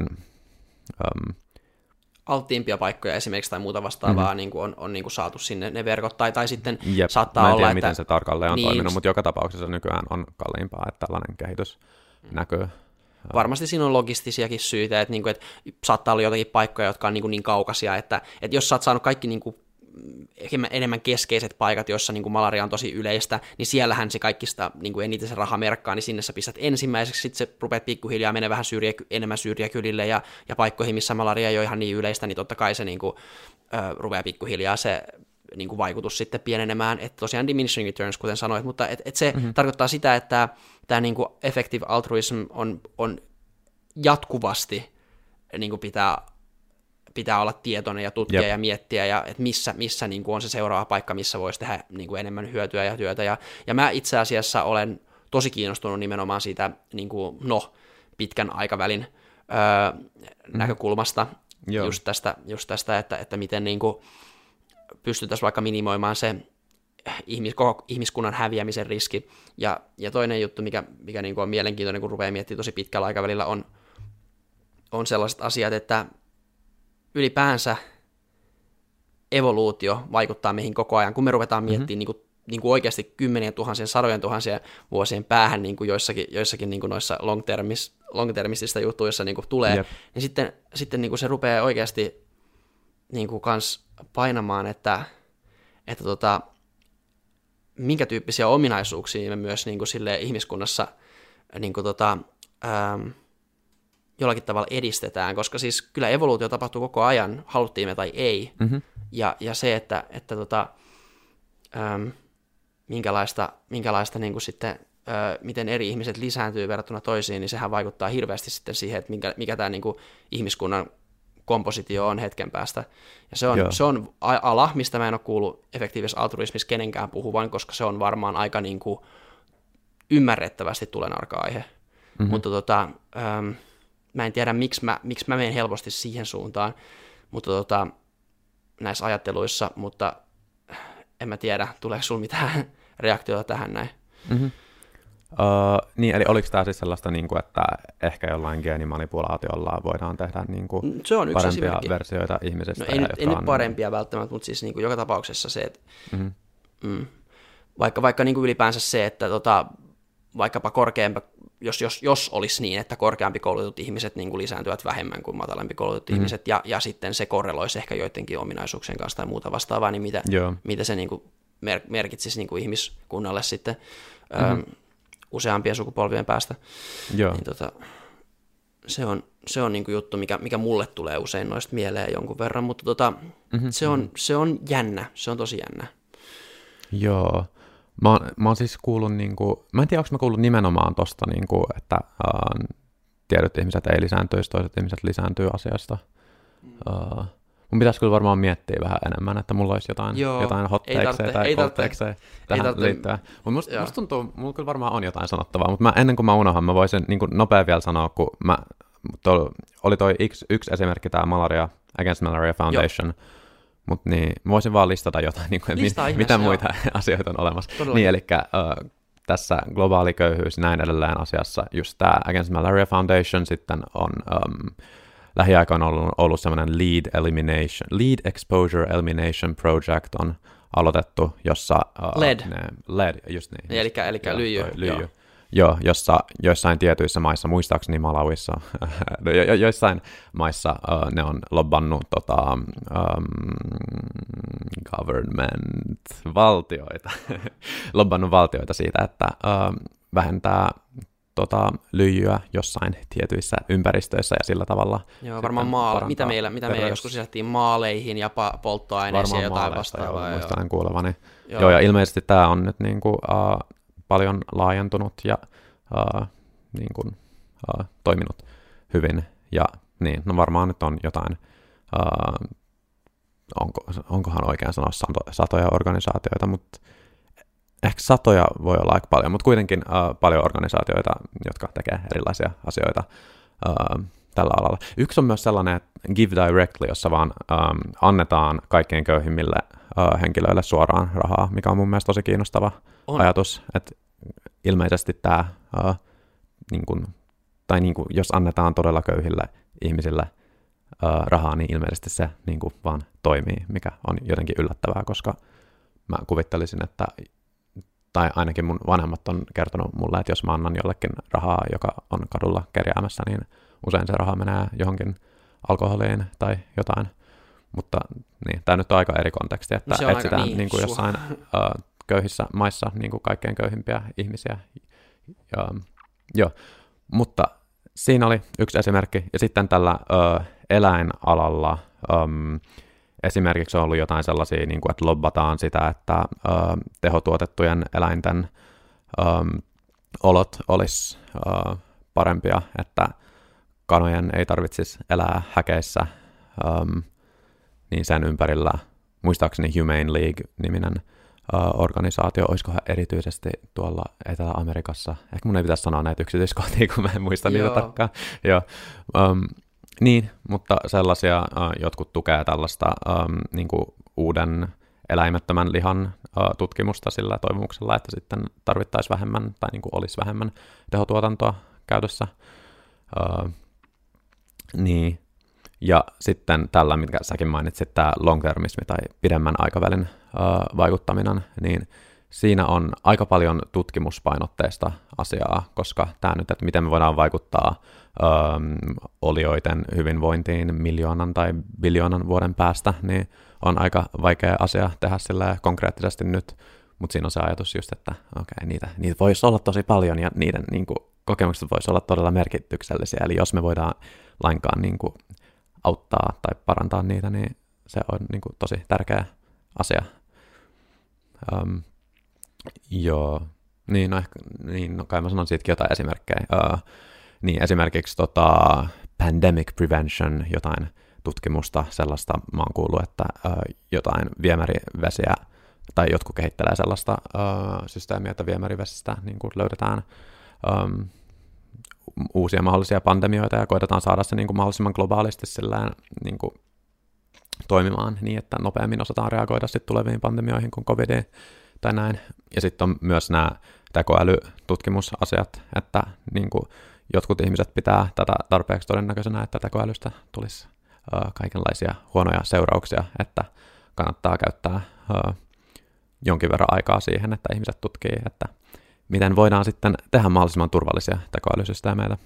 alttiimpia paikkoja esimerkiksi tai muuta vastaavaa niin kuin on niin kuin saatu sinne ne verkot, tai sitten Jep, saattaa mä en olla, tiedä, että miten se tarkalleen on niin, toiminut, mutta joka tapauksessa nykyään on kalliimpaa, että tällainen kehitys näkyy. Varmasti siinä on logistisiakin syitä, että, niin kuin, että saattaa olla jotakin paikkoja, jotka on niin kaukaisia, että jos sä oot saanut kaikki niin kuin enemmän keskeiset paikat, joissa niin kuin malaria on tosi yleistä, niin siellähän se kaikista niin kuin eniten se raha merkkaa, niin sinne sä pistät ensimmäiseksi, sitten se rupeat pikkuhiljaa menee vähän enemmän syrjäkylille ja paikkoihin, missä malaria ei ole ihan niin yleistä, niin totta kai se niin kuin, rupeaa pikkuhiljaa se niin kuin vaikutus sitten pienenemään, että tosiaan diminishing returns, kuten sanoit, mutta se tarkoittaa sitä, että tämä niin kuin effective altruism on jatkuvasti niin kuin pitää olla tietoinen ja tutkia ja miettiä, ja että missä niin kuin on se seuraava paikka, missä voisi tehdä niin kuin enemmän hyötyä ja työtä. Ja mä itse asiassa olen tosi kiinnostunut nimenomaan siitä niin kuin, pitkän aikavälin näkökulmasta, just tästä että miten niin kuin pystyttäisiin vaikka minimoimaan se koko ihmiskunnan häviämisen riski. Ja toinen juttu, mikä niin kuin on mielenkiintoinen, kun rupeaa miettimään tosi pitkällä aikavälillä, on sellaiset asiat, että ylipäänsä evoluutio vaikuttaa meihin koko ajan, kun me ruvetaan miettimään niin kuin oikeasti 10 000, 100 000 vuosien päähän niin kuin joissakin niin kuin noissa long-termistisista jutuissa niin kuin tulee, niin sitten niin kuin se rupeaa oikeasti niin kuin kans painamaan, että minkä tyyppisiä ominaisuuksia me myös niin kuin sille ihmiskunnassa niin kuin jollakin tavalla edistetään, koska siis kyllä evoluutio tapahtuu koko ajan, haluttiin me tai ei, ja se, että minkälaista niin kuin sitten, miten eri ihmiset lisääntyy verrattuna toisiin, niin sehän vaikuttaa hirveästi sitten siihen, että mikä tämä niin kuin ihmiskunnan kompositio on hetken päästä. Ja se on ala, mistä mä en ole kuullut effektiivisessä altruismissa kenenkään puhuvan, koska se on varmaan aika niin kuin ymmärrettävästi tulenarka aihe. Mutta mä en tiedä, miksi mä menen helposti siihen suuntaan, mutta näissä ajatteluissa, mutta en mä tiedä, tuleeko sulla mitään reaktiota tähän näin. Niin, eli oliko tämä siis sellaista, niin kuin, että ehkä jollain geenimanipulaatiolla voidaan tehdä niin kuin se on parempia versioita ihmisistä? No ei nyt parempia välttämättä, mutta siis niin kuin joka tapauksessa se, että vaikka niin kuin ylipäänsä se, että vaikkapa korkeampi, jos olisi niin, että korkeampi koulutetut ihmiset niin kuin lisääntyvät vähemmän kuin matalampi koulutetut ihmiset, ja sitten se korreloisi ehkä joidenkin ominaisuuksien kanssa tai muuta vastaavaa, niin mitä se niin kuin merkitsisi niin kuin ihmiskunnalle sitten useampien sukupolvien päästä. Niin se on niin kuin juttu, mikä mulle tulee usein noista mieleen jonkun verran, mutta se on jännä, se on tosi jännä. Joo. Mä oon siis kuullut, mä en tiedä, onko mä kuullut nimenomaan tosta, että tietyt ihmiset ei lisääntyisi, toiset ihmiset lisääntyy asiasta. Mun pitäisi kyllä varmaan miettiä vähän enemmän, että mulla olisi jotain hot takesia tai cold takesia tähän liittyen. Mutta musta tuntuu, mulla kyllä varmaan on jotain sanottavaa, mutta ennen kuin mä unohan, mä voisin nopea vielä sanoa, kun oli toi yksi esimerkki, tämä Malaria Against Malaria Foundation, mutta niin, mä voisin vaan listata jotain, mitä muita asioita on olemassa. Niin, eli tässä globaali köyhyys näin edelleen asiassa, just tämä Against Malaria Foundation sitten on lähiaikoina ollut semmoinen Lead Exposure Elimination Project on aloitettu, jossa LED, just niin. Eli lyijy. Joo, joissain tietyissä maissa, muistaakseni Malawissa, joissain maissa ne on lobbannut valtioita siitä, että vähentää lyijyä jossain tietyissä ympäristöissä ja sillä tavalla. Joo, varmaan mitä meillä joskus lisättiin maaleihin ja polttoaineisiin ja jotain vastaavaa. Muistan kuulevani. Joo, ja ilmeisesti tämä on nyt niin kuin, paljon laajentunut ja niin kuin, toiminut hyvin. Ja niin, no varmaan nyt on jotain, onkohan oikein sanoa satoja organisaatioita, mutta ehkä satoja voi olla aika paljon, mutta kuitenkin paljon organisaatioita, jotka tekee erilaisia asioita tällä alalla. Yksi on myös sellainen, että Give Directly, jossa vaan annetaan kaikkein köyhimmille henkilöille suoraan rahaa, mikä on mun mielestä tosi kiinnostava ajatus, että ilmeisesti tämä, jos annetaan todella köyhille ihmisille rahaa, niin ilmeisesti se niin kuin vaan toimii, mikä on jotenkin yllättävää, koska mä kuvittelisin, että tai ainakin mun vanhemmat on kertonut mulle, että jos mä annan jollekin rahaa, joka on kadulla kerjäämässä, niin usein se raha menee johonkin alkoholiin tai jotain. Mutta niin, tämä nyt on aika eri konteksti, että etsitään niin kuin jossain köyhissä maissa niin kuin kaikkein köyhimpiä ihmisiä. Joo, mutta siinä oli yksi esimerkki. Ja sitten tällä eläinalalla esimerkiksi on ollut jotain sellaisia, niin kuin, että lobbataan sitä, että tehotuotettujen eläinten olot olisi parempia, että kanojen ei tarvitsisi elää häkeissä, niin sen ympärillä, muistaakseni Humane League-niminen organisaatio, olisikohan erityisesti tuolla Etelä-Amerikassa, ehkä mun ei pitäisi sanoa näitä yksityiskohtia, kun mä en muista niitä tarkkaan. Joo. Niin, mutta sellaisia jotkut tukee tällaista niin kuin uuden eläimettömän lihan tutkimusta sillä toivomuksella, että sitten tarvittaisiin vähemmän tai niin kuin olisi vähemmän tehotuotantoa käytössä. Niin. Ja sitten tällä, mitkä säkin mainitsit, tämä long-termismi tai pidemmän aikavälin vaikuttaminen, niin siinä on aika paljon tutkimuspainotteista asiaa, koska tämä nyt, että miten me voidaan vaikuttaa olioiden hyvinvointiin 1 tai biljoonan vuoden päästä, niin on aika vaikea asia tehdä sillä konkreettisesti nyt, mutta siinä on se ajatus just, että niitä voisi olla tosi paljon ja niiden niin kuin, kokemukset voisi olla todella merkityksellisiä, eli jos me voidaan lainkaan niin kuin, auttaa tai parantaa niitä, niin se on niin kuin, tosi tärkeä asia. Joo, no kai mä sanon siitäkin jotain esimerkkejä. Niin esimerkiksi pandemic prevention, jotain tutkimusta, sellaista mä oon kuullut, että jotain viemärivesiä, tai jotkut kehittelee sellaista systeemiä, että viemärivesistä niin kuin löydetään uusia mahdollisia pandemioita ja koitetaan saada se niin kuin mahdollisimman globaalisti silleen, niin kuin toimimaan niin, että nopeammin osataan reagoida sitten tuleviin pandemioihin kuin covidiin tai näin. Ja sitten on myös nämä tekoälytutkimusasiat, että niin kuin jotkut ihmiset pitää tätä tarpeeksi todennäköisenä, että tekoälystä tulisi kaikenlaisia huonoja seurauksia, että kannattaa käyttää jonkin verran aikaa siihen, että ihmiset tutkii, että miten voidaan sitten tehdä mahdollisimman turvallisia tekoälysysteemeitä.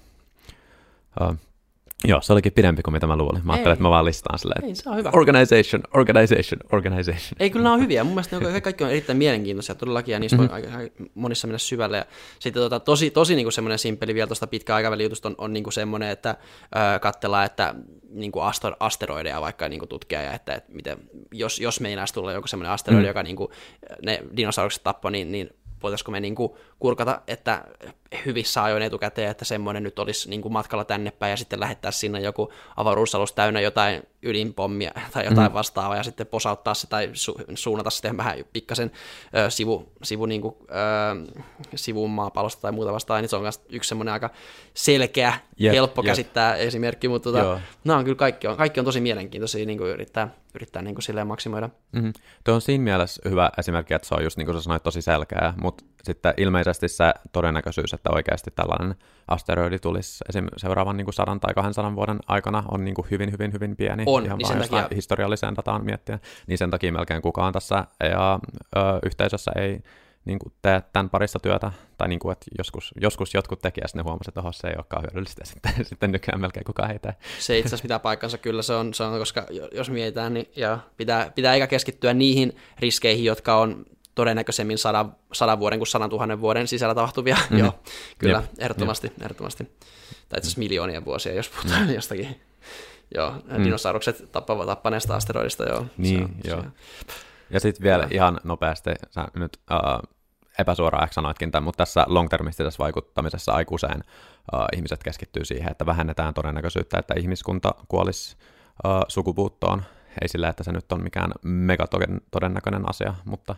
Joo, se olikin pidempi kuin mitä mä luulin. Mä ajattelin, että mä vaan listaan silleen, ei, se on hyvä. Organization. Ei, kyllä nämä on hyviä. Mun mielestä ne kaikki on erittäin mielenkiintoisia todellakin, ja niistä voi aika monissa mennä syvälle. Ja sitten tosi niin kuin semmoinen simppeli vielä tuosta pitkän aikavälin jutusta on niin kuin semmoinen, että katsellaan, että niin kuin asteroideja vaikka niin kuin tutkia, ja että miten, jos meinaisi tulla joku semmoinen asteroidi, joka niin kuin ne dinosaurukset tappoi, niin voitaisiko me niin kuin kurkata, että hyvissä ajoin etukäteen, että semmoinen nyt olisi niin kuin matkalla tänne päin ja sitten lähettää sinne joku avaruusalus täynnä jotain ydinpommia tai jotain vastaavaa ja sitten posauttaa se tai suunnata sitten vähän pikkasen sivuun maapallosta tai muuta vastaan, niin se on myös yksi semmoinen aika selkeä, helppo käsittää esimerkki, mutta nämä on kyllä kaikki on tosi mielenkiintoisia, niin kuin yrittää niin kuin silleen maksimoida. Tuo on siinä mielessä hyvä esimerkki, että se on just niin kuin sä sanoit tosi selkeä, mutta sitten ilmeisesti se todennäköisyys, että oikeasti tällainen asteroidi tulisi esim. Seuraavan niin kuin 100 tai 200 vuoden aikana on niin kuin hyvin, hyvin, hyvin pieni. On, ihan niin vaan sen takia historialliseen dataan miettiä. Niin sen takia melkein kukaan tässä yhteisössä ei niin kuin tee tämän parissa työtä, tai niin kuin, että joskus jotkut tekijät sitten huomasivat, että se ei olekaan hyödyllistä, sitten nykyään melkein kukaan ei tee. Se itse asiassa pitää paikkansa, kyllä se on, koska jos mietitään, niin pitää eikä keskittyä niihin riskeihin, jotka on todennäköisemmin 100 vuoden kuin 100 000 vuoden sisällä tapahtuvia. Joo, kyllä, ehdottomasti. Tai itse asiassa miljoonien vuosia, jos puhutaan jostakin. Joo, dinosaurukset tappaneesta asteroidista, joo. Niin, joo. Ja sitten vielä ihan nopeasti, sä nyt epäsuoraan ehkä sanoitkin tämän, mutta tässä long-termistisessä vaikuttamisessa aika usein ihmiset keskittyy siihen, että vähennetään todennäköisyyttä, että ihmiskunta kuolisi sukupuuttoon. Ei sillä, että se nyt on mikään megatodennäköinen asia, mutta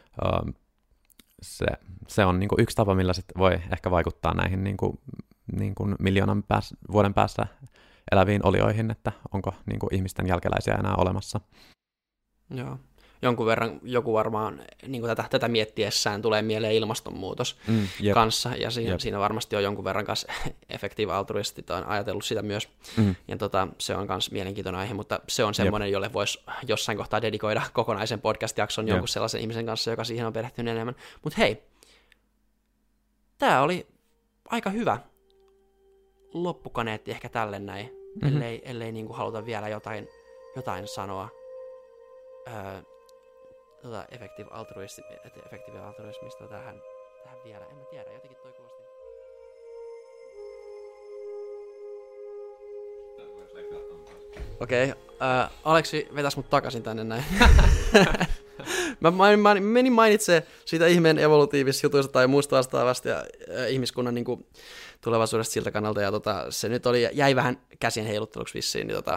se on niin kuin yksi tapa, millä sit voi ehkä vaikuttaa näihin niin kuin miljoonan vuoden päässä eläviin olioihin, että onko niin kuin ihmisten jälkeläisiä enää olemassa. Joo. Jonkun verran joku varmaan niin kuin tätä miettiessään tulee mieleen ilmastonmuutos kanssa, ja siinä varmasti on jonkun verran kanssa effective altruistit on ajatellut sitä myös, ja se on myös mielenkiintoinen aihe, mutta se on semmoinen, jolle voisi jossain kohtaa dedikoida kokonaisen podcast-jakson jonkun sellaisen ihmisen kanssa, joka siihen on perehtynyt enemmän. Mutta hei, tämä oli aika hyvä loppukaneetti ehkä tälle näin, ellei niin kuin haluta vielä jotain sanoa. Effective altruismista tähän vielä, en mä tiedä, jotenkin toi kuulosti. Okei, Aleksi vetäs mut takaisin tänne näin. Mä menin mainitsemaan siitä ihmeen evolutiivisjutuista tai muusta vastaavasta ja ihmiskunnan niin kuin, tulevaisuudesta siltä kannalta, ja se nyt jäi vähän käsien heilutteluksi vissiin, niin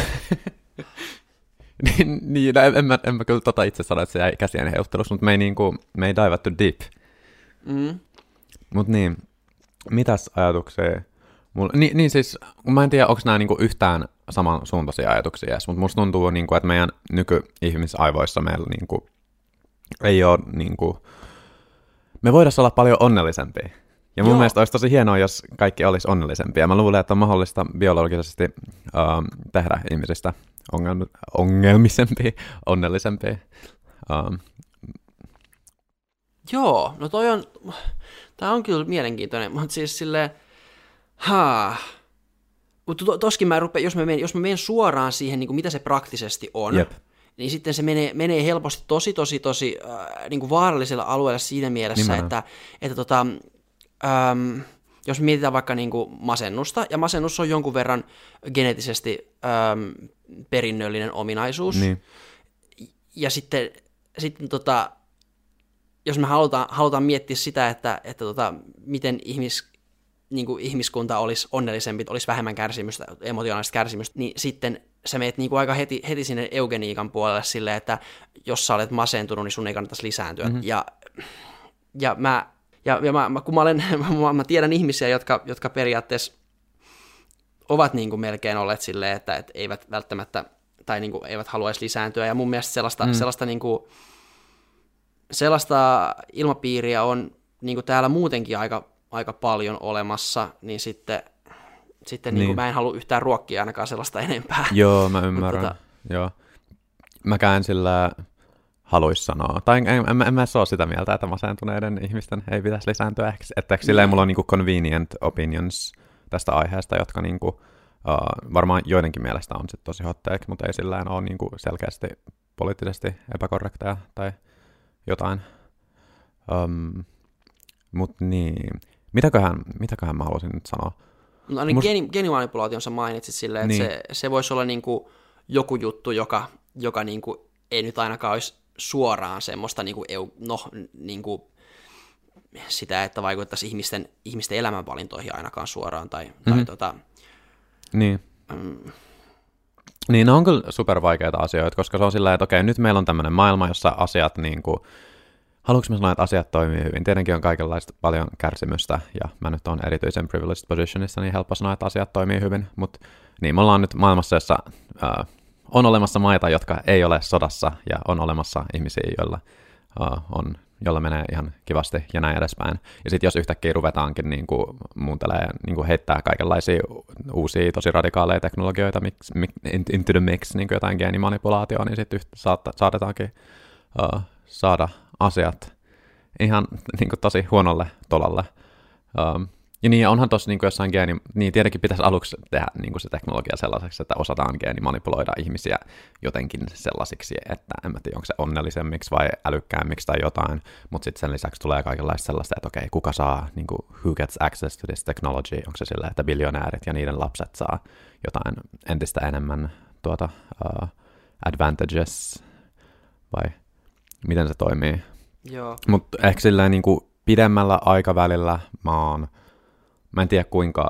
niin, en mä kyllä itse sano, että se jäi käsien heilutteluksi, mutta me ei daivattu deep. Mutta niin, mitäs ajatuksia? Niin siis, mä en tiedä, onko nämä niinku yhtään samansuuntaisia ajatuksia edes, mutta musta tuntuu, niinku, että meidän nykyihmisaivoissa meillä niinku, ei ole, niinku, me voidaan olla paljon onnellisempia. Ja mun mielestä olisi tosi hienoa, jos kaikki olisi onnellisempia. Mä luulen, että on mahdollista biologisesti tehdä ihmisistä ongelmisempia, onnellisempia. Joo, no tää on kyllä mielenkiintoinen, mutta siis silleen, mutta toskin jos mä menen suoraan siihen, niin kuin mitä se praktisesti on, niin sitten se menee helposti tosi niin kuin vaarallisella alueella siinä mielessä, että jos mietitään vaikka niin kuin masennusta, ja masennus on jonkun verran geneettisesti perinnöllinen ominaisuus, niin. Ja sitten jos me halutaan miettiä sitä, että miten niin kuin ihmiskunta olisi onnellisempi, olisi vähemmän kärsimystä, emotionaalista kärsimystä, niin sitten sä meet niin kuin aika heti sinne eugeniikan puolelle silleen, että jos sä olet masentunut, niin sun ei kannattaisi lisääntyä. Kun mä tiedän ihmisiä, jotka periaatteessa ovat niin kuin melkein olleet silleen, että eivät välttämättä, tai niin kuin eivät haluaisi lisääntyä, ja mun mielestä sellaista ilmapiiriä on niin kuin täällä muutenkin aika paljon olemassa, niin sitten niin kuin mä en halua yhtään ruokkia ainakaan sellaista enempää. Joo, mä ymmärrän. Joo. Mäkään sillä haluaisi sanoa. Tai en mä ole sitä mieltä, että masentuneiden ihmisten ei pitäisi lisääntyä. Että silleen mulla on niinku convenient opinions tästä aiheesta, jotka niinku, varmaan joidenkin mielestä on sit tosi hot take, mutta ei sillään ole niinku selkeästi poliittisesti epäkorrekteja tai jotain. Mut niin. Mitäköhän mä haluaisin nyt sanoa? No niin geenimanipulaation sä mainitsit silleen, että niin. se voisi olla niinku joku juttu, joka niinku ei nyt ainakaan olisi suoraan semmoista niinku sitä, että vaikuttaisi ihmisten elämänvalintoihin ainakaan suoraan. Niin. Niin, ne on kyllä supervaikeita asioita, koska se on sillä, että okei, nyt meillä on tämmöinen maailma, jossa asiat niinku, haluanko mä sanoa, että asiat toimii hyvin? Tietenkin on kaikenlaista paljon kärsimystä, ja mä nyt oon erityisen privileged positionissa, niin helppo sanoa, että asiat toimii hyvin, mutta niin, me ollaan nyt maailmassa, jossa on olemassa maita, jotka ei ole sodassa, ja on olemassa ihmisiä, joilla menee ihan kivasti ja näin edespäin. Ja sitten jos yhtäkkiä ruvetaankin niin kuin muuntelee, niin kuin heittää kaikenlaisia uusia tosi radikaaleja teknologioita into the mix, niin kuin jotain geenimanipulaatioa, niin sitten saadetaankin saada asiat ihan niin kuin tosi huonolle tolalle. Ja niin, onhan tuossa niin jossain niin tietenkin pitäisi aluksi tehdä niin se teknologia sellaiseksi, että osataan geenimanipuloida ihmisiä jotenkin sellaisiksi, että en mä tiedä, onko se onnellisemmiksi vai älykkäämmiksi tai jotain, mutta sitten sen lisäksi tulee kaikenlaista sellaista, että okei, kuka saa, niin kuin, who gets access to this technology, onko se sillä, että biljonäärit ja niiden lapset saa jotain entistä enemmän advantages, vai miten se toimii? Joo. Mutta ehkä silleen niin kuin pidemmällä aikavälillä mä en tiedä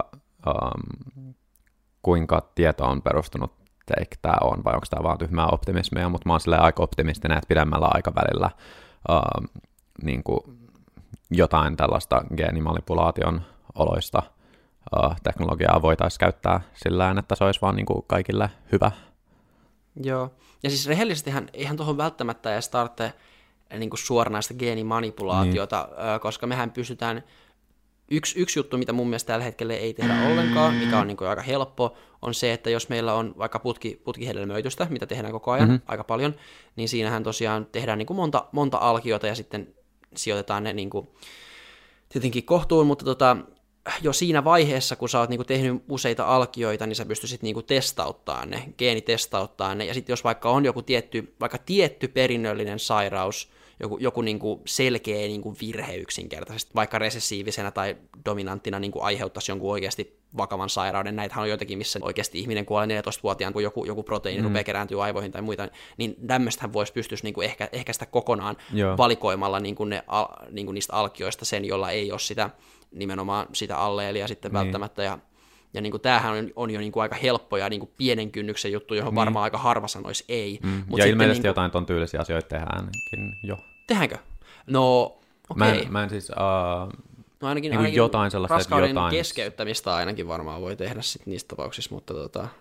kuinka tieto on perustunut tämä on, vai onko tämä vaan tyhmää optimismia, mutta mä oon silleen aika optimistinen, että pidemmällä aikavälillä niin kuin jotain tällaista geenimanipulaation oloista teknologiaa voitaisiin käyttää sillä että se olisi vaan niin kuin kaikille hyvä. Joo, ja siis rehellisesti eihän tuohon välttämättä edes tarvitse niin kuin suoranaista geenimanipulaatiota, koska mehän pystytään, yksi juttu, mitä mun mielestä tällä hetkellä ei tehdä ollenkaan, mikä on niin kuin aika helppo, on se, että jos meillä on vaikka putkihedelmöitystä, mitä tehdään koko ajan aika paljon, niin siinähän tosiaan tehdään niin kuin monta alkiota ja sitten sijoitetaan ne niin kuin tietenkin kohtuun, mutta jo siinä vaiheessa, kun sä oot niinku tehnyt useita alkioita, niin sä pystyisit niinku geenitestauttaa ne, ja sitten jos vaikka on joku tietty perinnöllinen sairaus, joku niinku selkeä niinku virhe yksinkertaisesti, vaikka resessiivisenä tai dominanttina niinku aiheuttaisi jonkun oikeasti vakavan sairauden, näitähän on joitakin, missä oikeasti ihminen kuolee 14-vuotiaan, kun joku proteiini rupeaa kerääntyä aivoihin tai muita, niin tämmöistähän pystyisi niinku ehkäistä kokonaan valikoimalla niinku niinku niistä alkioista sen, jolla ei ole sitä nimenomaan sitä alleelia sitten välttämättä, ja niin kuin tämähän on jo niin kuin aika helppo ja niin kuin pienen kynnyksen juttu, johon varmaan aika harva sanoisi ei. Mut ja ilmeisesti niin kuin jotain ton tyylisiä asioita tehdäänkin jo. Tehdäänkö? No, okei. Mä en siis no ainakin jotain sellaista, raskauden jotain keskeyttämistä ainakin varmaan voi tehdä sit niissä tapauksissa, mutta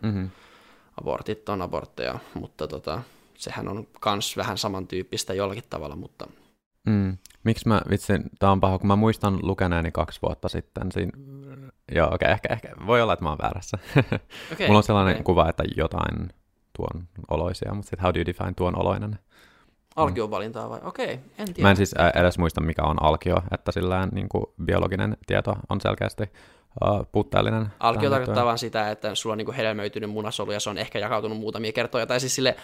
abortit on abortteja, mutta sehän on kans vähän samantyyppistä jollakin tavalla, mutta miksi tää on paha, kun mä muistan lukeneeni 2 vuotta sitten joo, ehkä, voi olla, että mä oon väärässä. Mulla on sellainen kuva, että jotain tuon oloisia, mutta sitten how do you define tuon oloinen? Alkion valintaa vai? Okei, en tiedä. Mä en siis edes muista, mikä on alkio, että sillään niin kuin biologinen tieto on selkeästi puutteellinen. Alkio tarkoittaa vaan sitä, että sulla on niin kuin hedelmöitynyt munasolu ja se on ehkä jakautunut muutamia kertoja, tai siis sille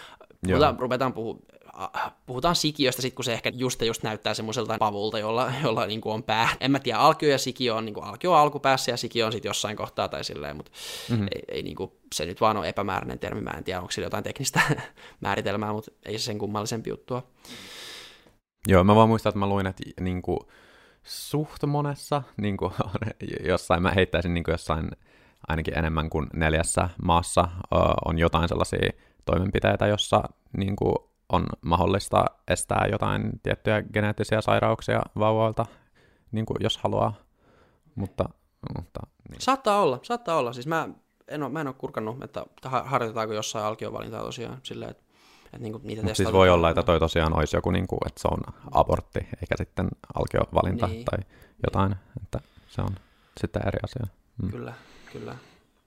puhutaan sikiöstä, sit kun se ehkä just näyttää semmoiselta pavulta, jolla niin kuin on pää. En mä tiedä, alkio ja sikio on, niin kuin alkio on alkupäässä ja sikio on sitten jossain kohtaa tai silleen, mutta ei niin kuin, se nyt vaan on epämääräinen termi, mä en tiedä, onko sillä jotain teknistä määritelmää, mutta ei se sen kummallisempi juttua. Joo, mä vaan muistan, että mä luin, että niin kuin suht monessa, niin kuin jossain, mä heittäisin niin kuin jossain ainakin enemmän kuin 4 maassa on jotain sellaisia toimenpiteitä, jossa niin kuin on mahdollista estää jotain tiettyjä geneettisiä sairauksia vauvoilta, niin kuin jos haluaa, mutta niin. Saattaa olla. Siis mä en ole kurkannut, että harjoitetaanko jossain alkiovalintaa tosiaan silleen, että niinku niitä testataan. Siis voi olla, että toi tosiaan olisi joku, niinku, että se on abortti, eikä sitten alkiovalinta tai jotain, että se on sitten eri asia. Kyllä.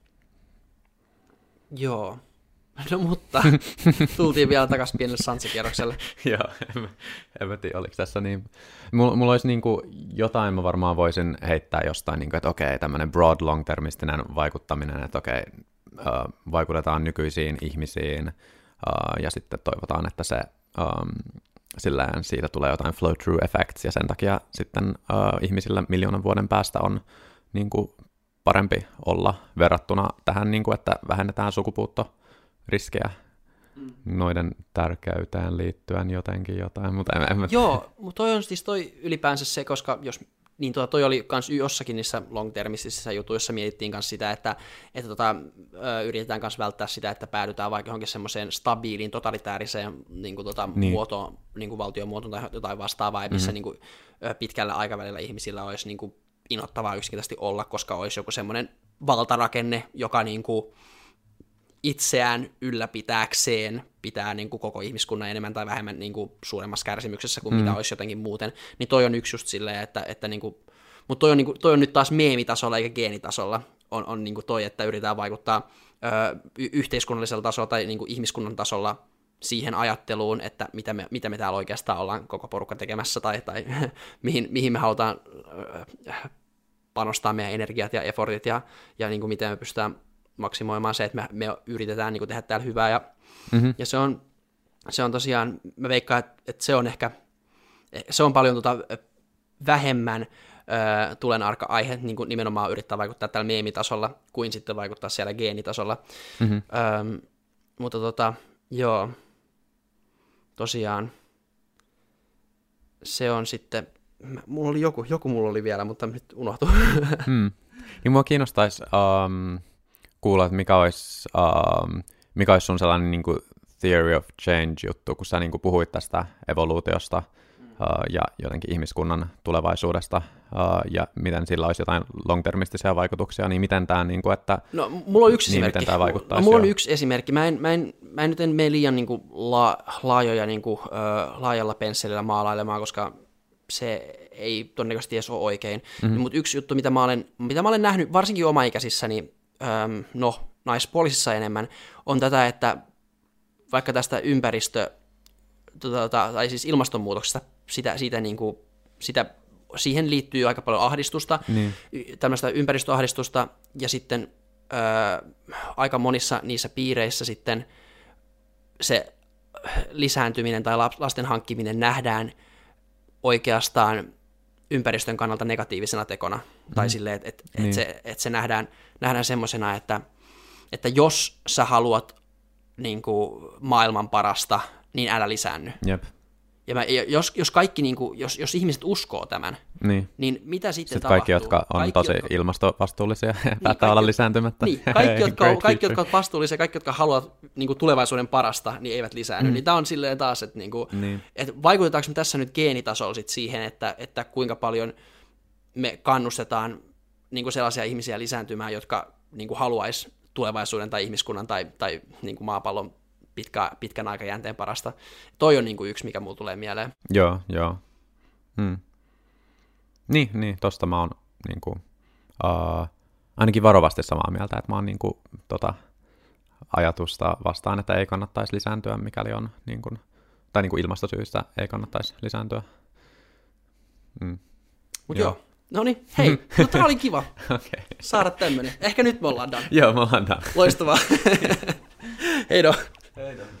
Joo. No mutta, tultiin vielä takaisin pienelle sanssikierrokselle. Joo, en mä tiedä, oliko tässä niin. Mulla olisi niinku jotain, mä varmaan voisin heittää jostain, niinku, että okei, tämmöinen broad long-termistinen vaikuttaminen, että okei, vaikutetaan nykyisiin ihmisiin, ja sitten toivotaan, että se silleen siitä tulee jotain flow-through effects, ja sen takia sitten ihmisillä 1 000 000 vuoden päästä on niinku parempi olla verrattuna tähän, niinku, että vähennetään sukupuuttoriskejä noiden tärkeyteen liittyen jotain, mutta Joo, mutta toi ylipäänsä se, koska jos niin toi oli myös jossakin niissä long-termistisissä jutuissa mietittiin myös sitä, että yritetään myös välttää sitä, että päädytään vaikka johonkin semmoiseen stabiiliin, totalitääriseen muotoon, niin kuin valtiomuotoon tai jotain vastaavaa, missä niin kuin, pitkällä aikavälillä ihmisillä olisi niin kuin innoittavaa yksinkertaisesti olla, koska olisi joku semmoinen valtarakenne, joka niin kuin itseään ylläpitääkseen pitää niin kuin koko ihmiskunnan enemmän tai vähemmän niin kuin suuremmassa kärsimyksessä kuin mitä olisi jotenkin muuten, niin toi on yksi just silleen, että niin kuin, mutta toi on nyt taas meemitasolla eikä geenitasolla, on niin kuin toi, että yritetään vaikuttaa yhteiskunnallisella tasolla tai niin kuin ihmiskunnan tasolla siihen ajatteluun, että mitä me täällä oikeastaan ollaan koko porukka tekemässä tai mihin me halutaan panostaa meidän energiat ja effortit ja niin kuin miten me pystytään maksimoimaan se, että me yritetään niin kuin tehdä täällä hyvää. Ja se on tosiaan, mä veikkaan, että se on ehkä, se on paljon vähemmän tulenarka aihe, niin kuin nimenomaan yrittää vaikuttaa tällä meemitasolla, kuin sitten vaikuttaa siellä geenitasolla. Mutta joo, tosiaan se on sitten, mulla oli joku mulla oli vielä, mutta nyt unohtui. Niin mua kiinnostaisi kuulla, että mikä olisi sun sellainen niin kuin theory of change-juttu, kun sä niin kuin puhuit tästä evoluutiosta ja jotenkin ihmiskunnan tulevaisuudesta ja miten sillä olisi jotain long-termistisia vaikutuksia, niin miten tämä, niin kuin, että no, mulla on yksi esimerkki. Miten tämä vaikuttaisi? Mulla on yksi esimerkki. Mä en nyt mene liian niin kuin laajoja, niin kuin, laajalla pensselillä maalailemaan, koska se ei todennäköisesti edes ole oikein. Mutta yksi juttu, mitä mä olen nähnyt, varsinkin omaikäisissäni, naispuolisissa enemmän, on tätä, että vaikka tästä tai siis ilmastonmuutoksesta, siihen liittyy aika paljon ahdistusta, tämmöistä ympäristöahdistusta, ja sitten aika monissa niissä piireissä sitten se lisääntyminen tai lasten hankkiminen nähdään oikeastaan ympäristön kannalta negatiivisena tekona, tai silleen, että se nähdään semmoisena, että jos sä haluat niin kuin maailman parasta, niin älä lisäänny. Jep. Ja jos kaikki, niin kuin, jos ihmiset uskoo tämän, niin mitä sitten tapahtuu? Kaikki, jotka on tosi ilmastovastuullisia, päättää olla lisääntymättä. Niin, kaikki, jotka on vastuullisia, kaikki, jotka haluavat niin kuin tulevaisuuden parasta, niin eivät lisäänny. Niin tämä on silleen taas, että, niin kuin, että vaikutetaanko me tässä nyt geenitasolla sit siihen, että kuinka paljon me kannustetaan niin kuin sellaisia ihmisiä lisääntymään, jotka niin kuin haluaisi tulevaisuuden tai ihmiskunnan tai niin kuin maapallon pitkän aikajänteen parasta. Toi on niin kuin yksi, mikä mulla tulee mieleen. Joo. Niin, tosta mä oon niin kuin, ainakin varovasti samaa mieltä, että mä oon niin kuin, ajatusta vastaan, että ei kannattaisi lisääntyä, mikäli on, niin kuin, tai niin kuin ilmastosyistä ei kannattaisi lisääntyä. Mutta joo. No niin, hei, tää oli kiva saada tämmönen. Ehkä nyt me ollaan done. Joo, me ollaan done. Loistavaa. Heido. Heido.